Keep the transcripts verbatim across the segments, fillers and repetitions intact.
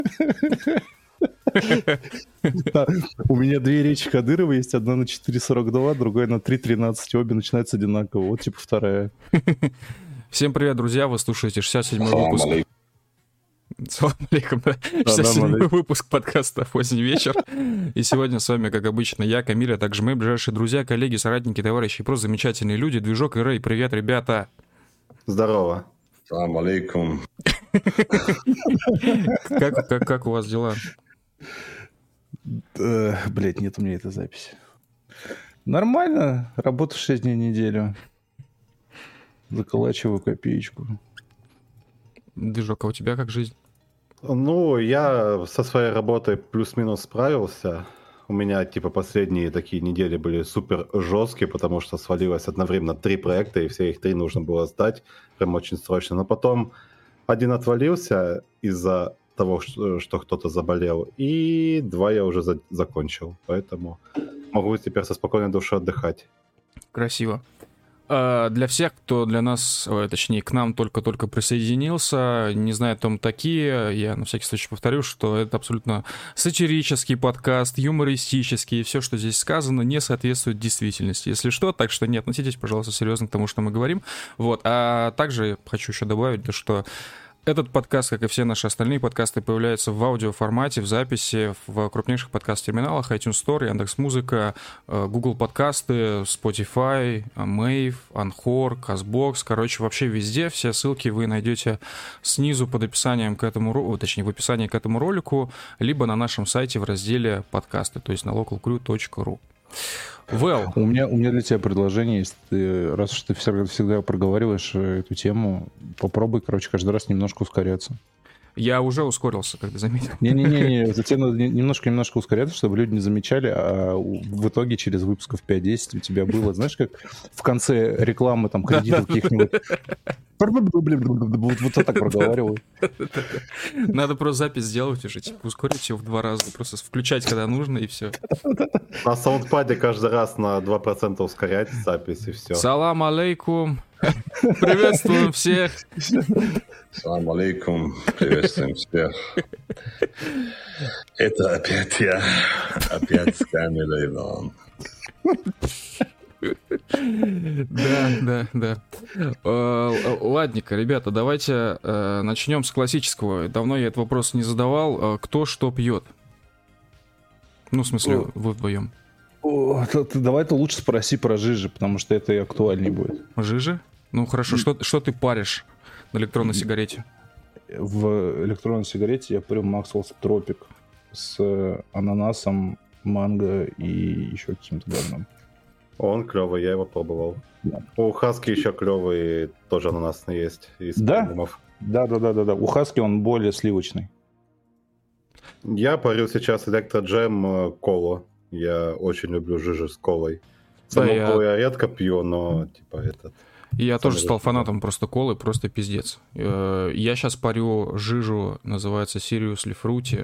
У меня две речи Кадырова есть, одна на четыре сорок два, другая на три тринадцать, обе начинаются одинаково, вот типа вторая. Всем привет, друзья, вы слушаете шестьдесят седьмой выпуск. Салам алейкум, да. шестьдесят седьмой выпуск подкаста «Поздний вечер». И сегодня с вами, как обычно, я, Камиль, а также мои ближайшие друзья, коллеги, соратники, товарищи и просто замечательные люди. Движок и Рэй. Привет, ребята. Здорово. Салам алейкум. Как, как, как у вас дела? Блять, нет у меня этой записи. Нормально. Работаю шесть дней в неделю. Заколачиваю копеечку. Движок, а у тебя как жизнь? Ну, я со своей работой плюс-минус справился. У меня, типа, последние такие недели были супер жесткие, потому что свалилось одновременно три проекта, и все их три нужно было сдать прям очень срочно. Но потом один отвалился из-за того, что, что кто-то заболел, и два я уже за- закончил. Поэтому могу теперь со спокойной душой отдыхать. Красиво. Для всех, кто для нас, точнее, к нам только-только присоединился, не знаю, кто мы такие, я на всякий случай повторю, что это абсолютно сатирический подкаст, юмористический, и все, что здесь сказано, не соответствует действительности, если что, так что не относитесь, пожалуйста, серьезно к тому, что мы говорим. Вот. А также хочу еще добавить, что этот подкаст, как и все наши остальные подкасты, появляются в аудиоформате, в записи в крупнейших подкаст-терминалах: iTunes Store, Яндекс.Музыка, Google подкасты, Spotify, Mave, Anchor, Castbox. Короче, вообще везде. Все ссылки вы найдете снизу под описанием к этому ролику, точнее, в описании к этому ролику, либо на нашем сайте в разделе подкасты, то есть на локалкрю точка ру. Well. У меня, у меня для тебя предложение есть. Ты, раз уж ты всегда, всегда проговариваешь эту тему, попробуй, короче, каждый раз немножко ускоряться. Я уже ускорился, как ты заметил. Не-не-не, затем надо немножко-немножко ускоряться, чтобы люди не замечали, а в итоге через выпусков пять-десять у тебя было, знаешь, как в конце рекламы там кредитов каких-нибудь. Вот так проговариваю. Надо просто запись сделать уже, типа ускорить его в два раза, просто включать, когда нужно, и все. На саундпаде каждый раз на два процента ускорять запись, и все. Салам алейкум. Приветствуем всех. Салам алейкум. Приветствуем всех. Это опять я. Опять с Камилой Иван. Да, да, да. Ладненько, ребята, давайте начнем с классического. Давно я этот вопрос не задавал. Кто что пьет? Ну, в смысле, вы вдвоем. О, ты, ты, давай ты лучше спроси про жижи, потому что это и актуальнее будет. Жижи? Ну хорошо, что, что ты паришь на электронной сигарете? В электронной сигарете я парю Maxwell's Tropic с ананасом, манго и еще каким-то говном. Он клевый, я его пробовал. Да. У Хаски еще клевый тоже ананасный есть. Из да? премиумов. Да, да, да, да, да. У Хаски он более сливочный. Я парю сейчас электроджем колу. Я очень люблю жижи с колой. Саму да, колу я... я редко пью, но типа этот... Я тоже стал фанатом просто колы, просто пиздец. Я сейчас парю жижу, называется Seriously Fruity.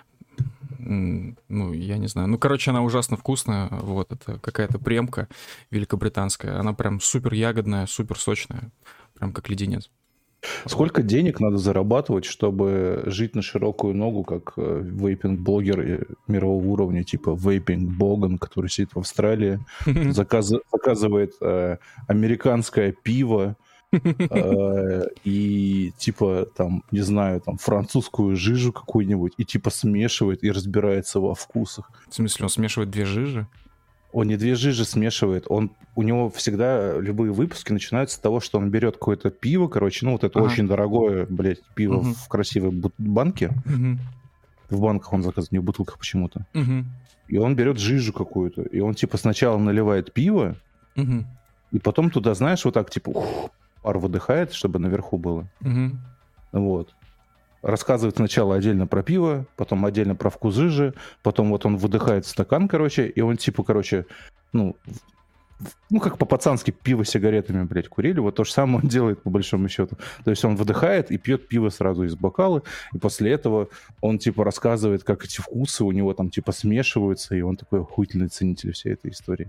Ну, я не знаю. Ну, короче, она ужасно вкусная. Вот, это какая-то премка великобританская. Она прям супер ягодная, супер сочная. Прям как леденец. Сколько вот. денег надо зарабатывать, чтобы жить на широкую ногу, как вейпинг-блогер мирового уровня, типа Vaping Bogan, который сидит в Австралии, заказ, заказывает э, американское пиво э, и типа там, не знаю, там французскую жижу какую-нибудь и типа смешивает и разбирается во вкусах. В смысле, он смешивает две жижи? Он не две жижи смешивает, он, у него всегда любые выпуски начинаются с того, что он берет какое-то пиво, короче, ну вот это ага. очень дорогое, блядь, пиво угу. в красивой банке. Угу. В банках он заказывает, не в бутылках почему-то. Угу. И он берет жижу какую-то, и он типа сначала наливает пиво, угу. и потом туда, знаешь, вот так типа ух, пар выдыхает, чтобы наверху было. Угу. Вот. Рассказывает сначала отдельно про пиво, потом отдельно про вкус жижи, потом вот он выдыхает стакан, короче, и он типа, короче, ну, ну как по-пацански пиво сигаретами, блядь, курили, вот то же самое он делает по большому счету. То есть он выдыхает и пьет пиво сразу из бокала, и после этого он типа рассказывает, как эти вкусы у него там типа смешиваются, и он такой охуительный ценитель всей этой истории.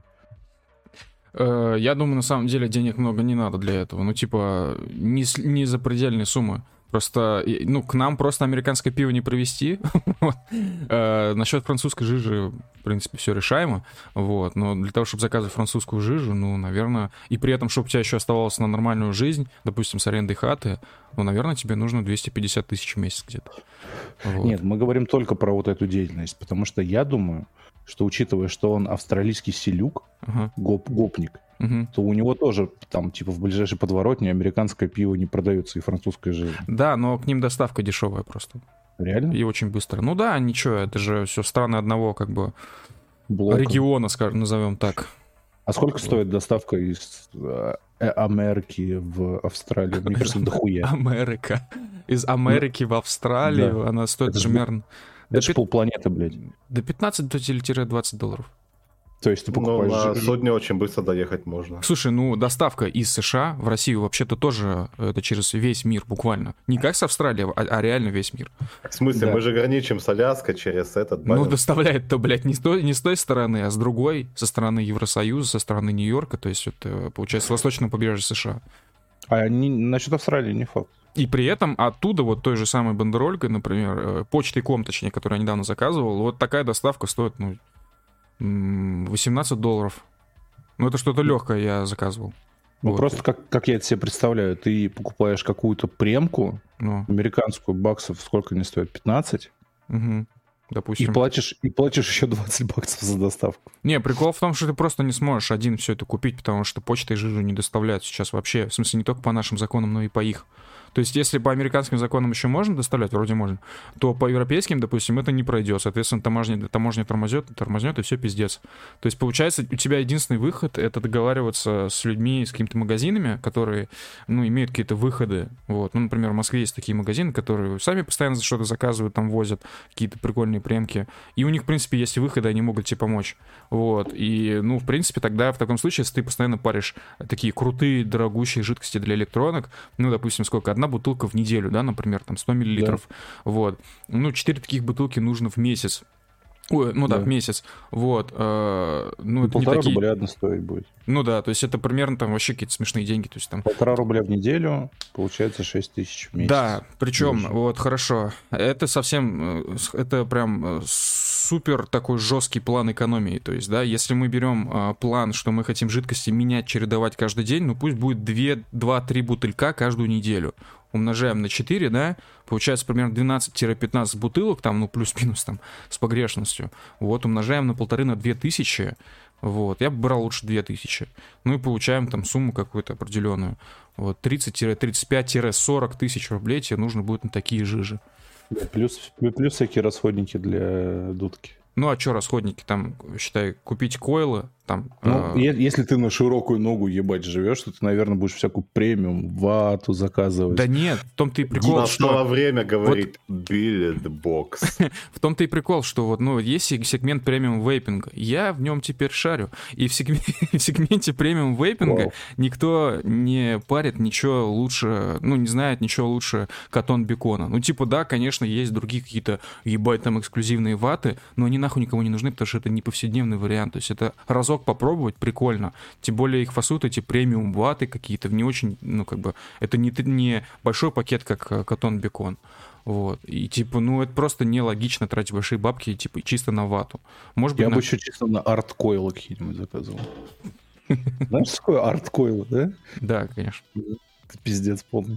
Я думаю, на самом деле денег много не надо для этого, ну типа не, не запредельные суммы. Просто, ну, к нам просто американское пиво не провести. Вот. э, насчет французской жижи, в принципе, все решаемо. Вот. Но для того, чтобы заказывать французскую жижу, ну, наверное... И при этом, чтобы у тебя еще оставалось на нормальную жизнь, допустим, с арендой хаты, ну, наверное, тебе нужно двести пятьдесят тысяч в месяц где-то. Вот. Нет, мы говорим только про вот эту деятельность, потому что я думаю, что, учитывая, что он австралийский селюк, Ага. гоп, гопник, Мгм. то у него тоже там, типа, в ближайшей подворотне американское пиво не продается и французская жижа. Да, но к ним доставка дешевая просто. Реально? И очень быстро. Ну да, ничего, это же все страны одного, как бы, Блока. региона, скажем, назовем так. А сколько стоит доставка из э, Америки в Австралию? Мне кажется, дохуя. Америка. Из Америки в Австралию Да. она стоит Это ж примерно Это же полпланеты, блядь. до пятнадцать-двадцать долларов. То есть ты Ну, покупаешь... на жи- сотню очень быстро доехать можно. Слушай, ну доставка из США в Россию вообще-то тоже это через весь мир буквально. Не как с Австралии, а, а реально весь мир. В смысле, Да. мы же граничим с Аляской через этот... Ну, баланс. доставляет-то, блядь, не с, той, не с той стороны, а с другой, со стороны Евросоюза, со стороны Нью-Йорка, то есть это, получается, с восточного побережья США. А не, насчет Австралии не факт. И при этом оттуда вот той же самой бандеролькой, например, э, почтой ком, точнее, которую я недавно заказывал, вот такая доставка стоит, ну, м, восемнадцать долларов. Ну, это что-то легкое я заказывал. Ну, Вот. просто как, как я это себе представляю, ты покупаешь какую-то премку, Ну, американскую, баксов, сколько они стоят? пятнадцать? мгм. И Допустим. платишь, и платишь еще двадцать баксов за доставку. Не, прикол в том, что ты просто не сможешь один все это купить, потому что почтой жижу не доставляют сейчас вообще. В смысле, не только по нашим законам, но и по их. То есть, если по американским законам еще можно доставлять, вроде можно, то по европейским, допустим, это не пройдет. Соответственно, таможня, таможня тормознет, тормознет, и все пиздец. То есть, получается, у тебя единственный выход — это договариваться с людьми, с какими-то магазинами, которые, ну, имеют какие-то выходы. Вот. Ну, например, в Москве есть такие магазины, которые сами постоянно что-то заказывают, там возят какие-то прикольные премки. И у них, в принципе, есть выходы, они могут тебе помочь. Вот. И, ну, в принципе, тогда в таком случае, если ты постоянно паришь такие крутые, дорогущие жидкости для электронок, ну, допустим, сколько? Одна бутылка в неделю, да, например, там сто миллилитров. Вот. Ну, четыре таких бутылки нужно в месяц. Ой, ну да, Да. в месяц. Вот. э, ну, это не Полтора такие... рубля одна стоить будет. Ну да, то есть это примерно там вообще какие-то смешные деньги. То есть там... Полтора рубля в неделю, получается шесть тысяч в месяц. Да, причем, Больше. вот, хорошо. Это совсем, э, с- это прям э, супер такой жесткий план экономии. То есть, да, если мы берем э, план, что мы хотим жидкости менять, чередовать каждый день, ну пусть будет два-три бутылька каждую неделю. Умножаем на четыре, да, получается примерно двенадцать-пятнадцать бутылок, там, ну, плюс-минус там, с погрешностью. Вот, умножаем на полторы, на две тысячи, вот, я бы брал лучше две тысячи. Ну и получаем там сумму какую-то определенную. Вот, тридцать-тридцать пять-сорок тысяч рублей тебе нужно будет на такие жижи. Да, Плюс, плюс всякие расходники для дудки. Ну, а что расходники? Там, считай, купить койлы, там... Ну, э, е- если ты на широкую ногу ебать живешь, то ты, наверное, будешь всякую премиум, вату заказывать. Да нет, в том-то и прикол, Настало что... время говорить Billet Box. В том-то и прикол, что вот, ну, есть се- сегмент премиум вейпинга. Я в нем теперь шарю. И в, сегме- в сегменте премиум вейпинга Вау. никто не парит ничего лучше, ну, не знает ничего лучше Катон Бекона. Ну, типа, да, конечно, есть другие какие-то, ебать, там, эксклюзивные ваты, но они нахуй никому не нужны, потому что это не повседневный вариант. То есть это разок попробовать, прикольно. Тем более их фасуют эти премиум ваты какие-то, в не очень, ну, как бы, это не, т- не большой пакет, как э, Катон Бекон. Вот. И типа, ну, это просто нелогично тратить большие бабки, типа, чисто на вату. Может быть, Я на- бы еще чисто на арткойлы какие-нибудь заказывал. Знаешь, что такое арткойлы, да? Да, конечно. Это пиздец полный.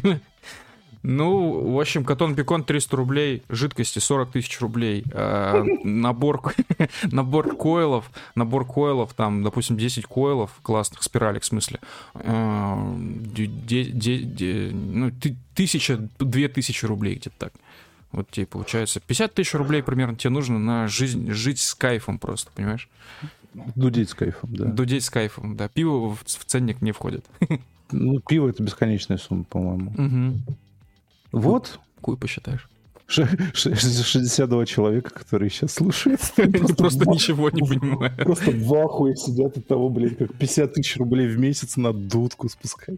Ну, в общем, Катон Бекон триста рублей, жидкости сорок тысяч рублей, а, набор, набор койлов, набор койлов, там, допустим, десять койлов классных, спиралек, в смысле, а, де- де- де- де- ну, ты- тысяча, две тысячи рублей где-то так. Вот тебе получается пятьдесят тысяч рублей примерно тебе нужно на жизнь, жить с кайфом просто, понимаешь? Дудеть с кайфом, да. Дудеть с кайфом, да. Пиво в, в ценник не входит. Ну, пиво — это бесконечная сумма, по-моему. Угу. Вот. Какую посчитаешь? Ш- ш- шестьдесят два человека, которые сейчас слушают. Просто в- ничего не понимаю. Просто в ахуе сидят от того, блядь, как пятьдесят тысяч рублей в месяц на дудку спускать.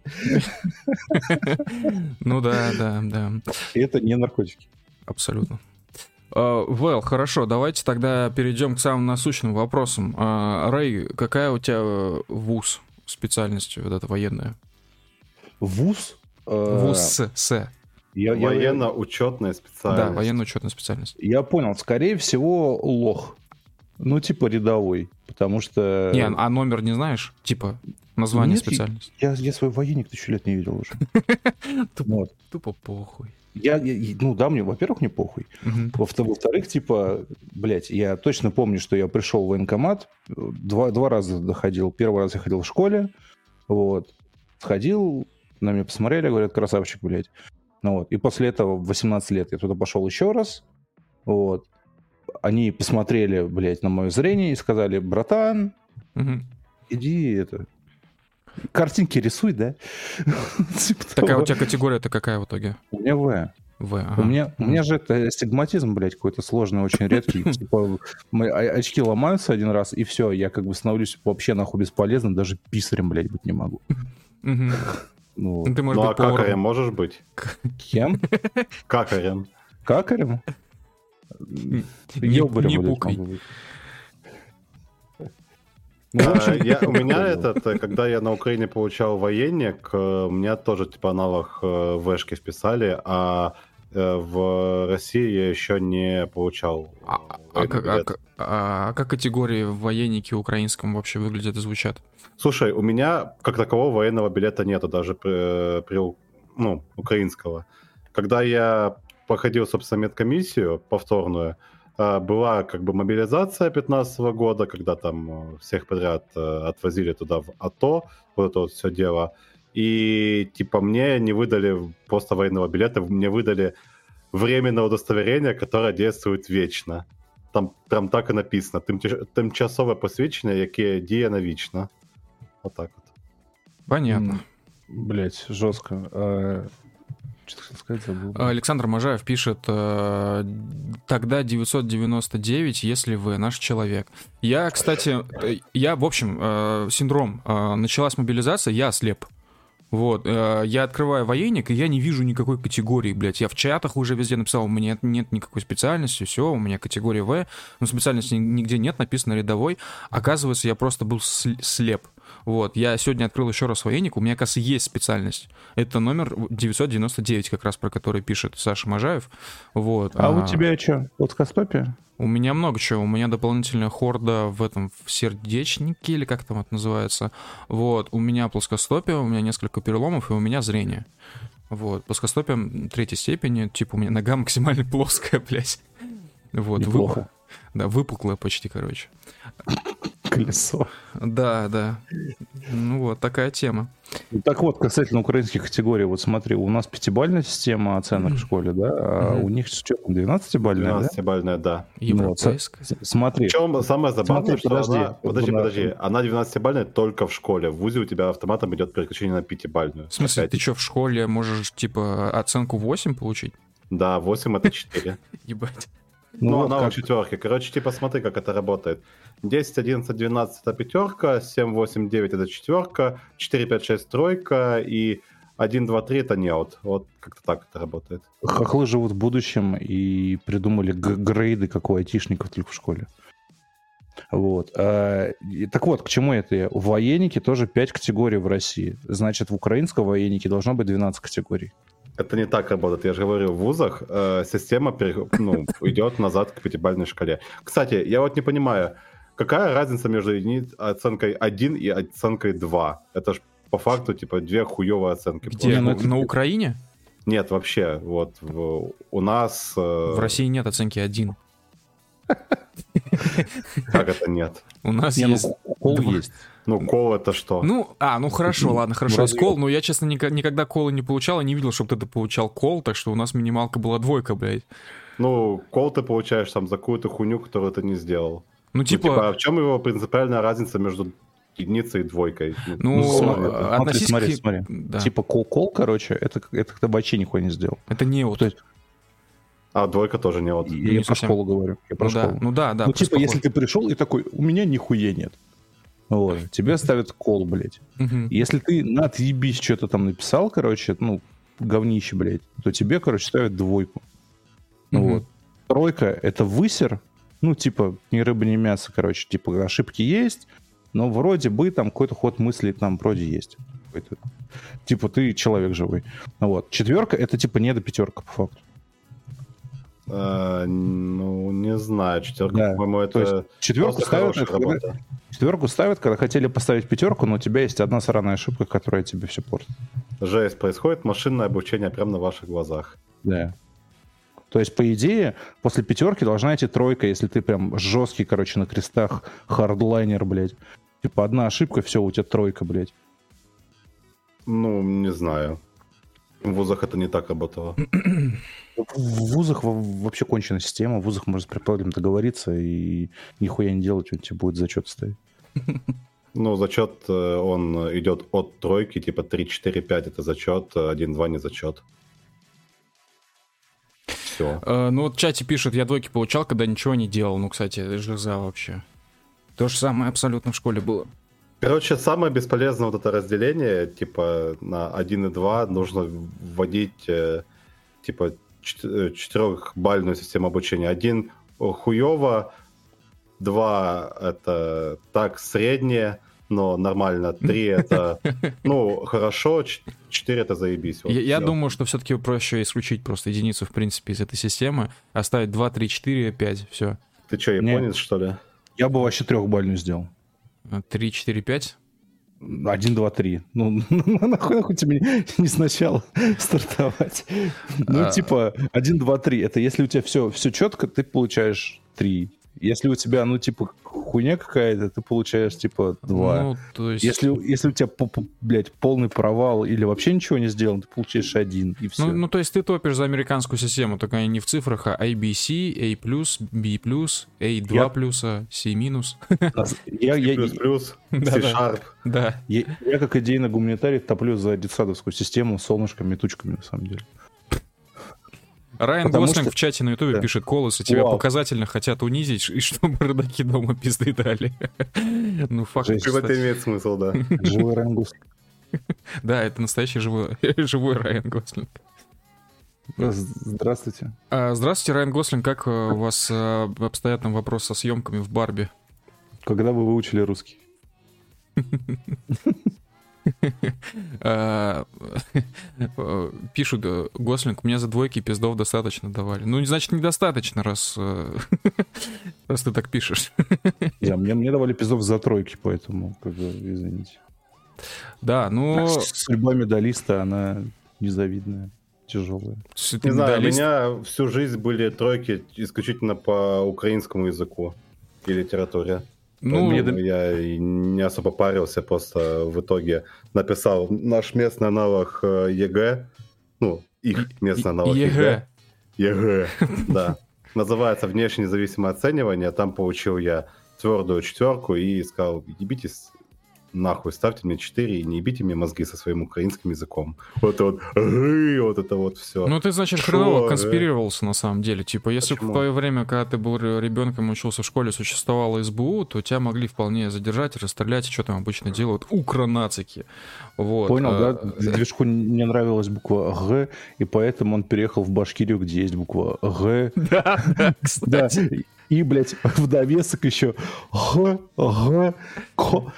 Ну да, да, да, И это не наркотики. абсолютно. Вэл, хорошо, давайте тогда перейдем к самым насущным вопросам. А, Рэй, какая у тебя э, вуз специальность вот эта военная? ВУЗ? э, Вуз с, с. Я, я, Военно-учетная специальность. Да, военно-учетная специальность. я понял, скорее всего, лох. Ну, типа рядовой, потому что... Не, а номер не знаешь? Типа название Нет, специальности? Я, я свой военник тысячу лет не видел уже. Тупо, Вот. тупо похуй. Я, я, ну да, мне, во-первых, не похуй. Мгм. Во-вторых, типа, блядь, я точно помню, что я пришел в военкомат, два, два раза доходил. Первый раз я ходил в школе, вот, сходил, на меня посмотрели, говорят, красавчик, блядь. Ну вот, и после этого в восемнадцать лет я туда пошел еще раз, вот. Они посмотрели, блядь, на мое зрение и сказали, братан, Мгм. иди это... Картинки рисуй, да? Типа Такая того. у тебя категория-то какая в итоге? У меня В. В. У ага. меня, у меня же это астигматизм, блядь, какой-то сложный, очень редкий. Типа, мои о- очки ломаются один раз, и все, я как бы становлюсь вообще нахуй бесполезным, даже писарем, блядь, быть не могу. Мгм. Ну, Ну, ты можешь Ну а быть поваром. какарем можешь быть? кем? Какарем. Какарем? Не, Ёбарем, не блядь, пукай. могу быть. Ну, в А, общем, я- У меня этот, э, когда я на Украине получал военник, э, у меня тоже типа аналог э, вешки вписали, а э, в России я еще не получал э, А, а военный как, а билет. как- а как категории в военнике украинском вообще выглядят и звучат? Слушай, у меня как такового военного билета нету, даже при, при у- ну, украинского. Когда я проходил, собственно, медкомиссию повторную, а, была как бы мобилизация пятнадцатого года, когда там э, всех подряд э, отвозили туда в АТО, вот это вот все дело. И типа мне не выдали просто военного билета, мне выдали временное удостоверение, которое действует вечно. Там прям так и написано. Тимча- Тимчасове посвідчення, яке діє навічно. Вот так вот. Понятно. м, блядь, жестко. А, Что-то хотел сказать, забыл. Александр Можаев пишет, э, тогда девятьсот девяносто девять, если вы наш человек. Я, кстати, э, я, в общем, э, синдром. Э, Началась мобилизация, я ослеп. Вот, э, я открываю военник, и я не вижу никакой категории, блядь. Я в чатах уже везде написал, у меня нет никакой специальности, все, у меня категория В, но специальности нигде нет, написано рядовой. Оказывается, я просто был сли- слеп. Вот, я сегодня открыл еще раз военник, у меня, оказывается, есть специальность. Это номер девятьсот девяносто девять, как раз про который пишет Саша Можаев. Вот. А у тебя что, плоскостопие? У меня много чего. У меня дополнительная хорда в этом, в сердечнике, или как там это называется. Вот. У меня плоскостопие, у меня несколько переломов, и у меня зрение. Вот. Плоскостопие третьей степени, типа у меня нога максимально плоская, блядь. Вот. Неплохо. Вы- Да, выпуклая почти, короче. Колесо. Да, да. Ну вот, такая тема. Ну, так вот, касательно украинских категорий, вот смотри, у нас пятибалльная система оценок в школе, да, а Мгм. у них что там, двенадцатибалльная, да? двенадцатибалльная, да. Европейская. С- Смотри, Причем самое забавное, Смотри, что подожди. она... Подожди, Она- подожди. Она двенадцатибалльная только в школе. В ВУЗе у тебя автоматом идет переключение на пятибалльную. В смысле, Опять. ты что, в школе можешь, типа, оценку восемь получить? Да, восемь это четыре. Ебать. ну, Ну, вот она как- у четверки. Короче, типа, смотри, как это работает. десять, одиннадцать, двенадцать это пятерка, семь, восемь, девять это четверка, четыре, пять, шесть тройка и один, два, три это неот. Вот как-то так это работает. хохлы живут в будущем и придумали г- грейды, как у айтишников, только в школе. Вот. А, и так вот, к чему это я? В военнике тоже пять категорий в России. Значит, в украинском военнике должно быть двенадцать категорий. Это не так работает. Я же говорил, в вузах э, система пере- ну, идет назад к пятибалльной шкале. Кстати, я вот не понимаю, какая разница между единиц- оценкой один и оценкой два? Это ж по факту типа две хуевые оценки. Где? Не, ну Ну, это- на Украине? Нет, вообще, вот в- у нас... э, В России нет оценки один. Как это нет? У нас Не, ну, есть... кол два. есть. Ну, кол это что? Ну, а, ну хорошо, ладно, хорошо, есть разве- кол, но я, честно, ника- никогда колы не получал, и не видел, чтобы кто-то получал кол, так что у нас минималка была двойка, блядь. Ну, кол ты получаешь там за какую-то хуйню, которую ты не сделал. Ну, Ну, типа, а в чем его принципиальная разница между единицей и двойкой? ну, Ну, смотри, э, смотри, относись смотри, к... смотри. Да. Типа кол-кол, короче, это, это когда вообще нихуя не сделал. Это не вот. То есть, А двойка тоже не вот. я не про совсем. школу говорю. Я про Ну да, школу. ну да, да. ну, просто типа, если похоже. ты пришел и такой, у меня нихуя нет. Вот, тебе ставят кол, блядь. Мгм. Если ты на отъебись что-то там написал, короче, ну, говнище, блядь, то тебе, короче, ставят двойку. Ну Мгм. вот. Тройка — это высер, ну, типа, ни рыба, ни мясо, короче, типа, ошибки есть, но вроде бы там какой-то ход мысли там вроде есть. Какой-то. Типа ты человек живой. Вот. Четверка — это типа не до пятерка, по факту. А, ну, не знаю. Четверка, Да. по-моему, это То есть четверку ставят, это когда, четверку ставят, когда хотели поставить пятерку, но у тебя есть одна сраная ошибка, которая тебе все портит. Жесть, происходит машинное обучение прямо на ваших глазах. Да. То есть, по идее, после пятерки должна идти тройка, если ты прям жесткий, короче, на крестах, хардлайнер, блядь. Типа одна ошибка, все, у тебя тройка, блядь. Ну, не знаю. В вузах это не так работало. В вузах вообще конченая система. В вузах можно с преподавателем договориться и нихуя не делать, он тебе будет зачет ставить. Ну, зачет, он идет от тройки, типа три, четыре, пять это зачет, один, два не зачет. Все. Э, ну вот в чате пишут, я двойки получал, когда ничего не делал. Ну, кстати, это жиза вообще. То же самое абсолютно в школе было. Короче, самое бесполезное вот это разделение, типа на один и два нужно вводить, э, типа, четырехбальную систему обучения. Один хуёво, два это так среднее, но нормально, три это, ну, хорошо, четыре это заебись. Вот, я я всё. думаю, что все-таки проще исключить просто единицу, в принципе, из этой системы, оставить два, три, четыре, пять, все. Ты что, японец, что ли? Я бы вообще трехбальную сделал. три, четыре, пять? Один, два, три. Ну, нахуй, нахуй тебе не сначала стартовать. Ну, А. типа, один, два, три. Это если у тебя все, все четко, ты получаешь три. Если у тебя, ну, типа, хуйня какая-то, ты получаешь, типа, два. Ну, то есть... Если, если у тебя, блядь, полный провал или вообще ничего не сделан, ты получаешь один, и все. Ну, ну, то есть ты топишь за американскую систему, только не в цифрах, а A, B, C, A+, B+, A два+, C-. Я, я, я, Плюс-плюс, Да-да. C-Sharp. Да. я, я как идейный гуманитарий топлю за детсадовскую систему с солнышками и тучками, на самом деле. Райан Потому Гослинг что- в чате на ютубе Да. пишет: колосы тебя Вау. показательно хотят унизить, и чтобы родаки дома пизды дали. Ну, факт. Жесть. Это кстати. имеет смысл, да. Живой рангус. Да, это настоящий живой, живой Райан Гослинг. Здравствуйте. А, здравствуйте, Райан Гослинг. Как э, у вас э, обстоят там вопрос со съемками в Барби? Когда вы выучили русский? А, э, Пишут: э, Гослинг, мне за двойки пиздов достаточно давали. Ну, значит, недостаточно, раз, э, раз ты так пишешь. Я, мне, мне давали пиздов за тройки, поэтому, как бы, извините. Да, ну... Судьба медалиста, она незавидная, тяжелая. с- ты Не знаю, у медалист. меня всю жизнь были тройки исключительно по украинскому языку и литературе. Ну, Поэтому я и не особо парился, просто в итоге написал наш местный аналог э, ЕГЭ, ну, их местный аналог ЕГЭ. ЕГЭ. ЕГЭ, да. Называется внешне независимое оценивание. Там получил я твердую четверку и сказал: ебитесь нахуй, ставьте мне четыре и не ебите мне мозги со своим украинским языком. Вот это вот, «Эй», вот это вот все. Ну, ты, значит, Шо, хреново э? конспирировался на самом деле. Типа, если бы в Почему? твое время, когда ты был ребенком и учился в школе, существовало СБУ, то тебя могли вполне задержать, расстрелять, и что там обычно делают укронацики. Вот. Понял, а, да? Движку не нравилась буква Г, и поэтому он переехал в Башкирию, где есть буква Г. Да, да, Да, кстати. и, блядь, в довесок еще Г, Г, Ко,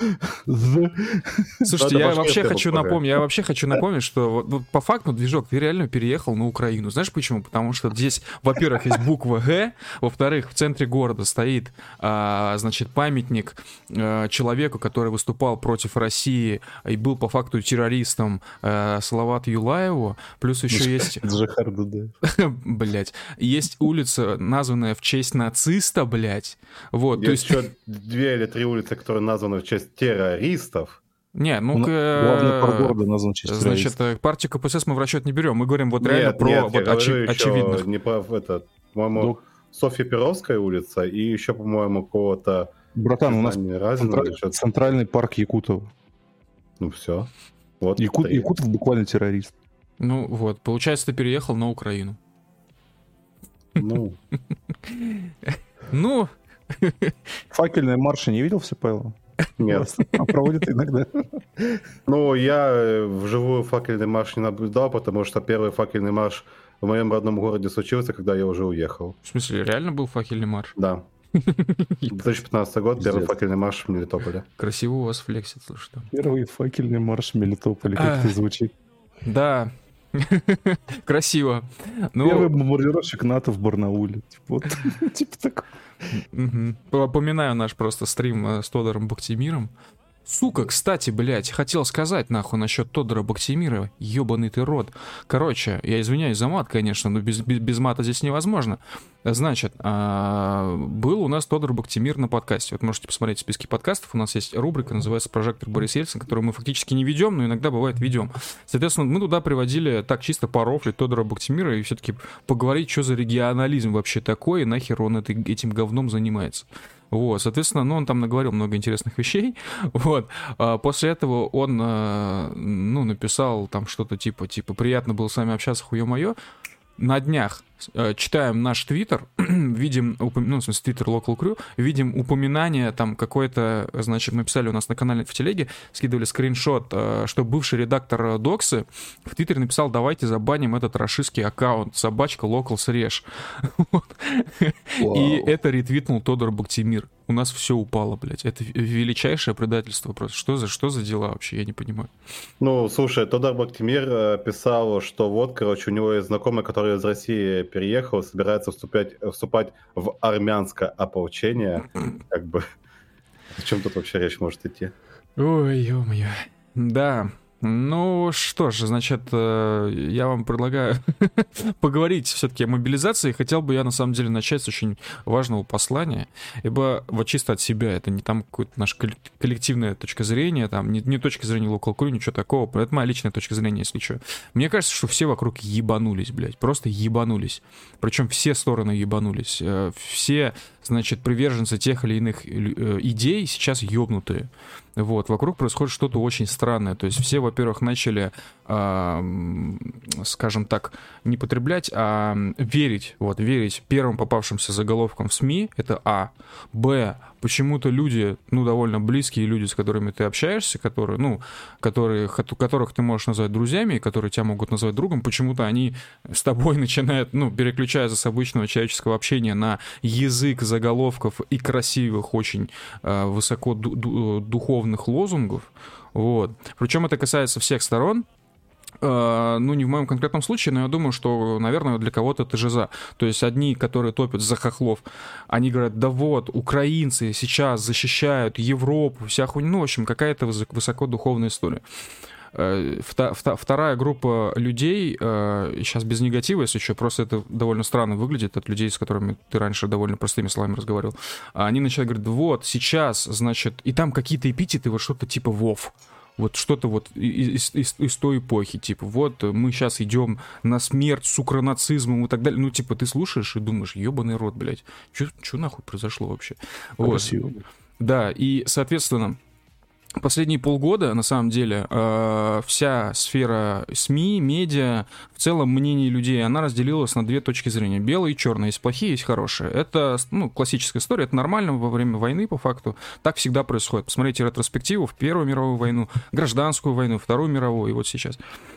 З. Слушайте, Это я вообще башкирская хочу буква «Г». напомнить, я вообще хочу напомнить, что вот, вот по факту, движок, ты реально переехал на Украину. Знаешь почему? Потому что здесь, во-первых, есть буква Г, во-вторых, в центре города стоит, а, значит, памятник а, человеку, который выступал против России и был по факту террористом, а, Салавату Юлаеву. Плюс еще есть, Джихар Дудаев. блять, есть улица, названная в честь нациста, блять. Вот, то Есть есть, еще две или три улицы, которые названы в честь террористов. не, ну Он- Главный порт города назван в честь Значит, террориста. э, партию ка пэ эс эс мы в расчет не берем. Мы говорим вот реально Нет, про нет, вот я говорю очи- еще очевидных. не про это, по-моему, Ну, Софья Перовская улица и еще, по-моему, какого-то... братан, у нас не Разина центра- или что-то. центральный парк Якутова. Ну все. Вот Якут- три. Якутов буквально террорист. Ну вот, получается, ты переехал на Украину. Ну, Ну, Факельные марши не видел все, Павел? нет. Проводят иногда. Ну, я э, вживую факельный марш не наблюдал, потому что первый факельный марш в моем родном городе случился, когда я уже уехал. в смысле, реально был факельный марш? Да. две тысячи пятнадцатый год, первый факельный марш в Мелитополе. Красиво у вас флексит, слушай. Там. Первый факельный марш в Мелитополе, как это звучит. Да, красиво. Первый бомбардировщик НАТО в Барнауле. Типа такого. Попоминаю наш просто стрим с Тодором Бахтимиром. Сука, кстати, блядь, хотел сказать нахуй насчет Тодора Бахтимира, ёбаный ты рот. Короче, я извиняюсь за мат, конечно, но без, без, без мата здесь невозможно. Значит, а, был у нас Тодор Бахтимир на подкасте. Вот можете посмотреть в списке подкастов. У нас есть рубрика, называется «Прожектор Борис Ельцин», которую мы фактически не ведем, но иногда бывает ведем. Соответственно, мы туда приводили так чисто порофлить Тодора Бахтимира и все-таки поговорить, что за регионализм вообще такой, и нахер он это, этим говном занимается. Вот, соответственно, ну, он там наговорил много интересных вещей, вот, а после этого он, ну, написал там что-то типа, типа, приятно было с вами общаться, хуё-моё. На днях читаем наш твиттер, видим, ну, в смысле, твиттер Local Crew, видим упоминание там какое-то, значит, мы писали у нас на канале в телеге, скидывали скриншот, что бывший редактор Доксы в твиттере написал: давайте забаним этот рашистский аккаунт, собачка Locals.Reж. И это ретвитнул Тодор Бахтимир. У нас все упало, блядь. Это величайшее предательство просто. Что за, что за дела вообще? Я не понимаю. Ну, слушай, Тодор Бахтимир писал, что вот, короче, у него есть знакомый, который из России переехал, собирается вступать, вступать в армянское ополчение. Как бы, о чем тут вообще речь может идти? Ой, ё-моё. Да. Ну что ж, значит, я вам предлагаю поговорить все-таки о мобилизации. Хотел бы я, на самом деле, начать с очень важного послания, ибо вот чисто от себя, это не там какая-то наша коллективная точка зрения, там не, не точка зрения Local Crew, ничего такого, это моя личная точка зрения, если что. Мне кажется, что все вокруг ебанулись, блядь, просто ебанулись. Причем все стороны ебанулись. Все, значит, приверженцы тех или иных идей сейчас ебнутые. Вот, вокруг происходит что-то очень странное. То есть все, во-первых, начали, э, скажем так, не потреблять, а верить. Вот, верить первым попавшимся заголовкам в СМИ. Это А. Б. Почему-то люди, ну, довольно близкие люди, с которыми ты общаешься, которые, ну, которые, которых ты можешь назвать друзьями, которые тебя могут назвать другом, почему-то они с тобой начинают, ну, переключаясь с обычного человеческого общения на язык заголовков и красивых, очень э, высоко духовных лозунгов. Вот. Причем это касается всех сторон. Uh, ну, не в моем конкретном случае, но я думаю, что, наверное, для кого-то это жиза. То есть одни, которые топят за хохлов, они говорят: да вот, украинцы сейчас защищают Европу, вся хуйня. Ну, в общем, какая-то высокодуховная история. Uh, вторая группа людей, uh, сейчас без негатива, если что, просто это довольно странно выглядит от людей, с которыми ты раньше довольно простыми словами разговаривал. Они начинают говорить: вот, сейчас, значит, и там какие-то эпитеты, вот что-то типа «Вов». Вот что-то вот из, из, из той эпохи, типа, вот мы сейчас идем на смерть с укронацизмом и так далее. Ну, типа, ты слушаешь и думаешь: ебаный рот, блядь, что нахуй произошло вообще? Вот. Да, и, соответственно, последние полгода, на самом деле, э, вся сфера СМИ, медиа, в целом мнение людей, она разделилась на две точки зрения. Белые и черные. Есть плохие, есть хорошие. Это, ну, классическая история, это нормально во время войны, по факту. Так всегда происходит. Посмотрите ретроспективу в Первую мировую войну, Гражданскую войну, Вторую мировую и вот сейчас.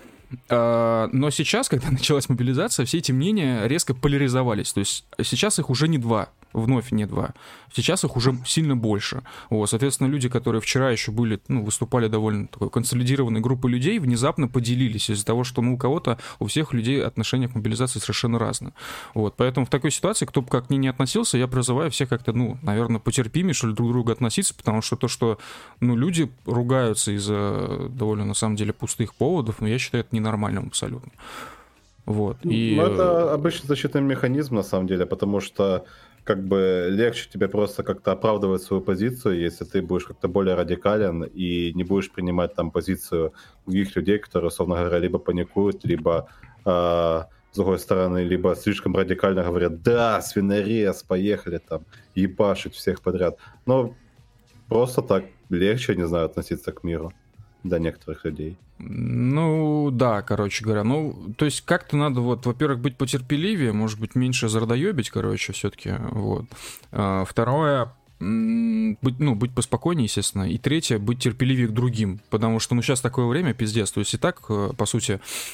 Но сейчас, когда началась мобилизация, все эти мнения резко поляризовались. То есть сейчас их уже не два, вновь не два. Сейчас их уже сильно больше. Вот, соответственно, люди, которые вчера еще были, ну, выступали довольно такой консолидированной группой людей, внезапно поделились из-за того, что, ну, у кого-то, у всех людей отношение к мобилизации совершенно разное. Вот, поэтому в такой ситуации, кто бы как ни не относился, я призываю всех как-то, ну, наверное, потерпимее, что ли, друг к другу относиться, потому что то, что, ну, люди ругаются из-за довольно, на самом деле, пустых поводов, но я считаю, это ненормальным абсолютно. Вот. И... Ну, это обычный защитный механизм, на самом деле, потому что как бы легче тебе просто как-то оправдывать свою позицию, если ты будешь как-то более радикален и не будешь принимать там позицию других людей, которые, условно говоря, либо паникуют, либо, э, с другой стороны, либо слишком радикально говорят: да, свинорез, поехали там ебашить всех подряд. Но просто так легче, не знаю, относиться к миру для некоторых людей. Ну, да, короче говоря. Ну, то есть как-то надо, вот, во-первых, быть потерпеливее, может быть, меньше зародоебить, короче, все-таки, вот. А, второе, быть, ну, быть поспокойнее, естественно. И третье, быть терпеливее к другим, потому что, ну, сейчас такое время, пиздец. То есть и так, по сути,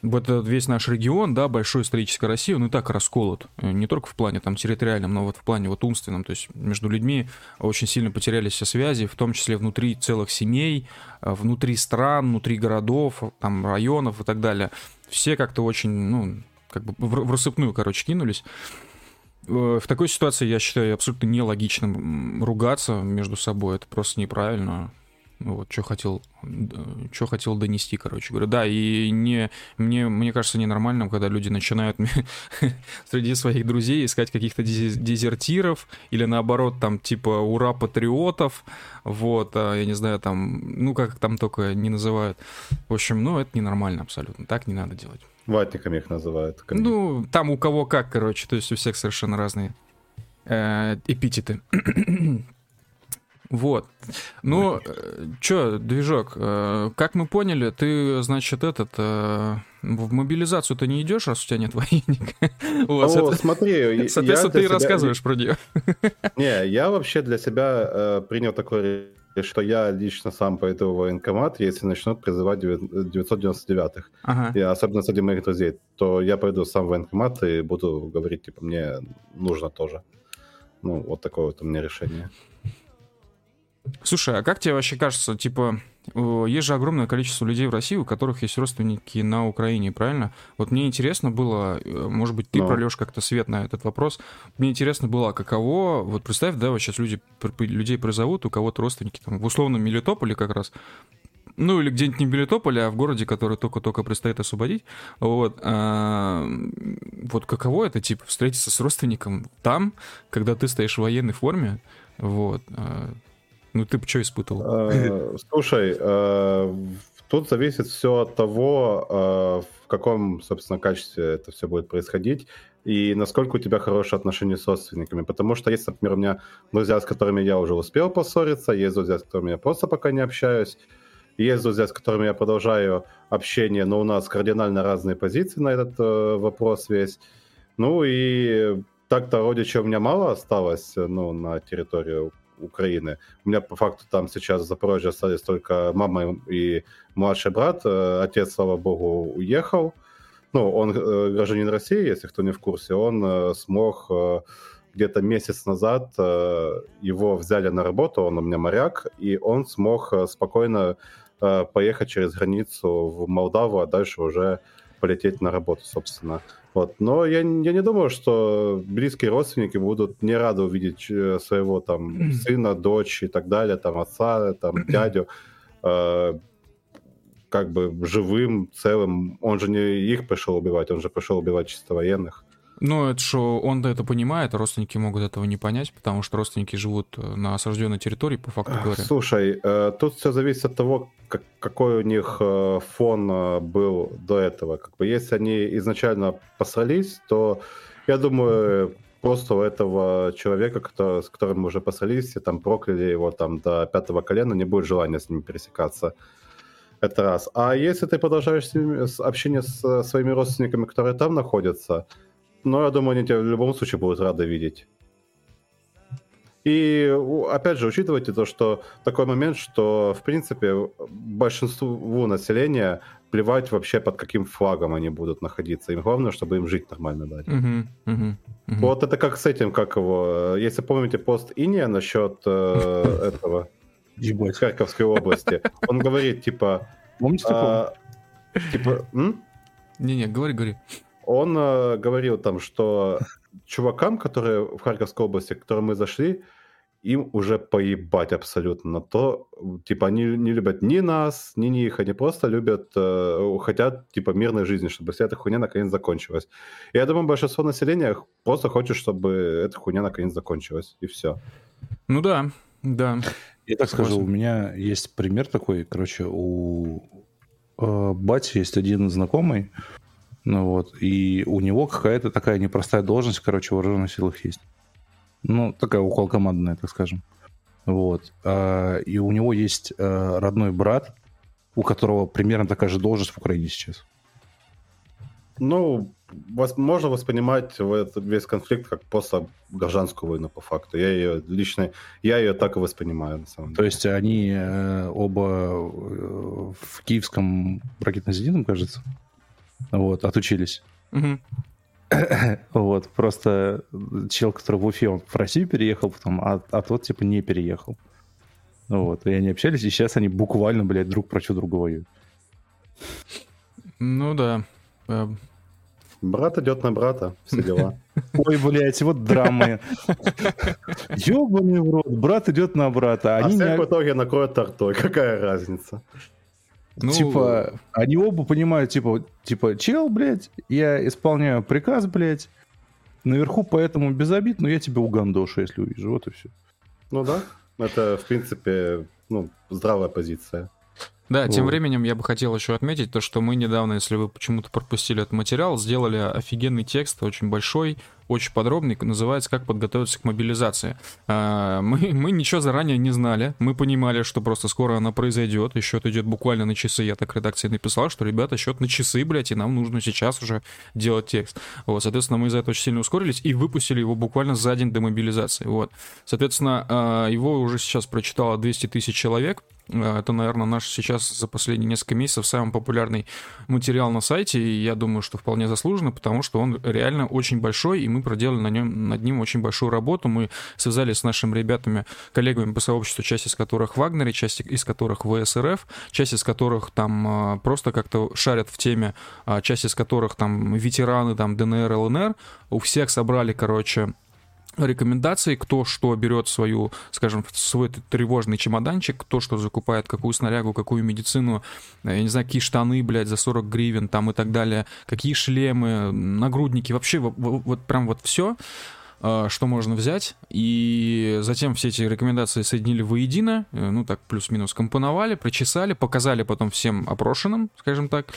вот этот весь наш регион, да, большой исторической России, он и так расколот. Не только в плане там территориальном, но вот в плане вот умственном. То есть между людьми очень сильно потерялись все связи, в том числе внутри целых семей, внутри стран, внутри городов, там, районов и так далее. Все как-то очень, ну, как бы в рассыпную, короче, кинулись. В такой ситуации, я считаю, абсолютно нелогичным ругаться между собой. Это просто неправильно. Вот, что хотел, что хотел донести, короче говоря. Да, и не, мне, мне кажется ненормальным, когда люди начинают среди своих друзей искать каких-то дезертиров или наоборот, там, типа, ура, патриотов, вот, а, я не знаю, там, ну, как там только не называют. В общем, ну, это ненормально абсолютно, так не надо делать. Ватниками их называют. Ну, там у кого как, короче, то есть у всех совершенно разные э, эпитеты. Вот. Ну, чё, движок, как мы поняли, ты, значит, этот, в мобилизацию-то не идешь, раз у тебя нет военника? О, смотри, соответственно, ты рассказываешь про нее. Не, я вообще для себя принял такое решение, что я лично сам пойду в военкомат, если начнут призывать девятьсот девяносто девятых, ага. И особенно среди моих друзей, то я пойду сам в военкомат и буду говорить, типа, мне нужно тоже. Ну, вот такое вот у меня решение. Слушай, а как тебе вообще кажется, типа, есть же огромное количество людей в России, у которых есть родственники на Украине, правильно? Вот мне интересно было, может быть, ты Но. прольешь как-то свет на этот вопрос, мне интересно было, каково, вот представь, да, вот сейчас люди, людей призовут, у кого-то родственники там в условном Мелитополе как раз, ну или где-нибудь не в Мелитополе, а в городе, который только-только предстоит освободить, вот, а, вот каково это, типа, встретиться с родственником там, когда ты стоишь в военной форме, вот, а, ну, ты бы что испытывал? Слушай, тут зависит все от того, в каком, собственно, качестве это все будет происходить и насколько у тебя хорошие отношения с родственниками. Потому что есть, например, у меня друзья, с которыми я уже успел поссориться, есть друзья, с которыми я просто пока не общаюсь, есть друзья, с которыми я продолжаю общение, но у нас кардинально разные позиции на этот вопрос весь. Ну и так-то родичей у меня мало осталось, ну, на территории Украины. У меня по факту там сейчас в Запорожье остались только мама и младший брат. Отец, слава богу, уехал. Ну, он гражданин России, если кто не в курсе. Он смог где-то месяц назад, его взяли на работу, он у меня моряк, и он смог спокойно поехать через границу в Молдаву, а дальше уже полететь на работу, собственно. Вот. Но я, я не думаю, что близкие родственники будут не рады увидеть своего там сына, дочь и так далее, там отца, там дядю, э, как бы живым, целым. Он же не их пришел убивать, он же пришел убивать чисто военных. Ну, это что, он-то это понимает, а родственники могут этого не понять, потому что родственники живут на осажденной территории, по факту говоря. Слушай, тут все зависит от того, как, какой у них фон был до этого. Как бы, если они изначально посрались, то, я думаю, просто у этого человека, кто, с которым мы уже посрались, и там прокляли его там до пятого колена, не будет желания с ними пересекаться. Это раз. А если ты продолжаешь с ними, с, общение с своими родственниками, которые там находятся, но я думаю, они тебя в любом случае будут рады видеть. И, опять же, учитывайте то, что такой момент, что, в принципе, большинству населения плевать вообще, под каким флагом они будут находиться. Им главное, чтобы им жить нормально дать. Uh-huh, uh-huh, uh-huh. Вот это как с этим, как его... Если помните пост Иния насчет э, этого, Харьковской области, он говорит, типа... Помните такого? Типа... Не-не, говори, говори. Он э, говорил там, что чувакам, которые в Харьковской области, к которым мы зашли, им уже поебать абсолютно на то. Типа они не любят ни нас, ни них. Они просто любят, э, хотят типа мирной жизни, чтобы вся эта хуйня наконец закончилась. И я думаю, большинство населения просто хочет, чтобы эта хуйня наконец закончилась. И все. Ну да, да. Я так скажу, у меня есть пример такой. Короче, у э, бати есть один знакомый, ну вот, и у него какая-то такая непростая должность, короче, в вооруженных силах есть. Ну, такая околокомандная, так скажем. Вот. И у него есть родной брат, у которого примерно такая же должность в Украине сейчас. Ну, можно воспринимать весь конфликт как просто гражданскую войну, по факту. Я ее лично, я ее так и воспринимаю, на самом деле. То есть они оба в киевском ракетно-зенитном, кажется? Вот, отучились. Угу. Вот, просто чел, который в Уфе, он в Россию переехал потом, а, а тот, типа, не переехал. Вот, и они общались, и сейчас они буквально, блядь, друг против друга воюют. Ну да. Брат идет на брата, все дела. Ой, блядь, вот драмы. Ёбаный в рот, брат идет на брата. А Они всех не... в итоге накроют тортой, какая разница? Ну... Типа, они оба понимают, типа, типа, чел, блядь, я исполняю приказ, блядь, наверху, поэтому без обид, но я тебя угандошу, если увижу, вот и все. Ну да, это, в принципе, ну, здравая позиция. Да, тем Вот. временем я бы хотел еще отметить то, что мы недавно, если вы почему-то пропустили этот материал, сделали офигенный текст, очень большой, очень подробный, называется «Как подготовиться к мобилизации». А, мы, мы ничего заранее не знали, мы понимали, что просто скоро она произойдет, и счет идет буквально на часы. Я так редакции написал, что, ребята, счет на часы, блядь, и нам нужно сейчас уже делать текст. Вот, соответственно, мы из-за этого очень сильно ускорились и выпустили его буквально за день до мобилизации. Вот. Соответственно, его уже сейчас прочитало двести тысяч человек. Это, наверное, наш сейчас за последние несколько месяцев самый популярный материал на сайте, и я думаю, что вполне заслуженно, потому что он реально очень большой, и мы проделали на нем, над ним очень большую работу. Мы связались с нашими ребятами, коллегами по сообществу, часть из которых в Вагнере, часть из которых в ВСРФ, часть из которых там просто как-то шарят в теме, часть из которых там ветераны там ДНР, ЛНР. У всех собрали, короче, рекомендации, кто что берет свою, скажем, свой тревожный чемоданчик, кто что закупает, какую снарягу, какую медицину, я не знаю, какие штаны, блядь, за сорок гривен там и так далее, какие шлемы, нагрудники, вообще вот, вот прям вот все, что можно взять, и затем все эти рекомендации соединили воедино, ну так плюс-минус компоновали, прочесали, показали потом всем опрошенным, скажем так,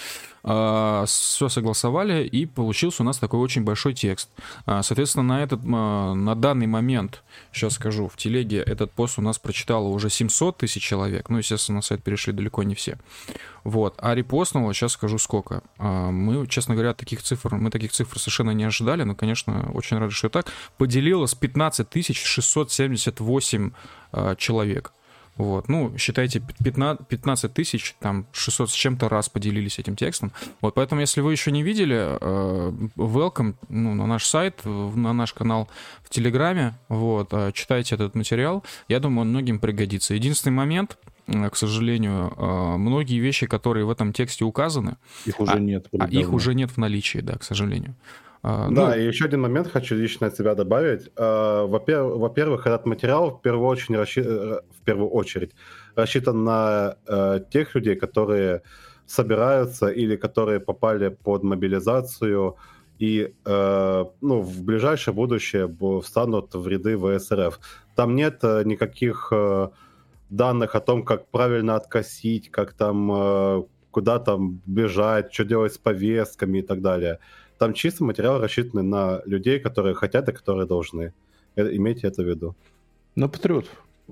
все согласовали, и получился у нас такой очень большой текст. Соответственно, на этот, на данный момент, сейчас скажу, в телеге этот пост у нас прочитало уже семьсот тысяч человек, ну, естественно, на сайт перешли далеко не все. Вот, а репостнуло, сейчас скажу сколько. Мы, честно говоря, таких цифр, мы таких цифр совершенно не ожидали, но, конечно, очень рады, что так. Поделилось пятнадцать тысяч шестьсот семьдесят восемь человек. Вот, ну, считайте, пятнадцать тысяч, там, шестьсот с чем-то раз поделились этим текстом. Вот, поэтому, если вы еще не видели, welcome, ну, на наш сайт, на наш канал в Телеграме, вот, читайте этот материал. Я думаю, он многим пригодится. Единственный момент, к сожалению, многие вещи, которые в этом тексте указаны, их уже а, нет. А их уже нет в наличии, да, к сожалению. Да, ну, и еще один момент хочу лично от себя добавить. Во-первых, во-первых, этот материал в первую очередь, расщи... в первую очередь рассчитан на тех людей, которые собираются или которые попали под мобилизацию и ну, в ближайшее будущее встанут в ряды ВСРФ. Там нет никаких данных о том, как правильно откосить, как там, куда там бежать, что делать с повестками и так далее. Там чисто материал рассчитанный на людей, которые хотят и которые должны. Имейте это в виду. На патриотов.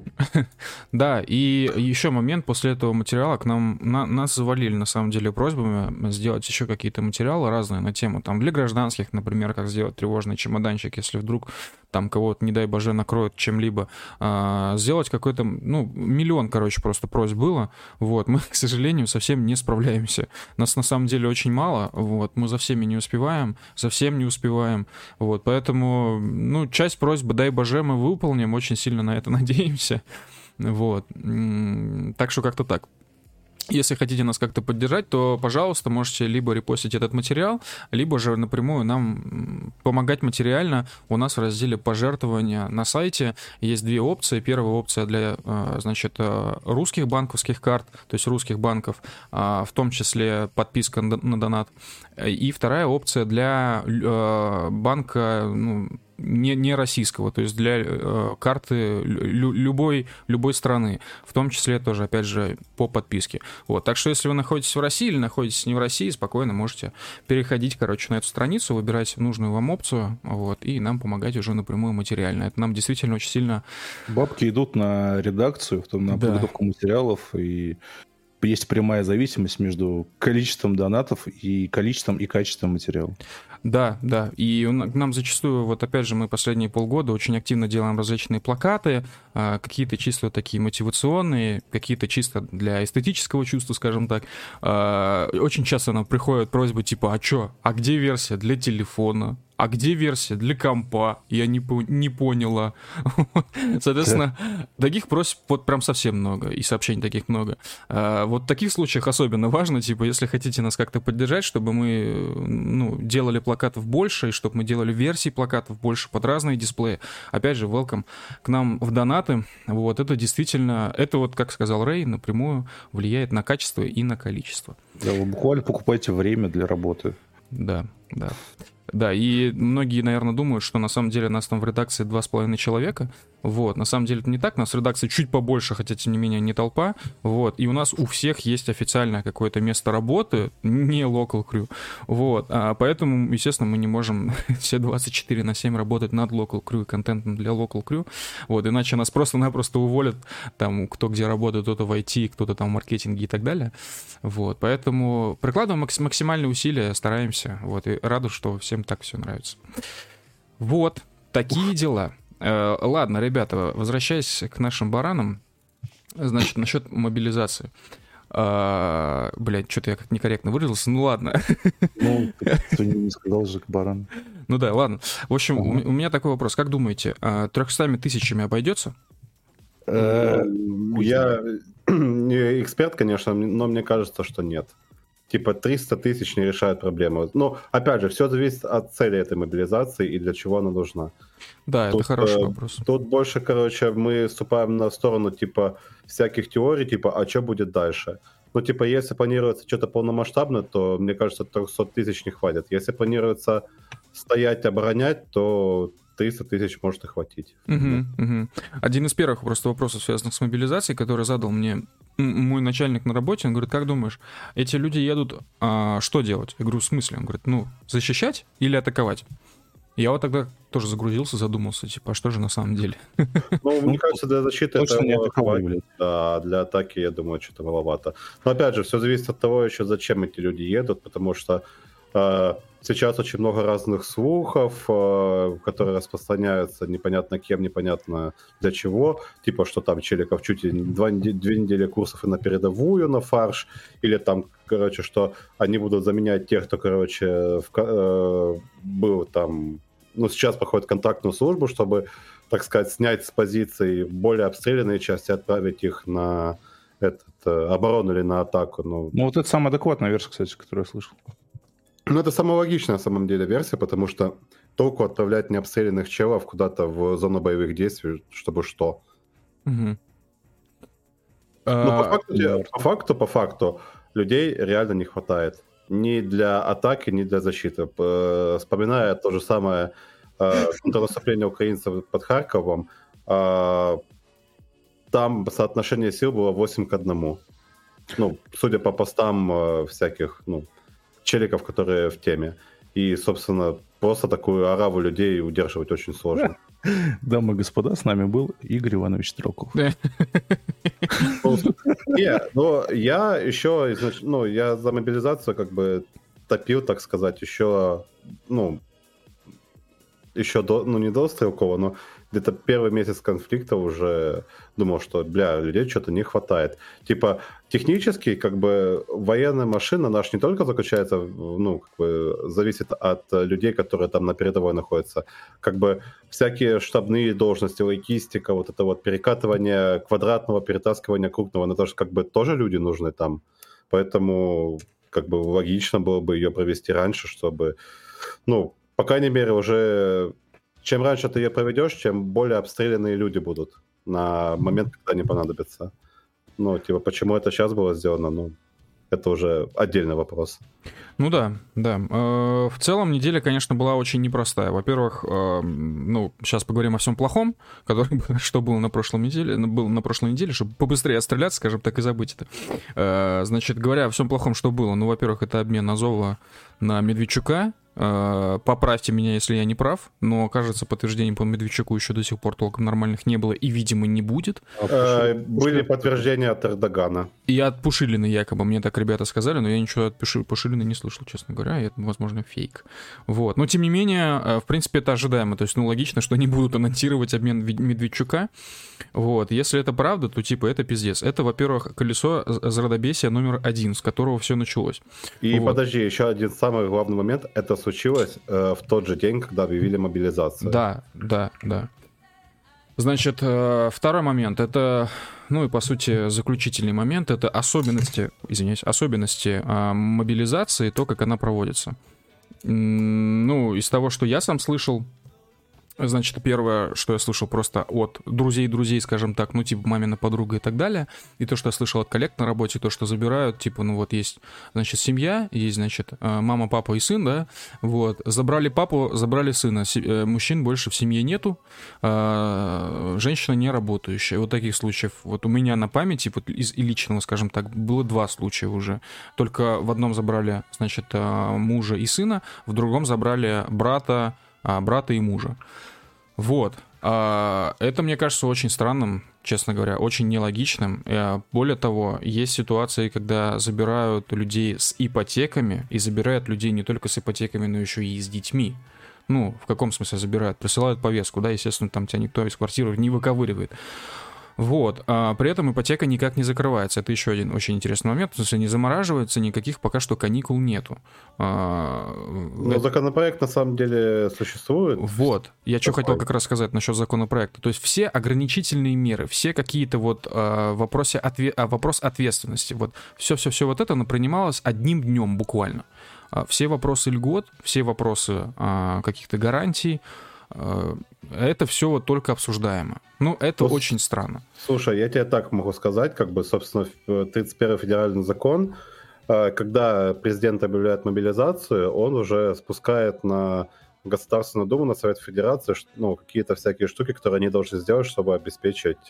Да, и еще момент, после этого материала к нам, на, нас завалили, на самом деле, просьбами сделать еще какие-то материалы разные на тему, там, для гражданских, например, как сделать тревожный чемоданчик, если вдруг там кого-то, не дай боже, накроют чем-либо, а, сделать какой-то, ну, миллион, короче, просто просьб было, вот, мы, к сожалению, совсем не справляемся, нас на самом деле очень мало, вот, мы за всеми не успеваем, совсем не успеваем, вот, поэтому, ну, часть просьбы, дай боже, мы выполним, очень сильно на это надеемся. Вот. Так что как-то так. Если хотите нас как-то поддержать, то, пожалуйста, можете либо репостить этот материал, либо же напрямую нам помогать материально. У нас в разделе «Пожертвования» на сайте есть две опции. Первая опция для, значит, русских банковских карт, то есть русских банков, в том числе подписка на донат. И вторая опция для банка, ну, Не, не российского, то есть для э, карты лю, любой, любой страны, в том числе тоже, опять же, по подписке. Вот, так что если вы находитесь в России или находитесь не в России, спокойно можете переходить, короче, на эту страницу, выбирать нужную вам опцию, вот, и нам помогать уже напрямую материально. Это нам действительно очень сильно... Бабки идут на редакцию, на да. подготовку материалов, и есть прямая зависимость между количеством донатов и количеством и качеством материала. Да, да. И нам зачастую, вот опять же, мы последние полгода очень активно делаем различные плакаты, какие-то чисто такие мотивационные, какие-то чисто для эстетического чувства, скажем так. Очень часто нам приходят просьбы типа, а чё, а где версия для телефона? А где версия для компа? Я не, по- не поняла. Соответственно, таких просьб вот прям совсем много, и сообщений таких много. А, вот в таких случаях особенно важно, типа, если хотите нас как-то поддержать, чтобы мы, ну, делали плакатов больше, и чтобы мы делали версий плакатов больше под разные дисплеи. Опять же, welcome к нам в донаты. Вот, это действительно, это вот, как сказал Рэй, напрямую влияет на качество и на количество. Да, вы буквально покупаете время для работы. Да, да. Да, и многие, наверное, думают, что на самом деле нас там в редакции два с половиной человека. Вот, на самом деле это не так, у нас в редакции чуть побольше, хотя, тем не менее, не толпа. Вот, и у нас у всех есть официальное какое-то место работы, не local crew. Вот, а поэтому, естественно, мы не можем все двадцать четыре на семь работать над local crew и контентом для local crew. Вот, иначе нас просто-напросто уволят, там, кто где работает, кто-то в ай ти, кто-то там в маркетинге и так далее. Вот, поэтому прикладываем макс- максимальные усилия, стараемся. Вот, и рада, что всем так все нравится. Вот, такие дела. Э, ладно, ребята, возвращаясь к нашим баранам, значит, насчет мобилизации. Э, блядь, что-то я как некорректно выразился, ну ладно. Ну, ты не сказал же к барану. Ну да, ладно. В общем, у у меня такой вопрос. Как думаете, трехстами тысячами обойдется? Э, Я не эксперт, конечно, но мне кажется, что нет. Типа триста тысяч не решает проблему. Но, опять же, все зависит от цели этой мобилизации и для чего она нужна. Да, это Тут, хороший э, вопрос. Тут больше, короче, мы вступаем на сторону, типа, всяких теорий, типа, а что будет дальше? Ну, типа, если планируется что-то полномасштабное, то, мне кажется, триста тысяч не хватит. Если планируется стоять, оборонять, то триста тысяч может и хватить. Мгм, мгм. Один из первых просто вопросов, связанных с мобилизацией, который задал мне м- мой начальник на работе, он говорит, как думаешь, эти люди едут, а, что делать? Я говорю, в смысле? Он говорит, ну, защищать или атаковать? Я вот тогда тоже загрузился, задумался, типа, а что же на самом деле? Ну, мне кажется, для защиты Точно не этого атаковали, хватит. блядь. Да, для атаки, я думаю, что-то маловато. Но опять же, все зависит от того еще, зачем эти люди едут, потому что э, сейчас очень много разных слухов, э, которые распространяются непонятно кем, непонятно для чего. Типа, что там Челиков чуть ли не два, две недели курсов и на передовую, на фарш, или там, короче, что они будут заменять тех, кто, короче, в, э, был там, ну, сейчас проходит контрактную службу, чтобы, так сказать, снять с позиций более обстрелянные части, отправить их на этот, э, оборону или на атаку. Ну, Ну, вот это самая адекватная версия, кстати, которую я слышал. ну, это самая логичная, на самом деле, версия, потому что толку отправлять необстрелянных челов куда-то в зону боевых действий, чтобы что. Мгм. Ну, по А, факту, да. по факту, по факту, людей реально не хватает. Ни для атаки, ни для защиты. П- Вспоминая то же самое э, контрнаступление украинцев под Харьковом, э, там соотношение сил было восемь к одному. Ну, судя по постам э, всяких, ну, челиков, которые в теме. И, собственно, просто такую ораву людей удерживать очень сложно. Дамы и господа, с нами был Игорь Иванович Строков. Ну, Не, но я еще, изнач- ну, я за мобилизацию как бы топил, так сказать, еще, ну, еще до, ну, не до Стрелкова, но где-то первый месяц конфликта уже думал, что, бля, людей что-то не хватает. Типа, технически, как бы, военная машина наша не только заключается, в- ну, как бы, зависит от людей, которые там на передовой находятся. Как бы, всякие штабные должности, логистика, вот это вот перекатывание квадратного, перетаскивание крупного, на то, что, как бы, тоже люди нужны там. Поэтому, как бы, логично было бы ее провести раньше, чтобы, ну, по крайней мере, уже чем раньше ты ее проведешь, тем более обстрелянные люди будут на момент, когда они понадобятся. Ну, типа, почему это сейчас было сделано, ну, это уже отдельный вопрос. Ну да, да. Э, В целом неделя, конечно, была очень непростая. Во-первых, э, ну, сейчас поговорим о всем плохом, который, что было на прошлой неделе, было на прошлой неделе, чтобы побыстрее отстреляться, скажем так, и забыть это. Э, Значит, говоря о всем плохом, что было, ну, во-первых, это обмен Азова на Медведчука. Поправьте меня, если я не прав, но, кажется, подтверждений по Медведчуку еще до сих пор толком нормальных не было и, видимо, не будет. А, были подтверждения от Эрдогана. И от Пушилина якобы, мне так ребята сказали, но я ничего от Пушилина не слышал, честно говоря, и это, возможно, фейк. Вот. Но, тем не менее, в принципе, это ожидаемо, то есть, ну, логично, что они будут анонсировать обмен Медведчука. Вот. Если это правда, то, типа, это пиздец. Это, во-первых, колесо зрадобесия номер один, с которого все началось. И вот. Подожди, еще один самый главный момент, это случилось э, в тот же день, когда объявили мобилизацию. Да, да, да. Значит, э, второй момент, это, ну и по сути заключительный момент, это особенности, извиняюсь, особенности э, мобилизации, то, как она проводится. М- ну, из того, что я сам слышал, значит, первое, что я слышал просто от друзей-друзей, скажем так, ну, типа мамина подруга и так далее, и то, что я слышал от коллег на работе, то, что забирают, типа, ну, вот есть, значит, семья, есть, значит, мама, папа и сын, да, вот, забрали папу, забрали сына, мужчин больше в семье нету, женщина не работающая, вот таких случаев, вот у меня на памяти, вот из личного, скажем так, было два случая уже, только в одном забрали, значит, мужа и сына, в другом забрали брата, брата и мужа. Вот. Это, мне кажется, очень странным, честно говоря, очень нелогичным. Более того, есть ситуации, когда забирают людей с ипотеками, и забирают людей не только с ипотеками, но еще и с детьми. Ну, в каком смысле забирают? Присылают повестку, да, естественно, там тебя никто из квартиры не выковыривает. Вот. А при этом ипотека никак не закрывается. Это еще один очень интересный момент. То есть не замораживается, никаких пока что каникул нету. А, Но это... законопроект на самом деле существует. Вот. Я что хотел как раз сказать насчет законопроекта. То есть все ограничительные меры, все какие-то вот а, вопросы отве... а, вопрос ответственности. Вот все-все-все вот это принималось одним днем буквально. А, все вопросы льгот, все вопросы а, каких-то гарантий, это все вот только обсуждаемо. Ну, это ну, очень странно. Слушай, я тебе так могу сказать, как бы, собственно, тридцать первый федеральный закон, когда президент объявляет мобилизацию, он уже спускает на Государственную Думу, на Совет Федерации, ну, какие-то всякие штуки, которые они должны сделать, чтобы обеспечить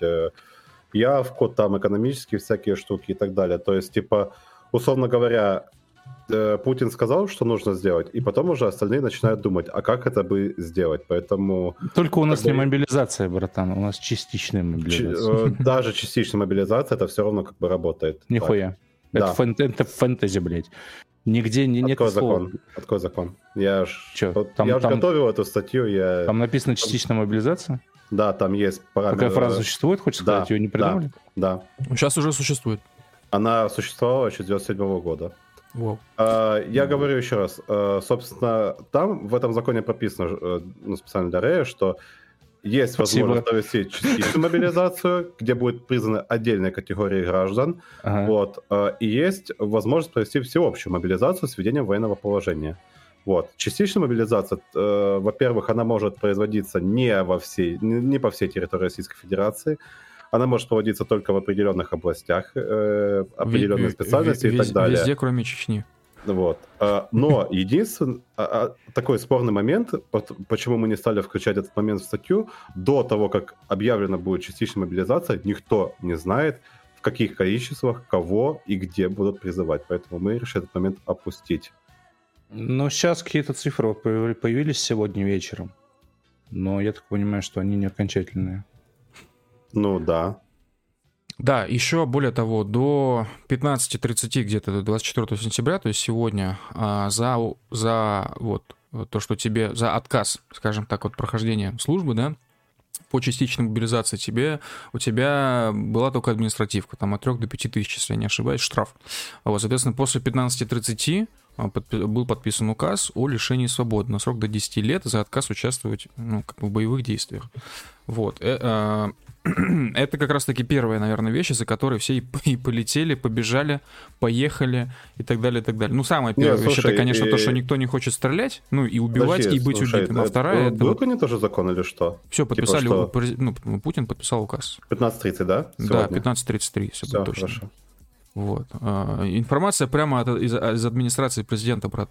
явку, там, экономические всякие штуки и так далее. То есть, типа, условно говоря, Путин сказал, что нужно сделать, и потом уже остальные начинают думать, а как это бы сделать, поэтому... Только у нас не мобилизация, братан, у нас частичная мобилизация. Ч- даже частичная мобилизация, это все равно как бы работает. Нихуя. Это, да. фэн- это фэнтези, блядь. Нигде не, нет слова. закон? Открой закон. Я ж, Чё, там, я там, же готовил эту статью. Я... Там написано частичная мобилизация? Да, там есть параметр. Такая фраза существует, хочешь сказать? Да, ее не придумали? Да, да. Сейчас уже существует. Она существовала еще с девяносто седьмого года. Wow. Uh, я wow. говорю еще раз, uh, собственно, там в этом законе прописано, uh, ну, специально для Рэя, что есть Спасибо. возможность провести частичную мобилизацию, где будет признаны отдельные категории граждан, ага. вот, uh, и есть возможность провести всеобщую мобилизацию с введением военного положения. Вот. Частичная мобилизация, uh, во-первых, она может производиться не, во всей, не, не по всей территории Российской Федерации, она может проводиться только в определенных областях, э, определенной специальности и так далее. Везде, кроме Чечни. Вот. Но единственный такой спорный момент, почему мы не стали включать этот момент в статью, до того, как объявлена будет частичная мобилизация, никто не знает, в каких количествах, кого и где будут призывать. Поэтому мы решили этот момент опустить. Ну, сейчас какие-то цифры появились сегодня вечером. Но я так понимаю, что они не окончательные. Ну да. Да, еще более того, до пятнадцати тридцати, где-то до двадцать четвёртого сентября, то есть сегодня, за, за вот то, что тебе, за отказ, скажем так, от прохождения службы, да, по частичной мобилизации тебе, у тебя была только административка, там от трёх до пяти тысяч, если я не ошибаюсь, штраф. Вот, соответственно, после пятнадцати тридцати был подписан указ о лишении свободы на срок до десяти лет за отказ участвовать, ну, как бы в боевых действиях. Вот. Это как раз-таки первая, наверное, вещь, из-за которой все и полетели, побежали, поехали и так далее, и так далее. Ну, самая первая Нет, вещь, слушай, это, конечно, и... то, что никто не хочет стрелять, ну, и убивать, Подожди, и быть слушай, убитым. А это, вторая... Это... Был это... не тоже закон или что? Все, подписали, типа, что? Ну, Путин подписал указ. пятнадцать тридцать, да? Сегодня? Да, пятнадцать тридцать три, если все быть точно. Хорошо. Вот. Информация прямо от, из, из администрации президента, брат.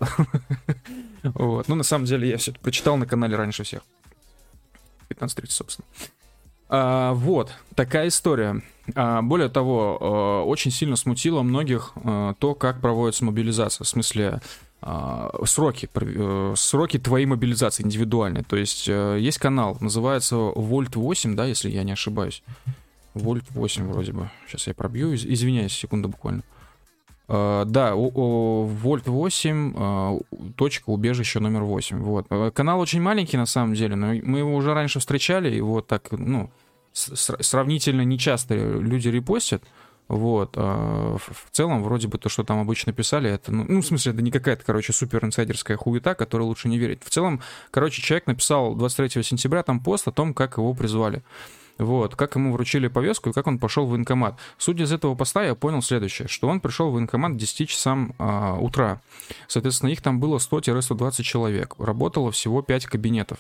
Вот. Ну, на самом деле, я все это прочитал на канале раньше всех. пятнадцать тридцать, собственно. А, вот, такая история. А, более того, а, очень сильно смутило многих а, то, как проводится мобилизация. В смысле, сроки, сроки твоей мобилизации индивидуальные. То есть есть канал, называется Вольт восемь, да, если я не ошибаюсь. Вольт восемь вроде бы. Сейчас я пробью, извиняюсь, секунду буквально. Uh, да, Вольт восемь, uh, точка, убежище номер восемь. Вот. Канал очень маленький на самом деле, но мы его уже раньше встречали, и вот так, ну, с- сравнительно нечасто люди репостят. Вот. Uh, в целом, вроде бы то, что там обычно писали, это, ну, ну в смысле, это не какая-то, короче, супер инсайдерская хуета, которой лучше не верить. В целом, короче, человек написал двадцать третьего сентября там пост о том, как его призвали. Вот, как ему вручили повестку и как он пошел в военкомат. Судя из этого поста, я понял следующее, что он пришел в военкомат к десяти часам а, утра. Соответственно, их там было сто - сто двадцать человек. Работало всего пять кабинетов.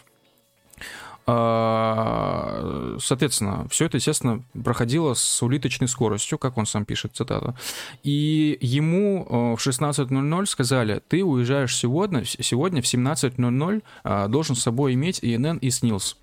А, соответственно, все это, естественно, проходило с улиточной скоростью, как он сам пишет, цитата. И ему в шестнадцать ноль ноль сказали: ты уезжаешь сегодня, сегодня в семнадцать ноль ноль а, должен с собой иметь И Эн Эн и СНИЛС.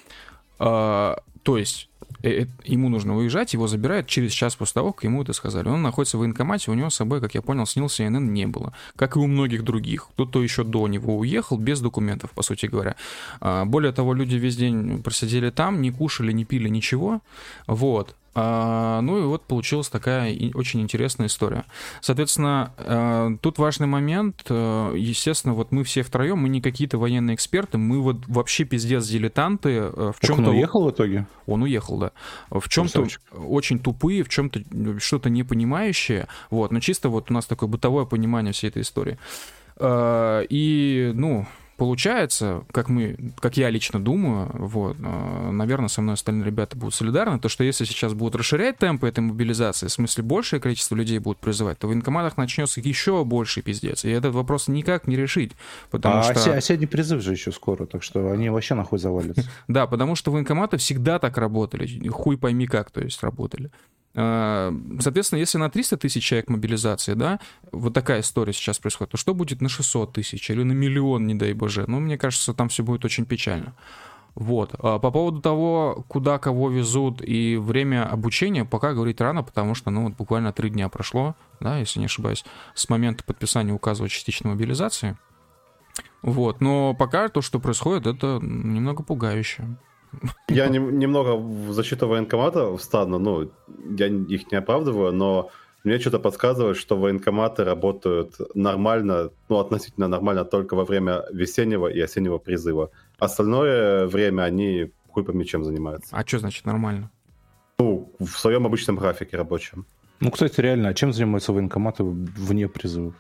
А, то есть э, э, ему нужно уезжать, его забирают через час после того, как ему это сказали. Он находится в военкомате, у него с собой, как я понял, СНИЛС и И Эн Эн не было. Как и у многих других. Кто-то еще до него уехал без документов, по сути говоря. А, более того, люди весь день просидели там, не кушали, не пили ничего. Вот. А, ну и вот получилась такая очень интересная история. Соответственно, а, тут важный момент. А, естественно, вот мы все втроем, мы не какие-то военные эксперты, мы вот вообще пиздец дилетанты. В так чем-то... он уехал в итоге? Он уехал, да. В чем-то очень тупые, в чем-то что-то непонимающее. Вот. Но чисто вот у нас такое бытовое понимание всей этой истории. А, и, ну... Получается, как мы, как я лично думаю, вот, наверное, со мной остальные ребята будут солидарны, то, что если сейчас будут расширять темпы этой мобилизации, в смысле большее количество людей будут призывать, то в военкоматах начнется еще больший пиздец, и этот вопрос никак не решить, потому а что... осенний призыв же еще скоро, так что они вообще нахуй завалятся. Да, потому что военкоматы всегда так работали, хуй пойми как, то есть, работали. Соответственно, если на триста тысяч человек мобилизации, да, вот такая история сейчас происходит, то что будет на шестьсот тысяч или на миллион, не дай боже? Ну, мне кажется, там все будет очень печально. Вот. По поводу того, куда кого везут и время обучения, пока говорить рано, потому что, ну, вот буквально три дня прошло, да, если не ошибаюсь, с момента подписания указа о частичной мобилизации. Вот. Но пока то, что происходит, это немного пугающе. Я не, немного в защиту военкомата встану, ну, я их не оправдываю, но мне что-то подсказывает, что военкоматы работают нормально, ну, относительно нормально только во время весеннего и осеннего призыва. Остальное время они хуй пойми чем занимаются. А что значит нормально? Ну, в своем обычном графике рабочем. Ну, кстати, реально, а чем занимаются военкоматы вне призывов?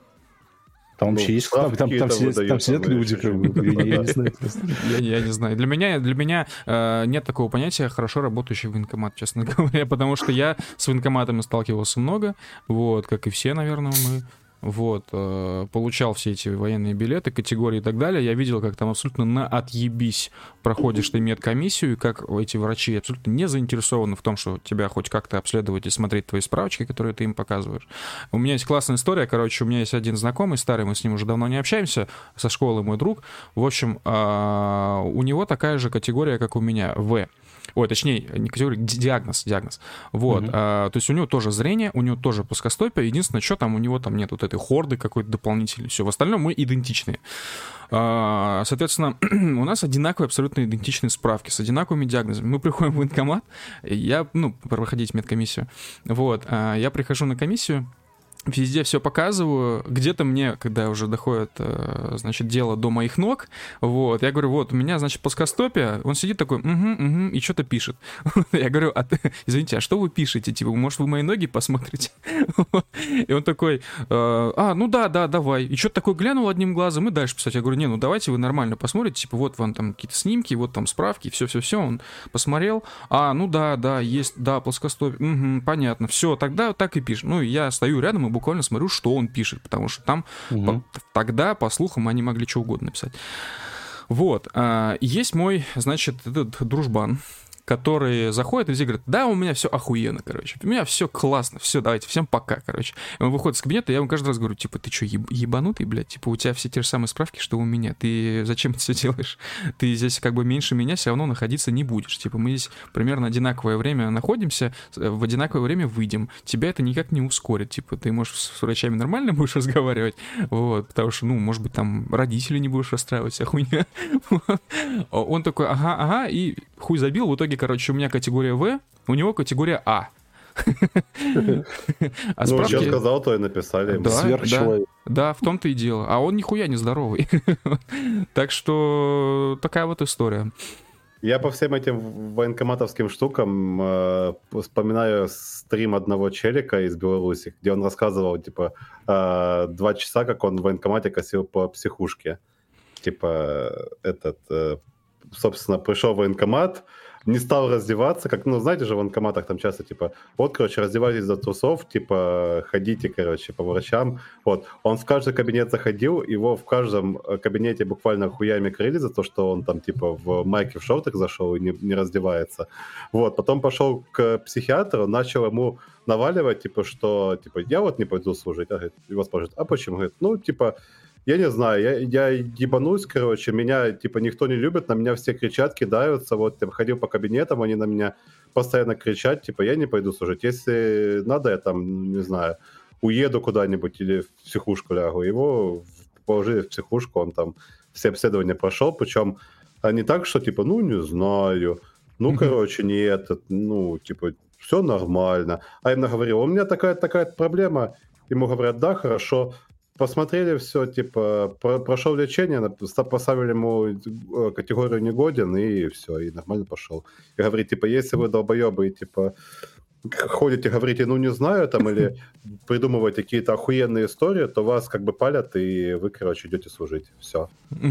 Там вообще ну, есть, там, там, там, сидят, там сидят люди, как бы, я, я не знаю. Я, я не знаю. Для меня, для меня э, нет такого понятия хорошо работающий военкомат, честно говоря, потому что я с военкоматами сталкивался много, вот, как и все, наверное, мы. Вот, э, получал все эти военные билеты, категории и так далее. Я видел, как там абсолютно на отъебись проходишь ты медкомиссию, и как эти врачи абсолютно не заинтересованы в том, что тебя хоть как-то обследовать и смотреть твои справочки, которые ты им показываешь. У меня есть классная история, короче, у меня есть один знакомый старый, мы с ним уже давно не общаемся, со школы мой друг. В общем, э, у него такая же категория, как у меня, В. Ой, точнее, не категория, диагноз, диагноз. Вот, uh-huh. а, то есть у него тоже зрение, у него тоже плоскостопие, единственное, что там у него там нет вот этой хорды какой-то дополнительной, все, в остальном мы идентичные. А, соответственно, у нас одинаковые, абсолютно идентичные справки с одинаковыми диагнозами. Мы приходим в военкомат, я, ну, проходить медкомиссию, вот, а, я прихожу на комиссию, везде все показываю, где-то мне, когда уже доходит, значит, дело до моих ног, вот, я говорю, вот, у меня, значит, плоскостопие, он сидит такой, угу, угу, и что-то пишет. Я говорю, а ты, извините, а что вы пишете, типа, может, вы мои ноги посмотрите? И он такой, а, ну да, да, давай, и что-то такое глянул одним глазом и дальше писать. Я говорю, не, ну давайте вы нормально посмотрите, типа, вот вам там какие-то снимки, вот там справки, все-все-все, он посмотрел, а, ну да, да, есть, да, плоскостопие, угу, понятно, все, тогда так и пишет. Ну, я стою рядом и буквально смотрю, что он пишет, потому что там угу. по, тогда, по слухам, они могли что угодно написать. Вот. А, есть мой, значит, этот дружбан, которые заходят и все говорят, да, у меня все охуенно, короче, у меня все классно, все, давайте, всем пока, короче. И он выходит из кабинета, я ему каждый раз говорю, типа, ты что, еб- ебанутый, блядь, типа, у тебя все те же самые справки, что у меня, ты зачем это все делаешь? Ты здесь как бы меньше меня все равно находиться не будешь, типа, мы здесь примерно одинаковое время находимся, в одинаковое время выйдем, тебя это никак не ускорит, типа, ты можешь с врачами нормально будешь разговаривать, вот, потому что, ну, может быть, там родителей не будешь расстраивать, вся хуйня. Он такой, ага, ага, и хуй забил, в итоге, короче, у меня категория В, у него категория А. А ну, справки... что сказал, то и написали. Да, сверхчеловек. Да, да, в том-то и дело. А он нихуя не здоровый. Так что такая вот история. Я по всем этим военкоматовским штукам э, вспоминаю стрим одного челика из Беларуси, где он рассказывал, типа, э, два часа, как он в военкомате косил по психушке. Типа, этот, э, собственно, пришел в военкомат, не стал раздеваться, как, ну, знаете же, в военкоматах там часто, типа, вот, короче, раздевайтесь до трусов, типа, ходите, короче, по врачам. Вот, он в каждый кабинет заходил, его в каждом кабинете буквально хуями крыли за то, что он там, типа, в майке, в шортах зашел и не, не раздевается. Вот, потом пошел к психиатру, начал ему наваливать, типа, что, типа, я вот не пойду служить. А, его спрашивают, а почему? Говорит, ну, типа, я не знаю, я, я ебанусь, короче, меня, типа, никто не любит, на меня все кричат, кидаются, вот, я ходил по кабинетам, они на меня постоянно кричат, типа, я не пойду служить, если надо, я там, не знаю, уеду куда-нибудь или в психушку лягу, его положили в психушку, он там все обследования прошел, причем не так, что, типа, ну, не знаю, ну, mm-hmm. короче, нет, ну, типа, все нормально, а именно говорил, у меня такая-такая проблема, ему говорят, да, хорошо, посмотрели все, типа, про- прошел лечение, поставили ему категорию негоден, и все, и нормально пошел. И говорит, типа, если вы долбоебы, типа, ходите, говорите, ну, не знаю, там, или придумываете какие-то охуенные истории, то вас как бы палят, и вы, короче, идете служить. Все.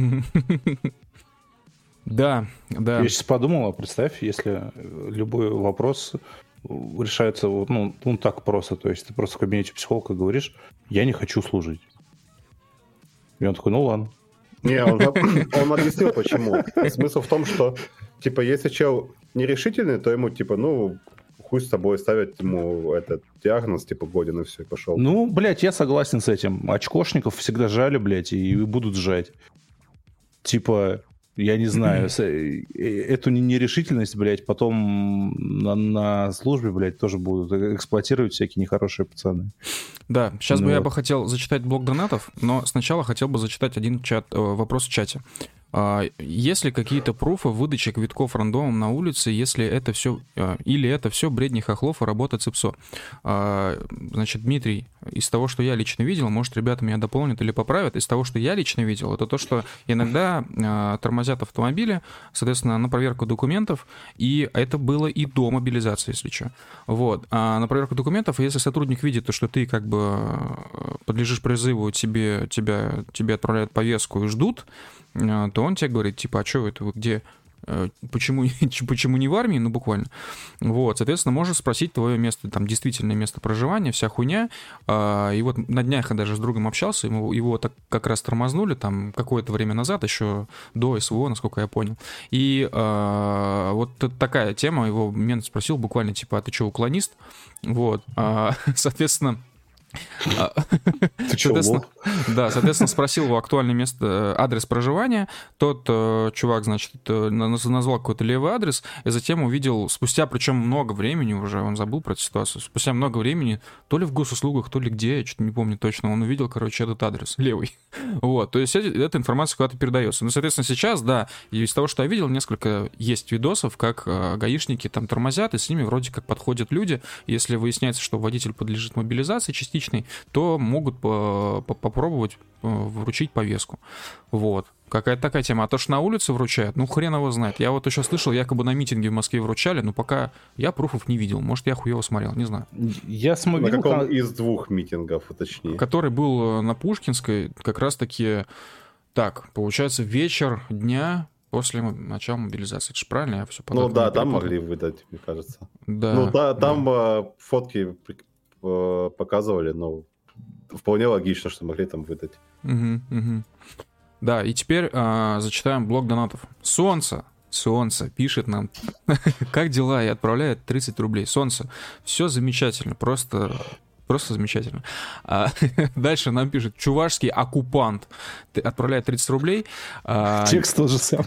Да, да. Я сейчас подумал, представь, если любой вопрос решается, ну, ну, так просто, то есть ты просто в кабинете психолога говоришь, я не хочу служить. И он такой, ну ладно. Не, он, он объяснил, почему. Смысл в том, что, типа, если чел нерешительный, то ему, типа, ну, хуй с тобой, ставят ему этот диагноз, типа, годен, и все, и пошел. Ну, блядь, я согласен с этим. Очкошников всегда жали, блядь, и будут жать. Типа, я не знаю, эту нерешительность, блядь, потом на, на службе, блядь, тоже будут эксплуатировать всякие нехорошие пацаны. Да, сейчас ну бы вот. я бы хотел зачитать блок донатов, но сначала хотел бы зачитать один чат, э, вопрос в чате. А, есть ли какие-то пруфы выдачи квитков рандомом на улице, если это все, а, или это все бредни хохлов и работа ЦИПСО? А, значит, Дмитрий, из того, что я лично видел, может, ребята меня дополнят или поправят, из того, что я лично видел, это то, что иногда а, тормозят автомобили, соответственно, на проверку документов, и это было и до мобилизации, если что. Вот. А на проверку документов, если сотрудник видит, то, что ты как бы подлежишь призыву, тебе, тебя, тебе отправляют повестку и ждут, то он тебе говорит, типа, а что это, вы где, почему, почему не в армии, ну, буквально. Вот, соответственно, можешь спросить твое место, там, действительное место проживания, вся хуйня. И вот на днях я даже с другом общался, ему, его так как раз тормознули, там, какое-то время назад, еще до СВО, насколько я понял. И а, вот такая тема, его мент спросил буквально, типа, а ты что, уклонист? Вот, а, соответственно... Ты что, лох? Да, соответственно, спросил его актуальное место, адрес проживания. Тот э, чувак, значит, назвал какой-то левый адрес, и затем увидел, спустя, причем много времени уже, он забыл про эту ситуацию, спустя много времени, то ли в госуслугах, то ли где, я что-то не помню точно, он увидел, короче, этот адрес, левый. Вот, то есть эта информация куда-то передается. Ну, соответственно, сейчас, да, и из того, что я видел, несколько есть видосов, как э, гаишники там тормозят, и с ними вроде как подходят люди. Если выясняется, что водитель подлежит мобилизации частично, то могут по- по- попробовать вручить повестку. Вот. Какая-то такая тема. А то, что на улице вручают, ну, хрен его знает. Я вот еще слышал, якобы на митинге в Москве вручали, но пока я пруфов не видел. Может, я хуево смотрел, не знаю. Я смотрел... На каком из двух митингов, уточни? Который был на Пушкинской, как раз-таки... Так, получается, вечер дня... После начала мобилизации. Это же правильно? Я все ну да, там могли выдать, мне кажется. Да, ну да, да. там э, фотки э, показывали, но вполне логично, что могли там выдать. Угу, угу. Да, и теперь э, зачитаем блок донатов. Солнце. Солнце пишет нам, как дела, и отправляет тридцать рублей. Солнце, все замечательно, просто... Просто замечательно. А, дальше нам пишет чувашский оккупант. Отправляет тридцать рублей. А, Текст тоже сам.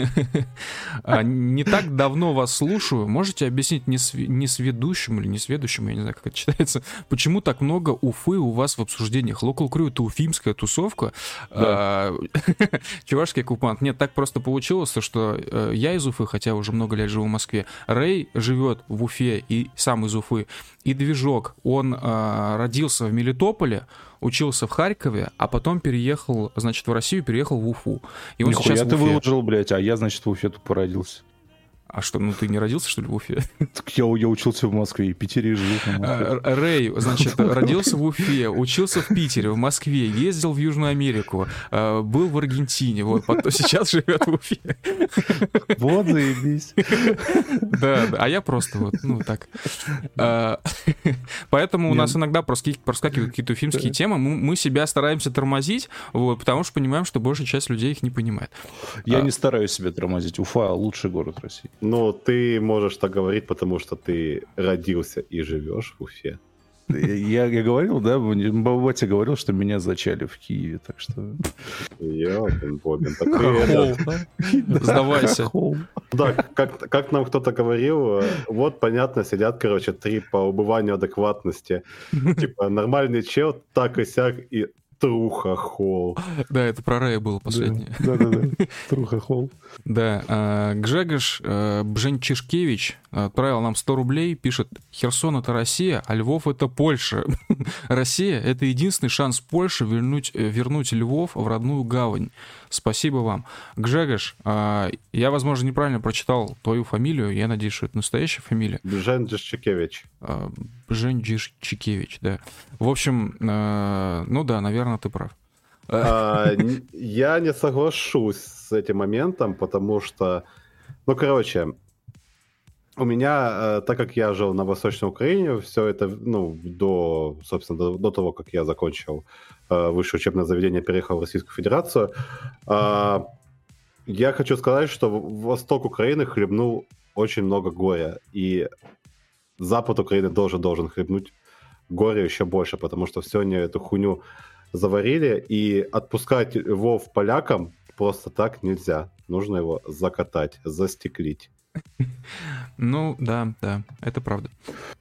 Не так давно вас слушаю. Можете объяснить несведущему или несведущему, я не знаю, как это читается, почему так много Уфы у вас в обсуждениях? Local Crew — это уфимская тусовка. Да. Чувашский оккупант. Нет, так просто получилось, что я из Уфы, хотя уже много лет живу в Москве. Рэй живет в Уфе и сам из Уфы. И Движок, он родился в Мелитополе, учился в Харькове, а потом переехал, значит, в Россию, переехал в Уфу. И он Нихуя сейчас ты в Уфе. выложил, блядь, а я, значит, в Уфе тупо родился. А что, ну ты не родился, что ли, в Уфе? Так я, я учился в Москве, и в Питере живу. Рэй, значит, родился в Уфе, учился в Питере, в Москве, ездил в Южную Америку, был в Аргентине, вот, потом сейчас живет в Уфе. Вот заебись. Да, да, а я просто вот, ну так. Поэтому у нас иногда проскакивают какие-то уфимские темы, мы себя стараемся тормозить, вот, потому что понимаем, что большая часть людей их не понимает. Я не стараюсь себя тормозить. Уфа — лучший город России. Ну, ты можешь так говорить, потому что ты родился и живешь в Уфе. Я, я говорил, да, Батя говорил, что меня зачали в Киеве, так что... Ёбен, бобен, такой... Сдавайся. Да, как, как нам кто-то говорил, вот, понятно, сидят, короче, три по убыванию адекватности. Типа, нормальный чел, так и сяк, и Труха Холл. Да, это про Рэя было последнее. Да-да-да, Труха Холл. Да, Гжегош Бженчишкевич отправил нам сто рублей, пишет: Херсон — это Россия, а Львов — это Польша. Россия — это единственный шанс Польши вернуть, вернуть Львов в родную гавань. Спасибо вам. Гжегош, я, возможно, неправильно прочитал твою фамилию, я надеюсь, что это настоящая фамилия. Бженчишкевич. Бженчишкевич, да. В общем, ну да, наверное, ты прав. А, я не соглашусь с этим моментом, потому что, ну, короче, у меня, так как я жил на Восточной Украине, все это, ну, до, собственно, до, до того, как я закончил высшее учебное заведение, переехал в Российскую Федерацию, я хочу сказать, что восток Украины хлебнул очень много горя, и запад Украины тоже должен хлебнуть горя еще больше, потому что все они эту хуйню заварили, и отпускать Львов полякам просто так нельзя. Нужно его закатать, застеклить. Ну, да, да, это правда.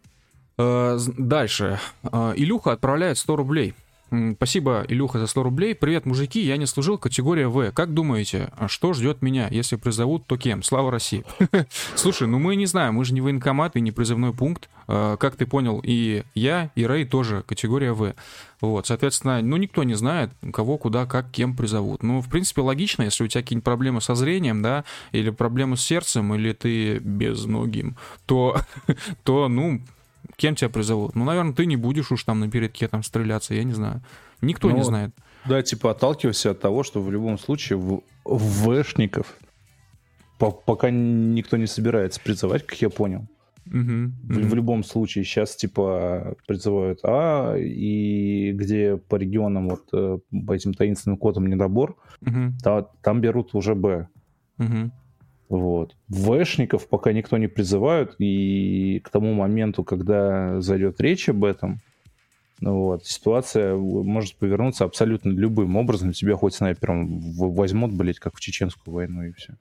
Дальше. Илюха отправляет сто рублей. Спасибо, Илюха, за сто рублей. Привет, мужики, я не служил, категория В. Как думаете, что ждет меня? Если призовут, то кем? Слава России. Слушай, ну мы не знаем, мы же не военкомат и не призывной пункт. Как ты понял, и я, и Рэй тоже категория В. Вот, соответственно, ну никто не знает, кого, куда, как, кем призовут. Ну, в принципе, логично, если у тебя какие-нибудь проблемы со зрением, да, или проблемы с сердцем, или ты безногим, то, то, ну... Кем тебя призовут? Ну, наверное, ты не будешь уж там на передке там стреляться, я не знаю. Никто ну, не знает. Да, типа отталкивайся от того, что в любом случае в ВЭшников по- пока никто не собирается призывать, как я понял. Угу, угу. В, в любом случае сейчас типа призывают А, и где по регионам вот по этим таинственным кодам недобор, угу. та, там берут уже Б. Угу. Вот. ВЭшников пока никто не призывает, и к тому моменту, когда зайдет речь об этом, вот, ситуация может повернуться абсолютно любым образом. Тебя хоть снайпером возьмут, блять, как в Чеченскую войну, и все.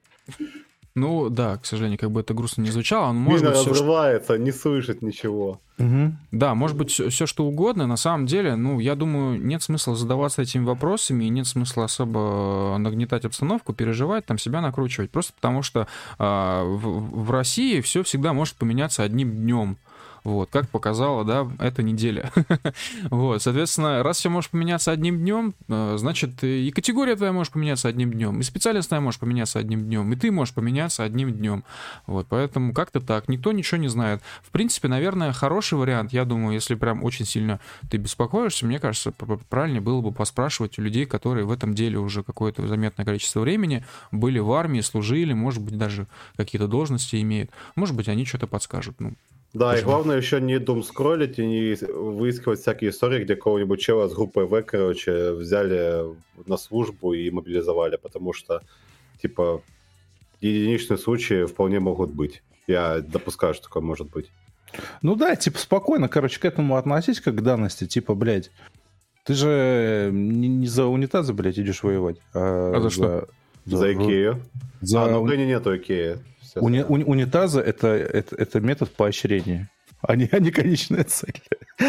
Ну да, к сожалению, как бы это грустно не звучало, но может Мина быть... разрывается, все, не слышит ничего. Угу. Да, может быть, все, все что угодно. На самом деле, ну, я думаю, нет смысла задаваться этими вопросами, и нет смысла особо нагнетать обстановку, переживать, там себя накручивать. Просто потому что э, в, в России все всегда может поменяться одним днем. Вот, как показала, да, эта неделя. Вот, соответственно, раз все может поменяться одним днем, значит, и категория твоя может поменяться одним днем, и специальность твоя может поменяться одним днем, и ты можешь поменяться одним днем. Вот, поэтому как-то так, никто ничего не знает. В принципе, наверное, хороший вариант, я думаю, если прям очень сильно ты беспокоишься, мне кажется, правильнее было бы поспрашивать у людей, которые в этом деле уже какое-то заметное количество времени были в армии, служили, может быть, даже какие-то должности имеют. Может быть, они что-то подскажут, ну. Да, Почему? и главное еще не думскроллить и не выискивать всякие истории, где кого-нибудь чела с группой В, короче, взяли на службу и мобилизовали, потому что, типа, единичные случаи вполне могут быть. Я допускаю, что такое может быть. Ну да, типа спокойно, короче, к этому относись как к данности. Типа, блядь, ты же не, не за унитазы, блядь, идешь воевать. А, а за что? За, за Икею. За... А, ну, в Украине нету Икеи. Уни, уни, унитазы это, это, это метод поощрения. Они, они конечная цель.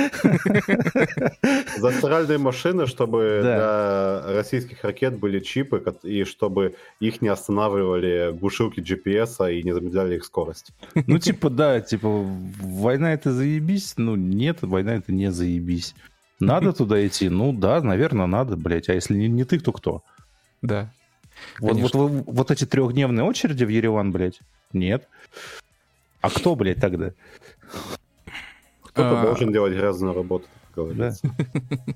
За стиральные машины, чтобы да. для российских ракет были чипы, и чтобы их не останавливали глушилки джи пи эс и не замедляли их скорость. Ну, типа, да, типа, война это заебись? Ну, нет, война это не заебись. Надо туда идти? Ну, да, наверное, надо, блядь. А если не, не ты, то кто? Да. Вот, вот, вот, вот эти трехдневные очереди в Ереван, блядь? Нет. А кто, блядь, тогда? Кто-то а... должен делать грязную работу, как говорится. Да.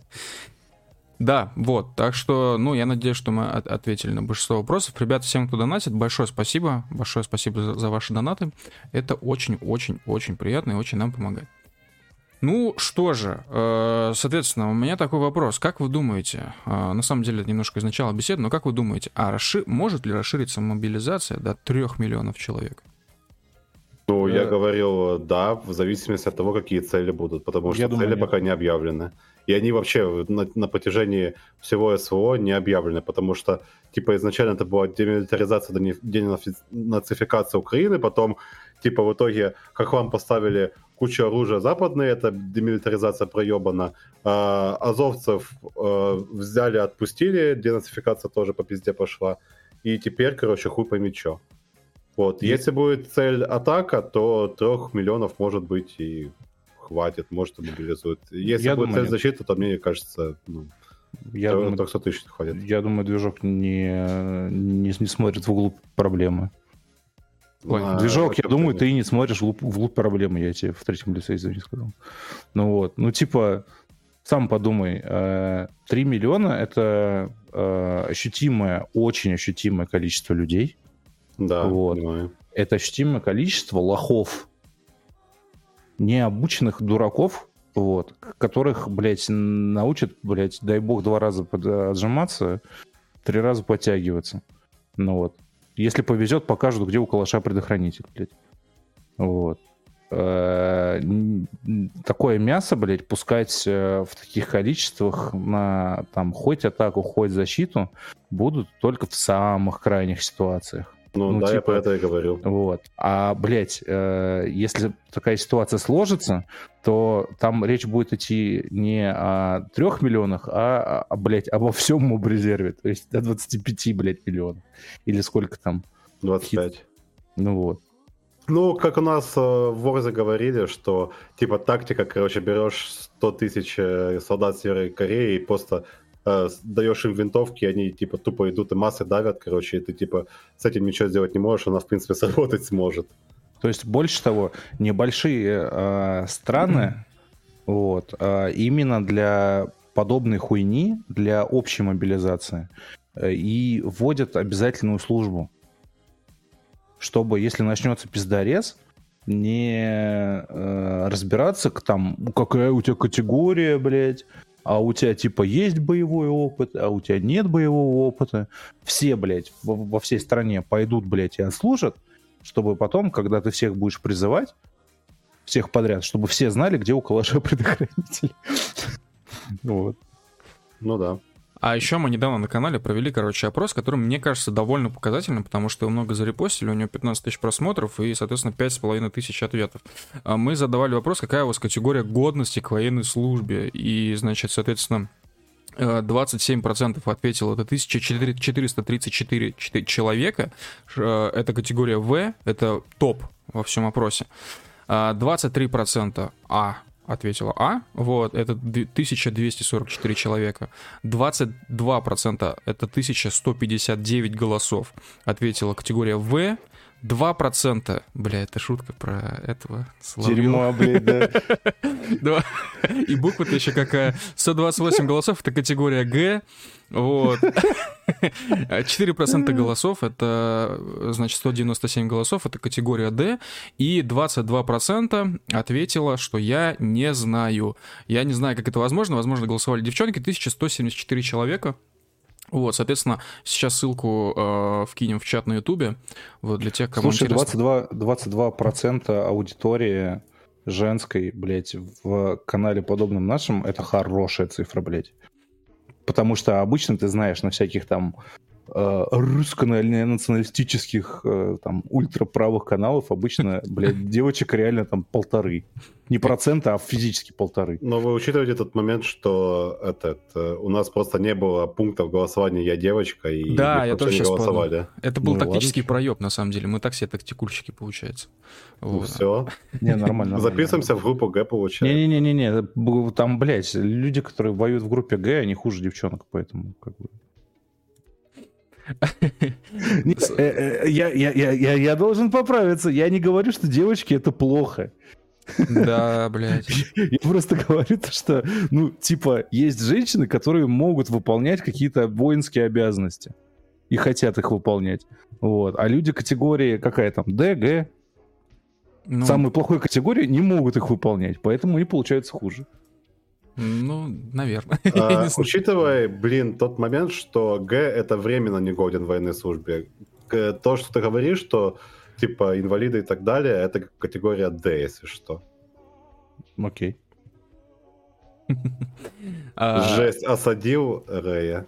Да, вот. Так что, ну, я надеюсь, что мы от- ответили на большинство вопросов. Ребята, всем, кто донатит, большое спасибо. Большое спасибо за, за ваши донаты. Это очень-очень-очень приятно и очень нам помогает. Ну, что же, э, соответственно, у меня такой вопрос. Как вы думаете, э, на самом деле, это немножко из начала беседы, но как вы думаете, а расшир... может ли расшириться мобилизация до трех миллионов человек? Ну, я говорил, да, в зависимости от того, какие цели будут, потому что Я думаю, цели нет. пока не объявлены. И они вообще на, на протяжении всего СВО не объявлены, потому что, типа, изначально это была демилитаризация, денацификация Украины, потом, типа, в итоге, как вам поставили кучу оружия западное, это демилитаризация проебана, а, азовцев а, взяли, отпустили, денацификация тоже по пизде пошла, и теперь, короче, хуй пойми чё. Вот, И... если будет цель атака, то трех миллионов, может быть, и хватит, может, и мобилизуют. Если Я будет думаю, цель нет. защиты, то, мне кажется, ну, я думаю, триста тысяч хватит. Я думаю, движок не, не, не смотрит вглубь проблемы. Ой, А, Движок, я думаю, нет. ты не смотришь вглубь, вглубь проблемы, я тебе в третьем лице, извини, сказал. Ну вот, ну типа, сам подумай, три миллиона — это э, ощутимое, очень ощутимое количество людей. Да, вот. понимаю. Это ощутимое количество лохов, необученных дураков, вот, которых, блядь, научат, блядь, дай бог, два раза под, отжиматься, три раза подтягиваться. Ну вот. Если повезет, покажут, где у калаша предохранитель, блядь. Вот. Такое мясо, блядь, пускать в таких количествах на там хоть атаку, хоть защиту будут только в самых крайних ситуациях. Ну, Ну, да, типа, я про это и говорил. Вот. А, блядь, э, если такая ситуация сложится, то там речь будет идти не о трех миллионах, а, а, блядь, обо всем мобрезерве. То есть до двадцати пяти, блядь, миллионов. Или сколько там? двадцать пять. Ну вот. Ну, как у нас э, в Ворзе говорили, что, типа, тактика, короче, берешь сто тысяч э, солдат Северной Кореи и просто э, даешь им винтовки, и они, типа, тупо идут и массы давят, короче, и ты, типа, с этим ничего сделать не можешь, она, в принципе, сработать сможет. То есть, больше того, небольшие э, страны, вот, э, именно для подобной хуйни, для общей мобилизации, э, и вводят обязательную службу. Чтобы, если начнется пиздорез, не э, разбираться, там, какая у тебя категория, блядь, а у тебя, типа, есть боевой опыт, а у тебя нет боевого опыта. Все, блядь, во, во всей стране пойдут, блядь, и отслужат, чтобы потом, когда ты всех будешь призывать, всех подряд, чтобы все знали, где у калаша предохранитель. Вот. Ну да. А еще мы недавно на канале провели, короче, опрос, который, мне кажется, довольно показательным, потому что его много зарепостили, у него пятнадцать тысяч просмотров и, соответственно, пять с половиной тысяч ответов. Мы задавали вопрос, какая у вас категория годности к военной службе, и, значит, соответственно, двадцать семь процентов ответило, это тысяча четыреста тридцать четыре человека, это категория В, это топ во всем опросе, двадцать три процента А, ответила А, вот, это тысяча двести сорок четыре человека. двадцать два процента, это тысяча сто пятьдесят девять голосов, ответила категория В. два процента, бля, это шутка про этого Соловьева. Дерьмо, блядь, да. И буква-то еще какая. сто двадцать восемь голосов, это категория Г. Вот. четыре процента голосов, это, значит, сто девяносто семь голосов, это категория Д. И двадцать два процента ответило, что я не знаю. Я не знаю, как это возможно. Возможно, голосовали девчонки. тысяча сто семьдесят четыре человека Вот, соответственно, сейчас ссылку э, вкинем в чат на Ютубе. Вот для тех, кому Слушай, интересно. двадцать два, двадцать два процента аудитории женской, блядь, в канале, подобном нашему, это хорошая цифра, блядь. Потому что обычно ты знаешь на всяких там э, русско-националистических э, там ультраправых каналов обычно, блядь, девочек реально там полторы. Не процента, а физически полторы. Но вы учитываете тот момент, что этот, э, у нас просто не было пунктов голосования «Я девочка», и Да, мы я вообще тоже не сейчас голосовали. подумал. Это был Ну и тактический ладно. проеб, на самом деле. Мы так себе тактикульщики, получается. Ну Вот. все, Не, нормально. записываемся в группу Г, получается. Не-не-не-не, там, блядь, люди, которые воюют в группе Г, они хуже девчонок, поэтому как бы... Не, э, э, Я я- я- я- я должен поправиться, я не говорю, что девочки это плохо. Да, блядь. Я просто говорю, то, что, ну, типа, есть женщины, которые могут выполнять какие-то воинские обязанности и хотят их выполнять. Вот. А люди категории, какая там, Д, Г, Ну, самой плохой категории, не могут их выполнять, поэтому и получается хуже. ну, наверное. А, Я не знаю. учитывая, блин, тот момент, что Г это временно не годен в военной службе. Г- То, что ты говоришь, что типа инвалиды и так далее, это категория Д, если что. Окей. А, Жесть, осадил Рэя.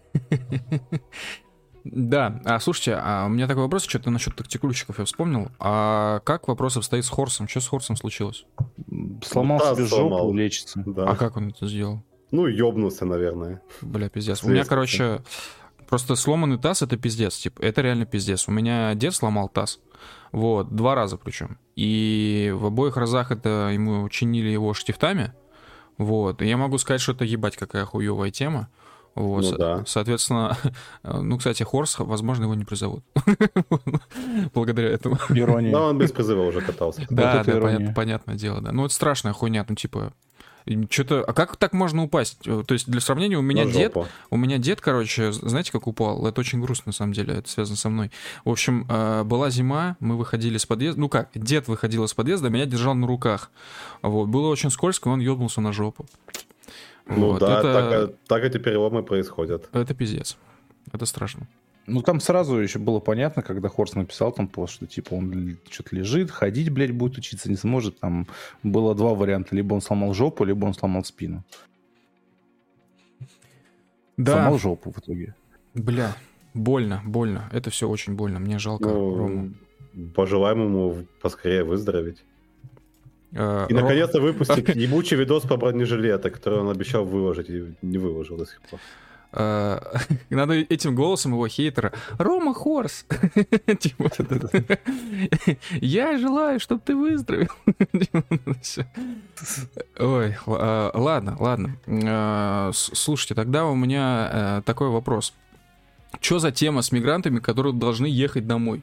Да, а слушайте, а у меня такой вопрос, что-то насчет тактикульщиков я вспомнил. А как вопрос обстоит с Хорсом? Что с Хорсом случилось? Сломал Да, себе сломал. жопу, лечится. Да. А как он это сделал? Ну, ёбнулся, наверное. Бля, пиздец. У меня, Свестился. короче, просто сломанный таз — это пиздец, типа, это реально пиздец. У меня дед сломал таз, вот, два раза причем. И в обоих разах это ему чинили его штифтами, вот. И я могу сказать, что это ебать какая хуевая тема. Вот, Ну со- да. соответственно, ну, кстати, Хорс, возможно, его не призовут. Благодаря этому. Ирония. Да, он без призыва уже катался. Да, это да, ирония. понятно, понятное дело, да. Ну, это страшная хуйня, ну, типа, что-то... А как так можно упасть? То есть, для сравнения, у меня На дед... жопу. У меня дед, короче, знаете, как упал? Это очень грустно, на самом деле, это связано со мной. В общем, э, была зима, мы выходили с подъезда... Ну как, дед выходил из подъезда, меня держал на руках. Вот, было очень скользко, и он ёбнулся на жопу. Ну Вот, да, это... так, так эти переломы происходят. Это пиздец. Это страшно. Ну, там сразу еще было понятно, когда Хорст написал там пост, что, типа, он что-то лежит, ходить, блядь, будет учиться, не сможет. Там было два варианта. Либо он сломал жопу, либо он сломал спину. Да, Сломал жопу в итоге. бля, больно, больно. Это все очень больно. Мне жалко Рому. Ну, пожелаем ему поскорее выздороветь. Э, И Ром- наконец-то выпустить ебучий видос по бронежилету, который он обещал выложить и не выложил до сих пор. Э, Надо этим голосом его хейтера. Рома Хорс. Типа, я желаю, чтобы ты выздоровел. Типа, всё. Ой, л- э, ладно, ладно. Э, с- Слушайте, тогда у меня э, такой вопрос. Что за тема с мигрантами, которые должны ехать домой?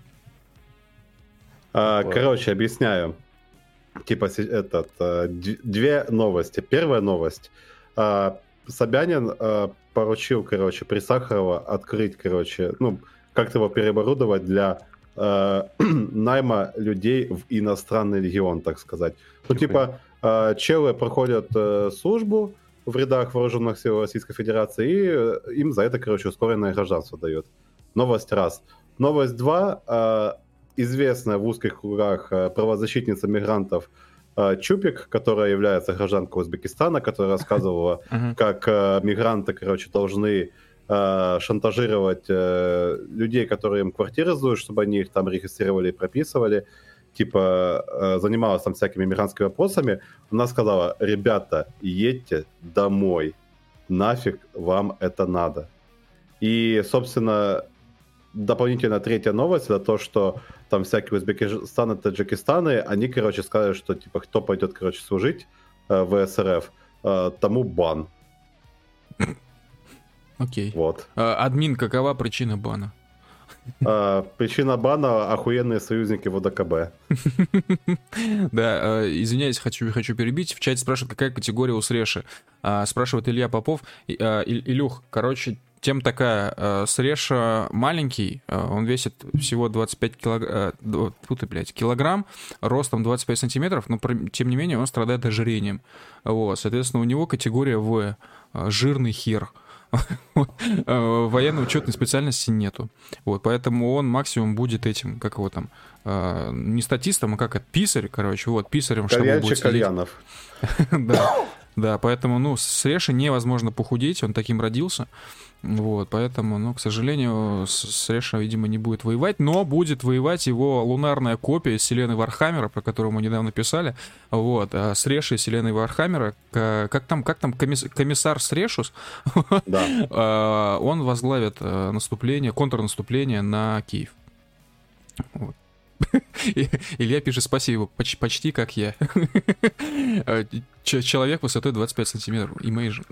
А, Вот. короче, объясняю. Типа се- этот, а, д- две новости. Первая новость. А, Собянин а, поручил, короче, при Сахарова открыть, короче, ну, как-то его переоборудовать для а, найма людей в иностранный легион, так сказать. Ну, типа, а, челы проходят а, службу в рядах вооруженных сил Российской Федерации, и э, им за это, короче, ускоренное гражданство дают. Новость раз. Новость два. а, Известная в узких кругах а, правозащитница мигрантов а, Чупик, которая является гражданкой Узбекистана, которая рассказывала, Мгм. как э, мигранты, короче, должны э, шантажировать э, людей, которые им квартиры сдают, чтобы они их там регистрировали и прописывали. Типа, э, занималась там всякими мигрантскими вопросами. Она сказала: ребята, едьте домой. Нафиг вам это надо. И, собственно, дополнительно третья новость, это то, что там всякие Узбекистаны, Таджикистаны, они, короче, сказали, что, типа, кто пойдет, короче, служить э, в СРФ, э, тому бан. Окей. Вот. А, Админ, какова причина бана? Э, Причина бана — охуенные союзники в ОДКБ. Да, э, извиняюсь, хочу, хочу перебить. В чате спрашивают, какая категория у Среши. А, Спрашивает Илья Попов. И, а, И- Илюх, короче, тем такая. э, Среша маленький, э, он весит всего двадцать пять килограмм, фу ты, блядь, килограмм, ростом двадцать пять сантиметров, но про- тем не менее он страдает ожирением. Вот, соответственно, у него категория В, э, жирный хер. военной учетной специальности нету. Вот, поэтому он максимум будет этим, как его там, не статистом, а как это, писарь, короче, вот, писарем, чтобы будет Кальянчик Кальянов. Да, да, поэтому, ну, с Решей невозможно похудеть, он таким родился. Вот, поэтому, ну, к сожалению, с, с Решей, видимо, не будет воевать, но будет воевать его лунарная копия вселенной Вархаммера, про которую мы недавно писали. Вот, а с Решей вселенной Вархаммера, как там, как там комисс, комиссар Срешус, да. Он возглавит наступление, контрнаступление на Киев. Вот. Илья пишет: спасибо, почти, почти как я. Человек высотой двадцать пять сантиметров, имейджин.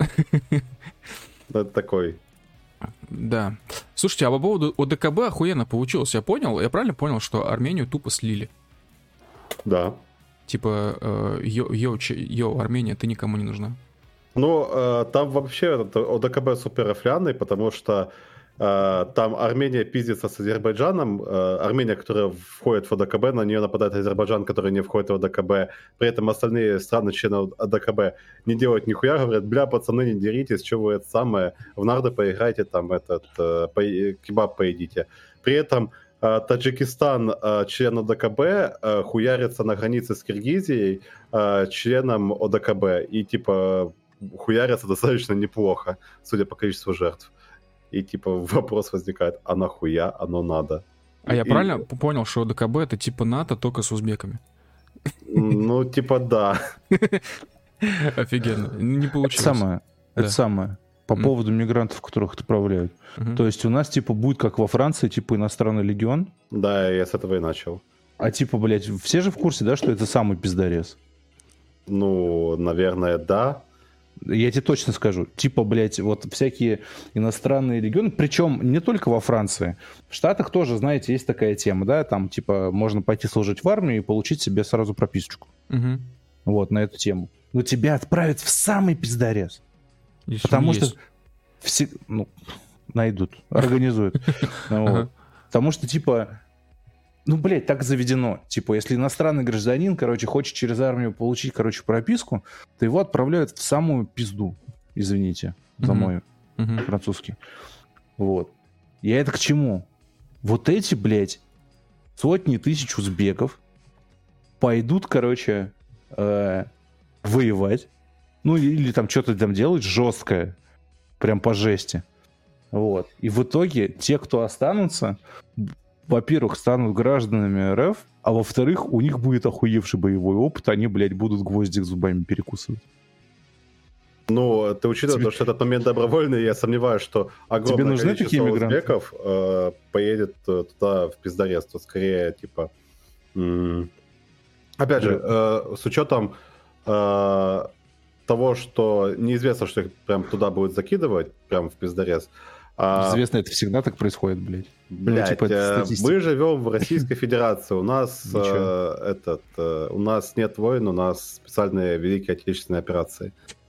Это такой. Да. Слушайте, а по поводу ОДКБ охуенно получилось. Я понял, я правильно понял, что Армению тупо слили? Да. Типа, э, йо, йо, йо, Армения, ты никому не нужна. Ну, э, там вообще этот ОДКБ супер офлянный, потому что э, там Армения пиздится с Азербайджаном. Э, Армения, которая входит в ОДКБ, на нее нападает Азербайджан, который не входит в ОДКБ. При этом остальные страны, члены ОДКБ, не делают нихуя, говорят: бля, пацаны, не деритесь, что вы это самое, в нарды поиграйте, там этот, э, по, кебаб поедите. При этом э, Таджикистан, э, член ОДКБ, э, хуярится на границе с Киргизией, э, членом ОДКБ, и типа хуярятся достаточно неплохо, судя по количеству жертв. И типа вопрос возникает: а нахуя оно надо? А и, я правильно и... понял, что ОДКБ это типа НАТО, только с узбеками? Ну, типа да. Офигенно. Не получилось. Это самое. Это самое. По поводу мигрантов, которых отправляют. То есть у нас типа будет как во Франции, типа иностранный легион. Да, я с этого и начал. А типа, блядь, все же в курсе, да, что это самый пиздарез? Ну, наверное, да. Я тебе точно скажу. Типа, блядь, вот всякие иностранные легионы, причем не только во Франции. В Штатах тоже, знаете, есть такая тема, да, там, типа, можно пойти служить в армию и получить себе сразу прописочку. Угу. Вот, на эту тему. Но тебя отправят в самый пиздарез. Если потому есть. что все, ну, найдут, организуют. Потому что, типа, ну, блядь, так заведено. Типа, если иностранный гражданин, короче, хочет через армию получить, короче, прописку, то его отправляют в самую пизду. Извините за мой uh-huh. французский. Вот. Я это к чему? Вот эти, блядь, сотни тысяч узбеков пойдут, короче, э, воевать. Ну, или там что-то там делать жесткое. Прям по жести. Вот. И в итоге те, кто останутся, во-первых, станут гражданами РФ, а во-вторых, у них будет охуевший боевой опыт, они, блядь, будут гвоздик зубами перекусывать. Ну, ты учитывая, Тебе... что этот момент добровольный, я сомневаюсь, что огромное Тебе нужны количество такие мигранты? узбеков э, поедет туда в пиздарез, то скорее, типа... М- опять же, э, с учетом э, того, что неизвестно, что их прям туда будут закидывать, прям в пиздарез. А... Известно, это всегда так происходит, блядь. Блядь, ну, типа, э, мы живем в Российской Федерации, у нас э, этот, э, у нас нет войн, у нас специальные Великие Отечественные операции.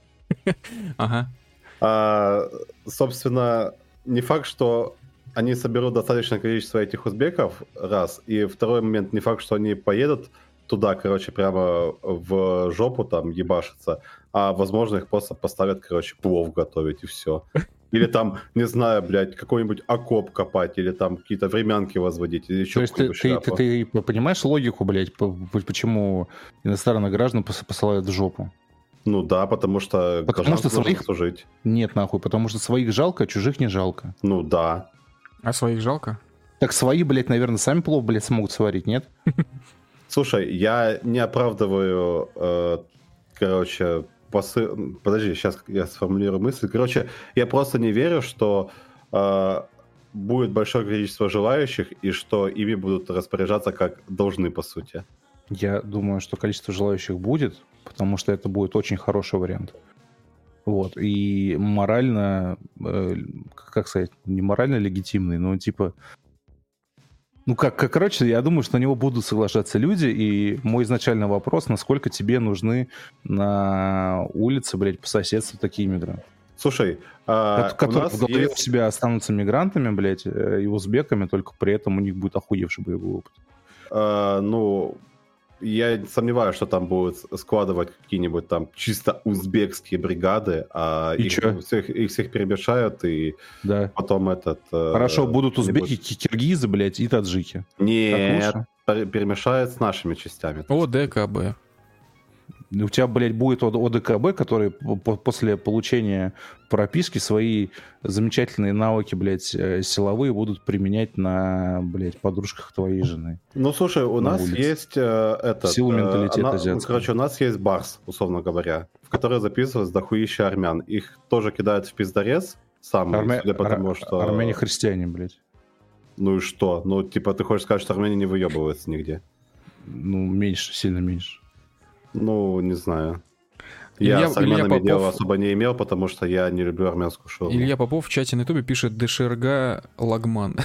Ага. А, собственно, не факт, что они соберут достаточное количество этих узбеков, раз, и второй момент, не факт, что они поедут туда, короче, прямо в жопу там ебашиться, а, возможно, их просто поставят, короче, плов готовить, и все. Или там, не знаю, блядь, какой-нибудь окоп копать, или там какие-то времянки возводить, или еще какую-то шляпу. То есть ты, ты, ты понимаешь логику, блядь, почему иностранных граждан посылают в жопу? Ну да, потому что потому что своих служить. Нет, нахуй, потому что своих жалко, чужих не жалко. Ну да. А своих жалко? Так свои, блядь, наверное, сами плов, блядь, смогут сварить, нет? Слушай, я не оправдываю, э, короче, посы... Подожди, сейчас я сформулирую мысль. Короче, я просто не верю, что э, будет большое количество желающих и что ими будут распоряжаться как должны, по сути. Я думаю, что количество желающих будет, потому что это будет очень хороший вариант. Вот. И морально, э, как сказать, не морально легитимный, но типа... Ну, как, как, короче, я думаю, что на него будут соглашаться люди, и мой изначальный вопрос, насколько тебе нужны на улице, блядь, по соседству такие мигранты? Слушай, а, которые в голове есть... у себя останутся мигрантами, блядь, и узбеками, только при этом у них будет охуевший боевой опыт. А, ну, я сомневаюсь, что там будут складывать какие-нибудь там чисто узбекские бригады, а И их чё? всех, их всех перемешают, и Да. потом этот... э, Хорошо, будут они узбеки, будут- ки- киргизы, блядь, и таджики. Нет, лучше? пер- перемешают с нашими частями. О, ДКБ. У тебя, блядь, будет О- ОДКБ, который по- по- после получения прописки свои замечательные навыки, блядь, э, силовые будут применять на, блядь, подружках твоей жены. Ну, слушай, у На нас улице. есть э, этот... Силу э, менталитета она- ну, азиатского. короче, у нас есть барс, условно говоря, в который записывается дохуища армян. Их тоже кидают в пиздорез самые, Армя- судя по тому, ар- что... Армяне христиане, блядь. Ну и что? Ну, типа, ты хочешь сказать, что армяне не выебываются нигде? Ну, меньше, сильно меньше. Ну, не знаю. Илья- Я с армянами Илья дела Попов- особо не имел, потому что я не люблю армянскую шаурму. Илья Попов в чате на ютубе пишет «Дешерга Лагман».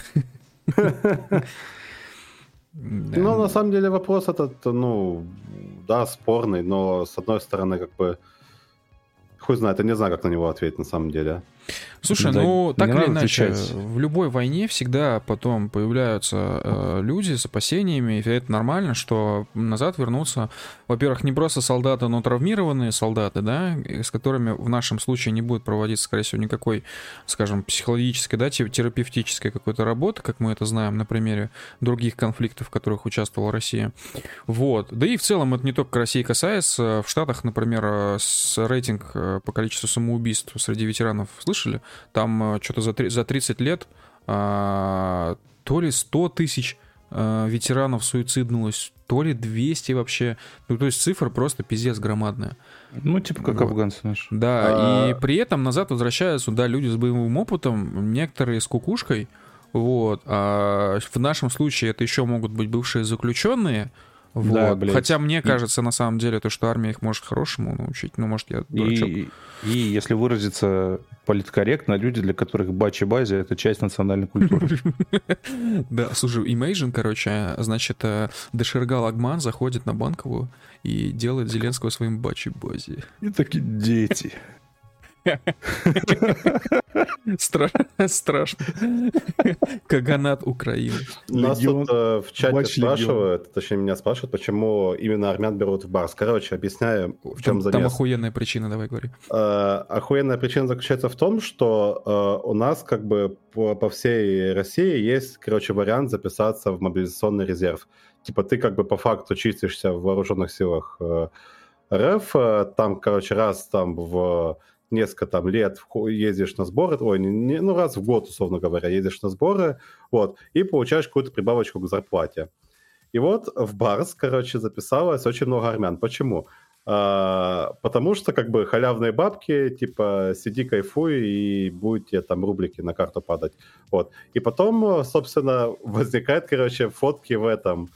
Ну, на самом деле вопрос этот, ну, да, спорный, но с одной стороны, как бы, хуй знает, я не знаю, как на него ответить на самом деле. Слушай, Да, ну не так или надо иначе, отвечать. в любой войне всегда потом появляются э, люди с опасениями, и это нормально, что назад вернутся, во-первых, не просто солдаты, но травмированные солдаты, да, и с которыми в нашем случае не будет проводиться, скорее всего, никакой, скажем, психологической, да, те- терапевтической какой-то работы, как мы это знаем на примере других конфликтов, в которых участвовала Россия. Вот. Да и в целом это не только России касается. В Штатах, например, э, с рейтинг э, по количеству самоубийств среди ветеранов, слышали? Там э, что-то за, три- за тридцать лет а, то ли сто тысяч а, ветеранов суициднулось, то ли двести вообще. Ну, то есть цифра просто пиздец громадная. Ну, типа как Вот. афганцы наши. Да, А- и при этом назад возвращаются, да, люди с боевым опытом, некоторые с кукушкой. Вот. А в нашем случае это еще могут быть бывшие заключенные. Вот. Да, блядь. Хотя мне И- кажется, на самом деле, то, что армия их может хорошему научить. Ну, может, я дурачок. И, и если выразиться политкорректно, люди, для которых бачи-бази — это часть национальной культуры. Да, слушай, Imagine, короче, значит, э, Дешерга Лагман заходит на Банковую и делает Зеленского своим бачи-бази. И такие дети. Стра- Страшно. Каганат Украины. Нас Легион, тут э, в чате матч Легион. спрашивают, точнее меня спрашивают, почему именно армян берут в барс. Короче, объясняю, в чем Там, там замес. охуенная причина, давай говори. Э, Охуенная причина заключается в том, что э, у нас как бы по, по всей России есть, короче, вариант записаться в мобилизационный резерв. Типа ты как бы по факту числишься в вооруженных силах э, РФ, э, там, короче, раз там в несколько там лет вхо- ездишь на сборы, ой, не, не- ну раз в год, условно говоря, ездишь на сборы, вот, и получаешь какую-то прибавочку к зарплате. И вот в Барс, короче, записалось очень много армян. Почему? А, потому что, как бы, халявные бабки, типа, сиди, кайфуй, и будет тебе там рублики на карту падать. Вот. И потом, собственно, возникает, короче, фотки в этом,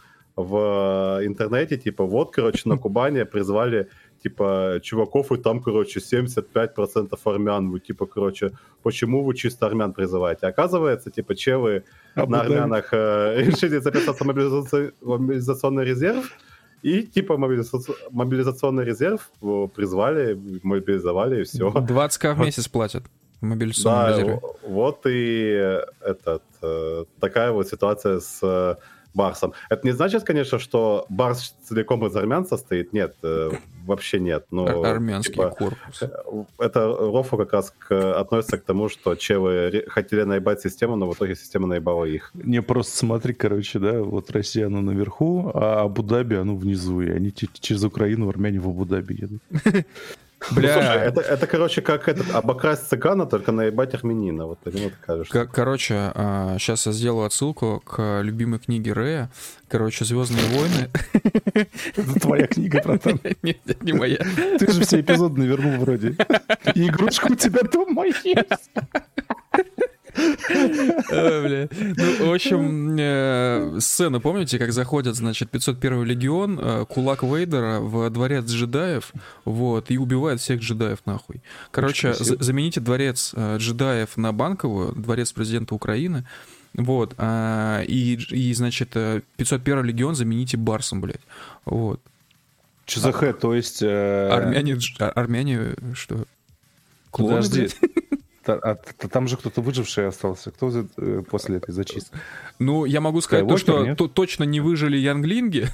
в интернете, типа, вот, короче, на Кубани призвали, типа, чуваков, и там, короче, семьдесят пять процентов армян. Вы, типа, короче, почему вы чисто армян призываете? Оказывается, типа, челы А на вот да. армянах э, решили записаться в мобилизаци- в мобилизационный резерв, и типа мобилизаци- мобилизационный резерв э, призвали, мобилизовали, и все. двадцать тысяч в месяц платят в мобилизационном Да, резерве. в- вот и этот, э, такая вот ситуация с э, Барсом. Это не значит, конечно, что Барс целиком из армян состоит. Нет, э, вообще нет. Ну, Ар- Армянский типа, корпус. это Рофу как раз к- относится к тому, что челы ре- хотели наебать систему, но в итоге система наебала их. Не, просто смотри, короче, да, вот Россия, она наверху, а Абу-Даби, оно внизу, и они ч- через Украину армяне в Абу-Даби едут. Бля, Ну, слушай, это, это, короче, как этот, обокрасть цыгана, только наебать армянина. Вот примерно такая же К- Короче, сейчас я сделаю отсылку к любимой книге Рэя. Короче, «Звездные войны». Это твоя книга, братан. Нет, нет, не моя. Ты же все эпизоды навернул вроде. И игрушка у тебя дома есть. А, бля. Ну, в общем, э, сцена, помните, как заходят, значит, пятьсот первый легион, э, кулак Вейдера в дворец джедаев, вот, и убивает всех джедаев нахуй. Короче, Очень красиво. за- замените дворец э, джедаев на Банковую, дворец президента Украины, вот, а, и, и, значит, э, пятьсот первый легион замените Барсом, блядь, вот. Что за хэ, то есть... э, Армяне, дж- а- армяне, что? Клоны, Подожди. блядь? а, а там же кто-то выживший остался. Кто за, после этой зачистки? Ну, я могу сказать то, что то, точно не выжили янглинги.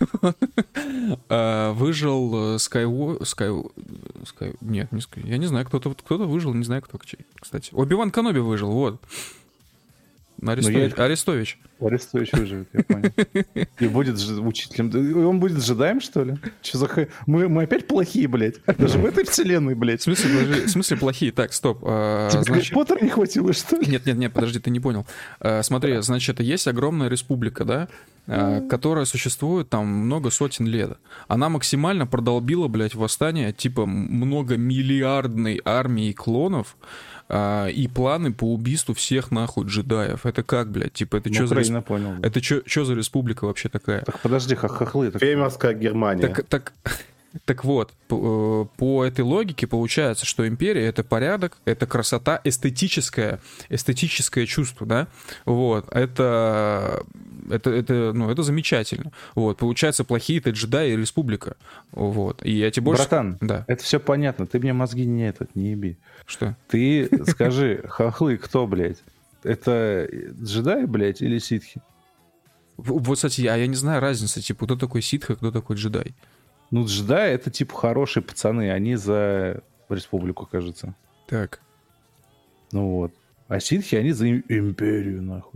Выжил Скайво... Скай... Скай... Нет, не Скай... я не знаю, кто-то кто-то выжил, не знаю, кто, кстати. Оби-Ван Кеноби выжил, вот. Арестович. Я... Арестович. Арестович выживет, я понял. И будет ж... учителем. Он будет джедаем, что ли? Что за х... мы, мы опять плохие, блядь. Даже в этой вселенной, блядь. В смысле, подожди, в смысле плохие? Так, стоп. А, Тебе значит... Поттер не хватило, что ли? Нет, нет, нет, подожди, ты не понял. А, смотри, значит, есть огромная республика, да, а, которая существует там много сотен лет. Она максимально продолбила, блядь, восстание типа многомиллиардной армии клонов, и планы по убийству всех нахуй джедаев. Это как, блядь? Типа, это что за... Респ... понял, да. Это что за республика вообще такая? Так подожди, хохлы. Так... Феймовская Германия. Так, так, так вот, по, по этой логике получается, что империя — это порядок, это красота, эстетическое, эстетическое чувство, да? Вот, это... Это, это, ну, это замечательно. Вот, получается, плохие — это джедаи и республика. Вот. И я тебе больше... Братан, да. Это все понятно. Ты мне мозги не этот, не еби. Что? Ты скажи, хохлы кто, блядь? Это джедаи, блядь, или ситхи? Вот, кстати, я, я не знаю разницы, типа, кто такой ситх, а кто такой джедай. Ну, джедаи — это, типа, хорошие пацаны. Они за республику, кажется. Так. Ну вот. А ситхи, они за империю, нахуй.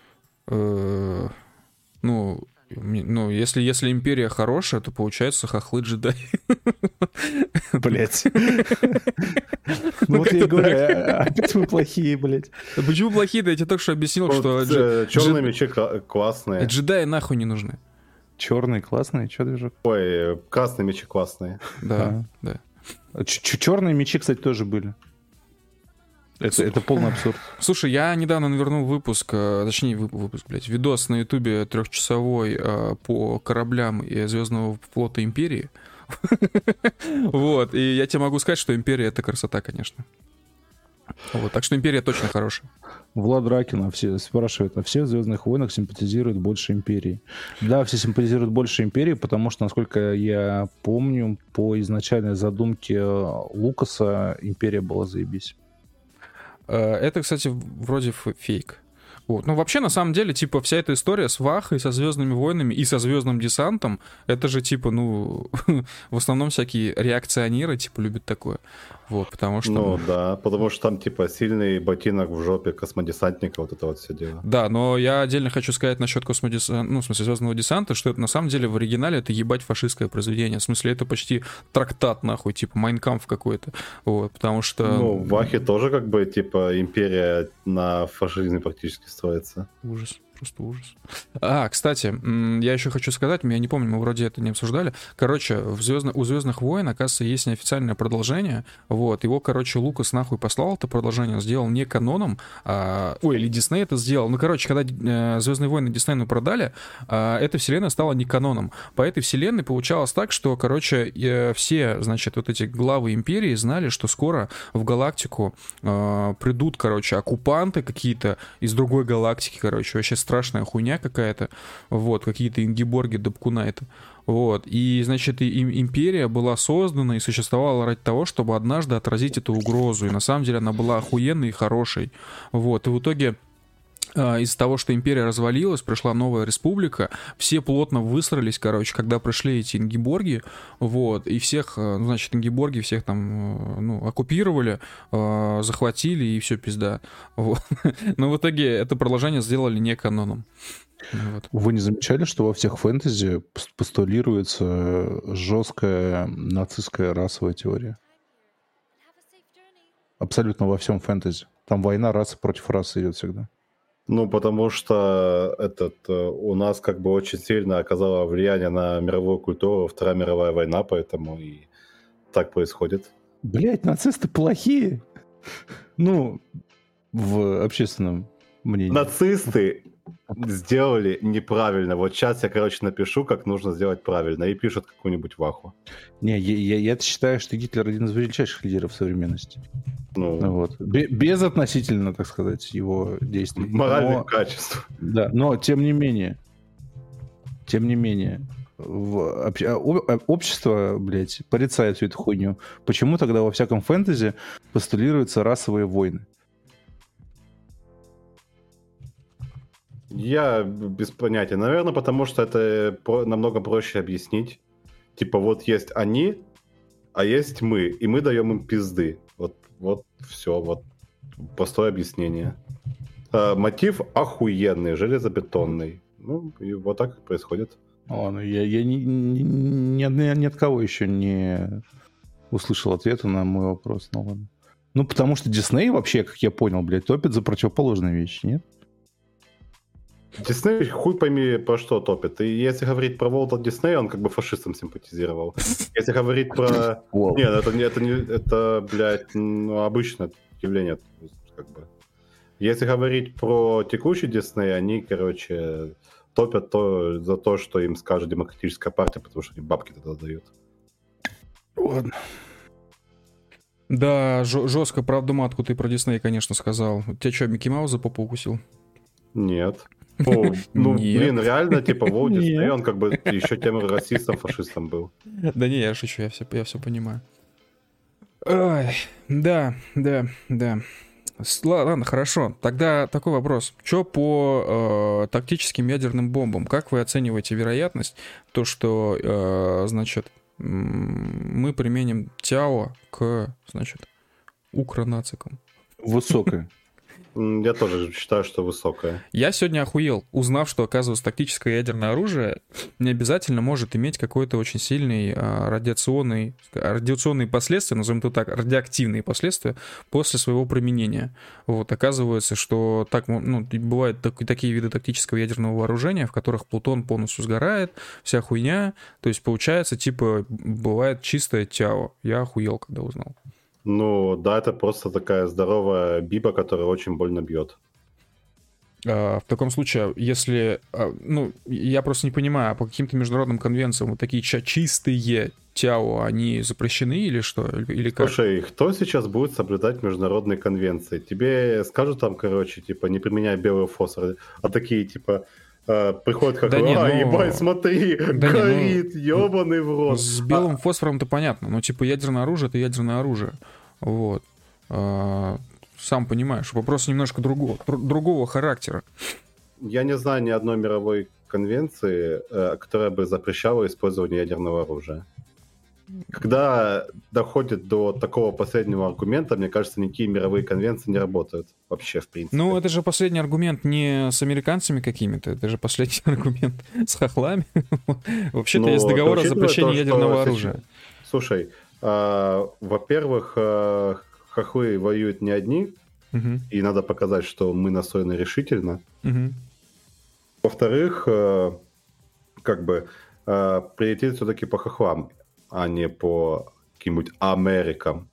Э-э- ну, ну, если, если империя хорошая, то получается хохлы джедаи. Блять. Ну вот я и говорю, опять мы плохие, блять. Почему плохие-то? Я тебе только что объяснил, что... Черные мечи классные. Джедаи нахуй не нужны. Черные классные? Че движок? Ой, красные мечи классные. Да, да. Черные мечи, кстати, тоже были. Это, это полный абсурд. Слушай, я недавно навернул выпуск, точнее, выпуск, блядь, видос на Ютубе трехчасовой по кораблям и Звездного флота Империи. Вот, и я тебе могу сказать, что Империя — это красота, конечно. Вот, так что Империя точно хорошая. Влад Ракин все спрашивает, а все в «Звездных войнах» симпатизируют больше Империи? Да, все симпатизируют больше Империи, потому что, насколько я помню, по изначальной задумке Лукаса Империя была заебись. Это, кстати, вроде фейк. Вот. Ну, вообще, на самом деле, типа, вся эта история с Вахой, со Звездными войнами и со Звездным десантом, это же, типа, ну, в основном всякие реакционеры, типа, любят такое. Вот, потому что... Ну, да, потому что там, типа, сильный ботинок в жопе космодесантника, вот это вот все дело. Да, но я отдельно хочу сказать насчет космодесанта, ну, в смысле, Звездного десанта, что это, на самом деле, в оригинале это ебать фашистское произведение. В смысле, это почти трактат, нахуй, типа, Майн Кампф какой-то. Вот, потому что... Ну, в Вахе тоже, как бы, типа, империя на фашизме практически строится. Ужас. Просто ужас. А, кстати, я еще хочу сказать, я не помню, мы вроде это не обсуждали. Короче, в Звездно... у «Звездных войн», оказывается, есть неофициальное продолжение. Вот, его, короче, Лукас нахуй послал это продолжение, сделал не каноном. А... Ой, или Дисней это сделал. Ну, короче, когда э, «Звездные войны» Диснею продали, э, эта вселенная стала не каноном. По этой вселенной получалось так, что, короче, э, все, значит, вот эти главы империи знали, что скоро в галактику э, придут, короче, оккупанты какие-то из другой галактики, короче, вообще страшная хуйня какая-то, вот, какие-то ингиборги, Дапкунайты, вот, и, значит, и, и империя была создана и существовала ради того, чтобы однажды отразить эту угрозу, и на самом деле она была охуенной и хорошей, вот, и в итоге из-за того, что империя развалилась, пришла новая республика, все плотно выстроились, короче, когда пришли эти ингиборги, вот, и всех, ну, значит, ингиборги всех там, ну, оккупировали, захватили, и все, пизда. Вот. Но в итоге это продолжение сделали не каноном. Вот. Вы не замечали, что во всех фэнтези постулируется жесткая нацистская расовая теория? Абсолютно во всем фэнтези. Там война расы против расы идет всегда. Ну, потому что этот, у нас как бы очень сильно оказало влияние на мировую культуру Вторая мировая война, поэтому и так происходит. Блять, нацисты плохие. Ну, в общественном мнении. Нацисты сделали неправильно. Вот сейчас я, короче, напишу, как нужно сделать правильно, и пишут какую-нибудь ваху. Не, я, я, я считаю, что Гитлер один из величайших лидеров современности. Ну, вот. Безотносительно, так сказать, его действий. Моральных но, качеств. Да, но тем не менее, тем не менее, в, об, общество, блядь, порицает всю эту хуйню. Почему тогда во всяком фэнтези постулируются расовые войны? Я без понятия. Наверное, потому что это про- намного проще объяснить. Типа вот есть они, а есть мы, и мы даем им пизды. Вот, вот все, вот простое объяснение. А, мотив охуенный, железобетонный. Ну, и вот так и происходит. Ладно, я, я ни, ни, ни, ни, ни от кого еще не услышал ответа на мой вопрос. Ну, ладно. Ну, потому что Дисней вообще, как я понял, блядь, топит за противоположные вещи, нет? Дисней хуй пойми, про что топит. И если говорить про Уолта Диснея, он как бы фашистам симпатизировал. Если говорить про... Wow. Нет, это, не, это, не, это, блядь, ну, обычное явление. Как бы. Если говорить про текущий Дисней, они, короче, топят то, за то, что им скажет Демократическая партия, потому что они бабки тогда дают. Ладно. Да, ж- жестко правду матку ты про Дисней, конечно, сказал. Тебя что, Микки Маус за попу укусил? Нет. Ну, ну Нет. блин, реально, типа, Уолт Нет. Дисней, он как бы еще тем расистом, фашистом был. Да не, я шучу, я все, я все понимаю. Ой, да, да, да. С- ла- Ладно, хорошо. Тогда такой вопрос. Что по э, тактическим ядерным бомбам? Как вы оцениваете вероятность, то, что, э, значит, м, мы применим Тяо к, значит, укронацикам? Высокая. М, Я тоже считаю, что высокая. Я сегодня охуел, узнав, что, оказывается, тактическое ядерное оружие не обязательно может иметь какой-то очень сильный а, радиационный, радиационные последствия, назовем это так, радиоактивные последствия после своего применения. Вот, оказывается, что так, ну, бывают так- такие виды тактического ядерного вооружения, в которых плутон полностью сгорает, вся хуйня, то есть получается, типа, бывает чистое тяо. Я охуел, когда узнал. Ну, да, это просто такая здоровая биба, которая очень больно бьет. А, в таком случае, если, а, ну, я просто не понимаю, а по каким-то международным конвенциям вот такие ча- чистые тяо, они запрещены или что? Или или как? Слушай, кто сейчас будет соблюдать международные конвенции? Тебе скажут там, короче, типа, не применяй белый фосфор, а такие, типа, э, приходят как, Да не, а, ну- ебать, смотри, Да не, горит, ну, ебаный в рот. С белым фосфором-то понятно, но типа ядерное оружие — это ядерное оружие. Вот. А, сам понимаешь, вопрос немножко другого, дру- другого характера. Я не знаю ни одной мировой конвенции, э, которая бы запрещала использование ядерного оружия. Когда доходит до такого последнего аргумента, мне кажется, никакие мировые конвенции не работают вообще, в принципе. Ну, это же последний аргумент не с американцами какими-то, это же последний аргумент с хохлами. Вообще-то Ну, есть договор о учитывая запрещении то, что ядерного сейчас- оружия. Слушай, а, во-первых, а, хохлы воюют не одни, Мгм, и надо показать, что мы настроены решительно. мгм. Во-вторых, э, как бы э, прилетит все-таки по хохлам, а не по каким-нибудь Америкам.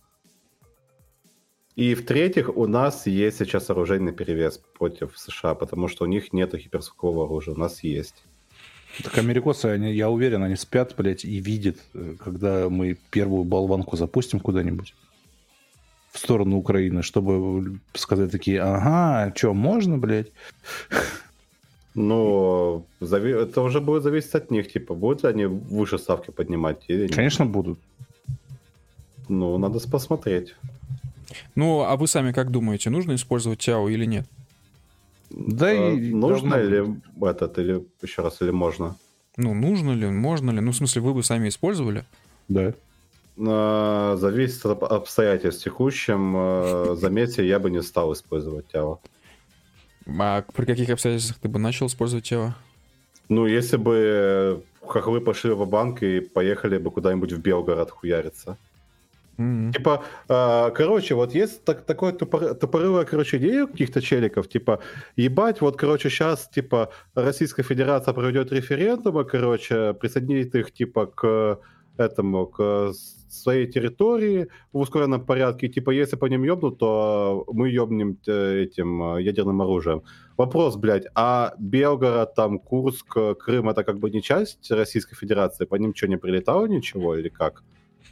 И в-третьих, у нас есть сейчас оружейный перевес против США, потому что у них нет гиперзвукового оружия, у нас есть. Так америкосы, они, я уверен, они спят, блядь, и видят, э, когда мы первую болванку запустим куда-нибудь в сторону Украины, чтобы сказать такие, ага, что, можно, блядь? Но зави- это уже будет зависеть от них, типа, будут ли они выше ставки поднимать или нет. Конечно, будут. Ну, надо посмотреть. Ну, а вы сами как думаете, нужно использовать тяо или нет? Да Э, и нужно должно или быть. этот, или еще раз, или можно? Ну, нужно ли, можно ли? Ну, в смысле, вы бы сами использовали? Да. Э, Зависит от обстоятельств. В текущем э, замесе я бы не стал использовать тяо. А при каких обстоятельствах ты бы начал использовать тяо? Ну, если бы хохлы пошли в банк и поехали бы куда-нибудь в Белгород хуяриться. Мгм. Типа, э, короче, вот есть так, такое тупор- тупорылое, короче, идея у каких-то челиков, типа, ебать, вот, короче, сейчас, типа, Российская Федерация проведет референдумы, короче, присоединит их, типа, к этому, к своей территории в ускоренном порядке, и, типа, если по ним ёбнут, то мы ёбнем э, этим э, ядерным оружием. Вопрос, блядь, а Белгород, там, Курск, Крым, это как бы не часть Российской Федерации? По ним что, не прилетало ничего или как?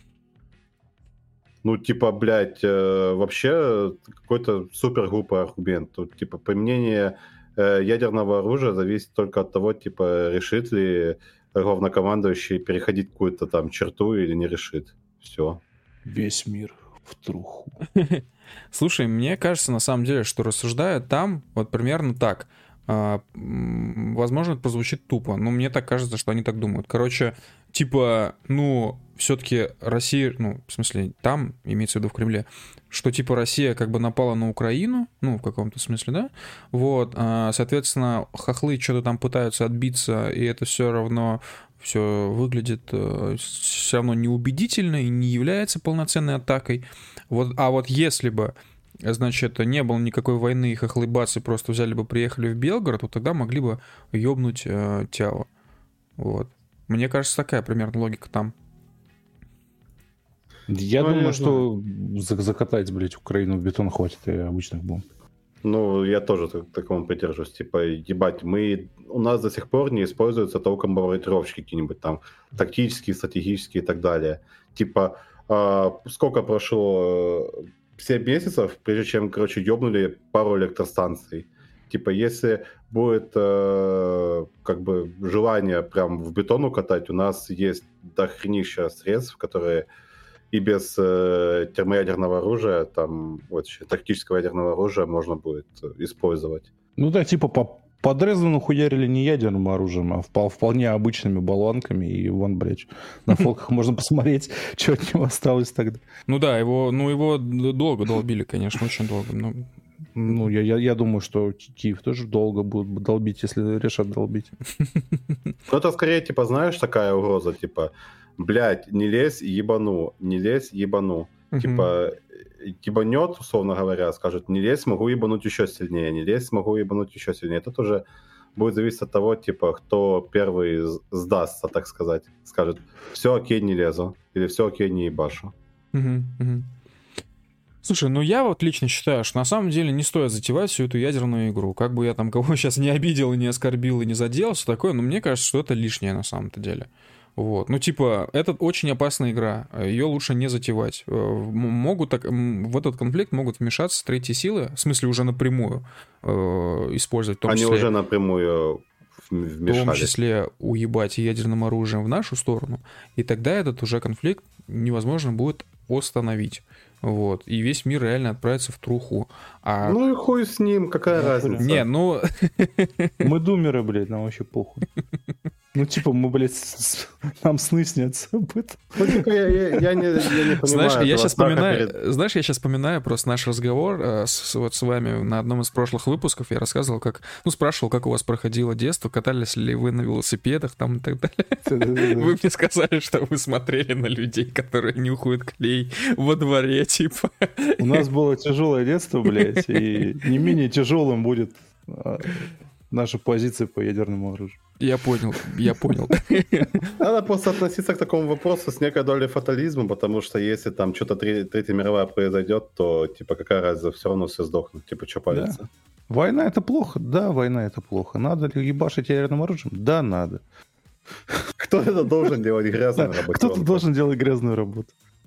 Ну, типа, блядь, э, вообще какой-то супер глупый аргумент. Тут, типа, применение э, ядерного оружия зависит только от того, типа, решит ли главнокомандующий переходить какую-то там черту или не решит. Все. Весь мир в труху. Слушай, мне кажется, на самом деле, что рассуждают там вот примерно так. А, возможно, это прозвучит тупо, но мне так кажется, что они так думают. Короче, типа, ну, все-таки Россия, ну, в смысле, там, имеется в виду в Кремле, что типа Россия как бы напала на Украину, ну, в каком-то смысле, да, вот, а, соответственно, хохлы что-то там пытаются отбиться, и это все равно все выглядит э, все равно неубедительно и не является полноценной атакой. Вот, а вот если бы, значит, не было никакой войны, и хохлы-бацы просто взяли бы, приехали в Белгород, то тогда могли бы ёбнуть э, Тяо. Вот. Мне кажется, такая примерно логика там. Я ну, думаю, я что закатать, блядь, Украину в бетон хватит и обычных бомб. Ну, я тоже так, такому придерживаюсь. Типа, ебать, мы... У нас до сих пор не используются толком бомбардировщики какие-нибудь там, тактические, стратегические и так далее. Типа, э, сколько прошло... семь месяцев, прежде чем, короче, ёбнули пару электростанций. Типа, если будет э, как бы желание прям в бетон укатать, у нас есть дохренища средств, которые и без э, термоядерного оружия, там, вот, тактического ядерного оружия можно будет использовать. Ну да, типа по под Дрездену хуярили не ядерным оружием, а впол- вполне обычными болванками, и вон, блядь, на фотках можно посмотреть, что от него осталось тогда. Ну да, его, ну его долго долбили, конечно, очень долго. Но... Ну, я, я, я думаю, что Киев тоже долго будут долбить, если решат долбить. Ну, это скорее, типа, знаешь, такая угроза, типа, блядь, не лезь, ебану, не лезь, ебану. Uh-huh. Типа, ебанет, условно говоря, скажет, не лезь, могу ебануть еще сильнее, не лезь, могу ебануть еще сильнее. Тут уже будет зависеть от того, типа, кто первый сдастся, так сказать. Скажет, все окей, не лезу, или все окей, не ебашу. Uh-huh. Uh-huh. Слушай, ну я вот лично считаю, что на самом деле не стоит затевать всю эту ядерную игру. Как бы я там кого сейчас не обидел, и не оскорбил, и не задел, все такое, но мне кажется, что это лишнее на самом-то деле. Вот. Ну, типа, это очень опасная игра, ее лучше не затевать. Могут так, в этот конфликт могут вмешаться третьи силы, в смысле уже напрямую э, использовать. В том Они числе, уже напрямую вмешались. В том числе уебать ядерным оружием в нашу сторону, и тогда этот уже конфликт невозможно будет остановить. Вот. И весь мир реально отправится в труху. А... Ну и хуй с ним, какая ну, разница? Не, ну... Мы думеры, блядь, нам вообще похуй. Ну, типа, мы, блядь, с... нам сны снятся об этом. Ну, типа, я, я, я, не, я не понимаю. Знаешь, я сейчас вспоминаю, перед... знаешь, я сейчас вспоминаю просто наш разговор э, с, вот с вами на одном из прошлых выпусков. Я рассказывал, как... Ну, спрашивал, как у вас проходило детство, катались ли вы на велосипедах там и так далее. Вы мне сказали, что вы смотрели на людей, которые нюхают клей во дворе, типа. У нас было тяжелое детство, блядь, и не менее тяжелым будет наша позиция по ядерному оружию. Я понял, я понял. Надо просто относиться к такому вопросу с некой долей фатализма, потому что если там что-то Третья мировая произойдет, то, типа, какая разница, все равно все сдохнут, типа, что париться? Да. Война — это плохо? Да, война — это плохо. Надо ли ебашить ядерным оружием? Да, надо. Кто это должен делать грязную работу? Кто-то должен делать грязную работу.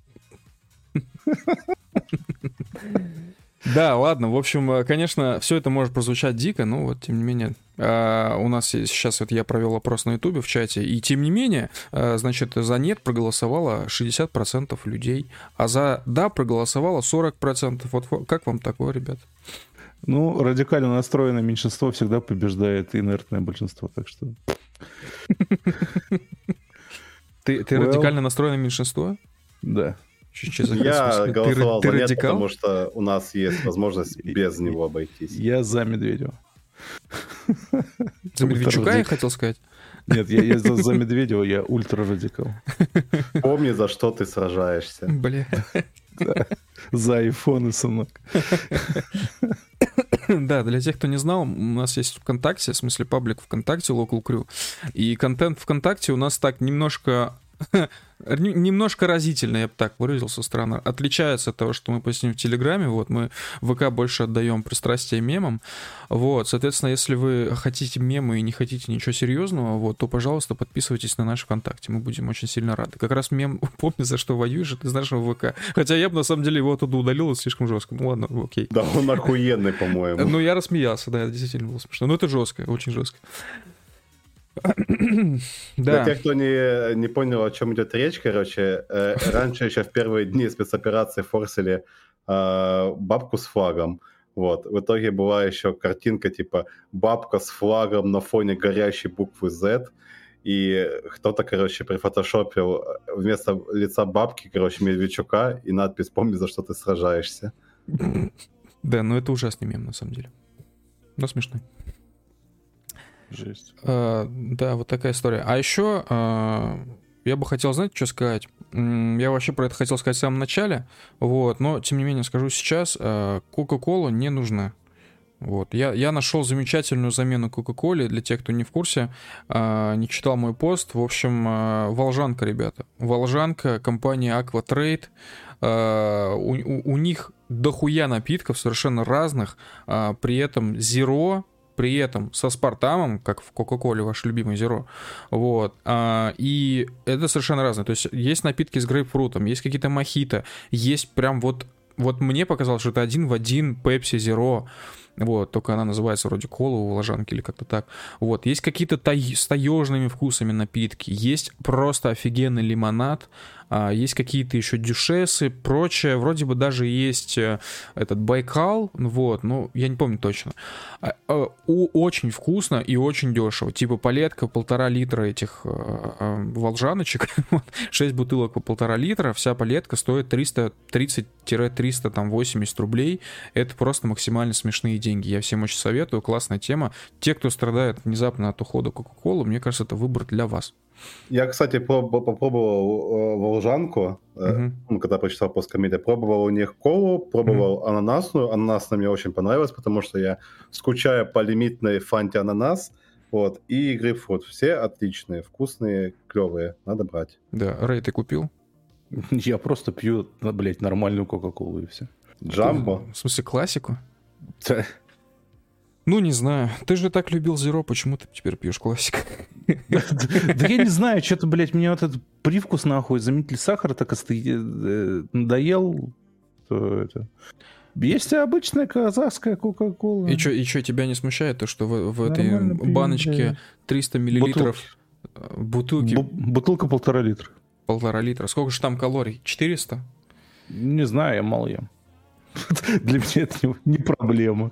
Да, ладно, в общем, конечно, все это может прозвучать дико, но вот, тем не менее, у нас сейчас вот я провел опрос на Ютубе в чате, и тем не менее, значит, за нет проголосовало шестьдесят процентов людей, а за да проголосовало сорок процентов. Вот как вам такое, ребят? Ну, радикально настроенное меньшинство всегда побеждает инертное большинство, так что... Ты, ты well... радикально настроенное меньшинство? Да. Я голосовал за нет, потому что у нас есть возможность без него обойтись. Я за Медведева. За Медведчука я хотел сказать? Нет, я, я за, за Медведева, я ультрарадикал. Помни, за что ты сражаешься. Бля. Да. За айфоны, сынок. Да, для тех, кто не знал, у нас есть ВКонтакте, в смысле паблик ВКонтакте, Local Crew, и контент ВКонтакте у нас так немножко... немножко разительно, я бы так выразился, странно, отличается от того, что мы постим в Телеграме. Вот мы в ВК больше отдаем пристрастие мемам. Вот, соответственно, если вы хотите мемы и не хотите ничего серьезного, вот, то, пожалуйста, подписывайтесь на наш ВКонтакте. Мы будем очень сильно рады. Как раз мем «Помни, за что воюешь» — это из нашего ВК. Хотя я бы, на самом деле, его оттуда удалил, это слишком жестко. Ну ладно, окей. Да, он охуенный, по-моему. Ну, я рассмеялся, да, это действительно было смешно. Но это жестко, очень жестко. Для тех, кто не, не понял, о чем идет речь, короче, э, раньше еще в первые дни спецоперации форсили э, бабку с флагом. Вот. В итоге была еще картинка типа бабка с флагом на фоне горящей буквы Z, и кто-то, короче, прифотошопил вместо лица бабки, короче, Медведчука и надпись «Помни, за что ты сражаешься». Да, ну это ужасный мем, на самом деле. Но смешной. Жесть. А, да, вот такая история. А еще а, я бы хотел, знаете, что сказать? Я вообще про это хотел сказать в самом начале, вот, но, тем не менее, скажу сейчас, а, Кока-Кола не нужна. Вот. Я, я нашел замечательную замену Кока-Коле. Для тех, кто не в курсе, а, не читал мой пост. В общем, а, Волжанка, ребята. Волжанка, компания Aquatrade. А, у, у, у них дохуя напитков совершенно разных. А, при этом Zero, при этом со спартамом, как в Кока-Коле ваш любимый Zero. Вот. А, и это совершенно разное. То есть есть напитки с грейпфрутом, есть какие-то мохито, есть прям вот... Вот мне показалось, что это один в один Pepsi Zero. Вот, только она называется вроде кола у Волжанки или как-то так. Вот, есть какие-то тай- с таежными вкусами напитки, есть просто офигенный лимонад, а, есть какие-то еще дюшесы, прочее. Вроде бы даже есть э, этот Байкал, вот, ну, я не помню точно. А, а, у, очень вкусно и очень дешево. Типа палетка полтора литра этих э, э, волжаночек, шесть бутылок по полтора литра, вся палетка стоит триста тридцать - триста восемьдесят рублей. Это просто максимально смешные деньги. Я всем очень советую, классная тема. Те, кто страдает внезапно от ухода Кока-Колы, мне кажется, это выбор для вас. Я, кстати, проб- попробовал э, волжанку, э, Мгм. когда прочитал пост комедия, пробовал у них колу, пробовал ананасную. Ананасная мне очень понравилась, потому что я скучаю по лимитной фанте ананас, вот, и грейпфрут. Все отличные, вкусные, клевые, надо брать. Да, Рэй, ты купил? Я просто пью, ну, блядь, нормальную Кока-Колу и все. Джамбо. В смысле, классику? Ну, не знаю. Ты же так любил Zero, почему ты теперь пьешь классик? Да я не знаю, что-то, блядь, мне вот этот привкус, нахуй, заменитель сахара так надоел. Это... Есть обычная казахская Кока-Кола. И что, и что, тебя не смущает то, что в, в этой Нормально пью, баночке блядь. триста миллилитров э, бутылки Бу- Бутылка полтора литра. полтора литра? Сколько же там калорий? четыреста? Не знаю, я мало ем. Для меня это не, не проблема.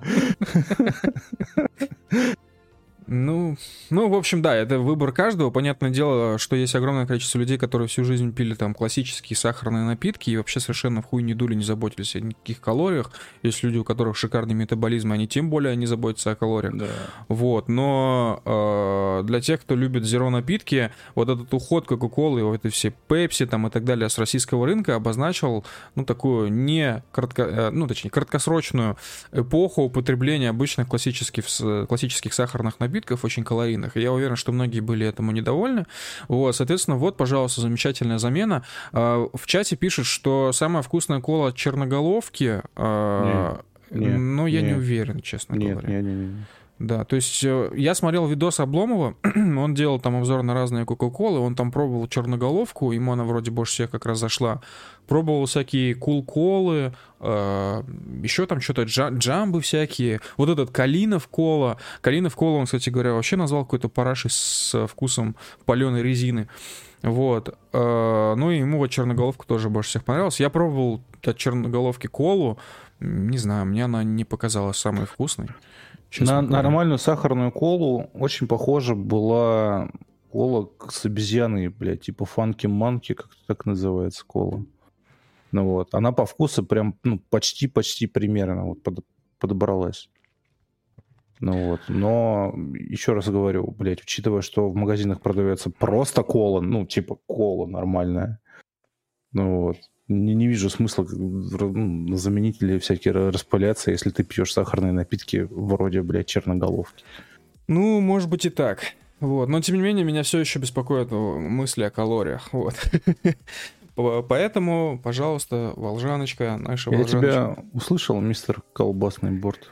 Ну, ну, в общем, да, это выбор каждого. Понятное дело, что есть огромное количество людей, которые всю жизнь пили там классические сахарные напитки и вообще совершенно в хуй не дули, не заботились о никаких калориях. Есть люди, у которых шикарный метаболизм, они тем более не заботятся о калориях. Да. Вот, но э, для тех, кто любит зеро напитки, вот этот уход Кока-Колы, вот эти все Пепси там и так далее с российского рынка обозначил, ну, такую не кратко, э, ну, точнее, краткосрочную эпоху употребления обычных классических, классических сахарных напитков, очень калорийных. И я уверен, что многие были этому недовольны. Вот, соответственно, вот, пожалуйста, замечательная замена. Э, в чате пишут, что самая вкусная кола от черноголовки, э, Не, не, но я не. не уверен, честно Нет, говоря. не, не, не. Да, то есть э, я смотрел видос Обломова, он делал там обзор на разные Кока-Колы, он там пробовал черноголовку, ему она вроде больше всех как раз зашла. Пробовал всякие кул-колы, э, еще там что-то джа- джамбы всякие. Вот этот Калинов кола. Калинов кола, он, кстати говоря, вообще назвал какой-то парашей с вкусом паленой резины. Вот. Э, ну и ему вот черноголовка тоже больше всех понравилась. Я пробовал от черноголовки колу. Не знаю, мне она не показалась самой вкусной. На говоря. нормальную сахарную колу очень похожа была кола с обезьяной, блядь, типа фанки-манки, как так называется кола. Ну вот, она по вкусу прям, ну, почти-почти примерно вот под, подобралась. Ну вот, но еще раз говорю, блядь, учитывая, что в магазинах продается просто кола, ну, типа кола нормальная, ну вот, не, не вижу смысла ну, на заменители всякие распыляться, если ты пьешь сахарные напитки вроде, блядь, черноголовки. Ну, может быть и так. Вот. Но, тем не менее, меня все еще беспокоят мысли о калориях. Вот. Поэтому, пожалуйста, волжаночка, наша Я волжаночка. тебя услышал, мистер Колбасный борт.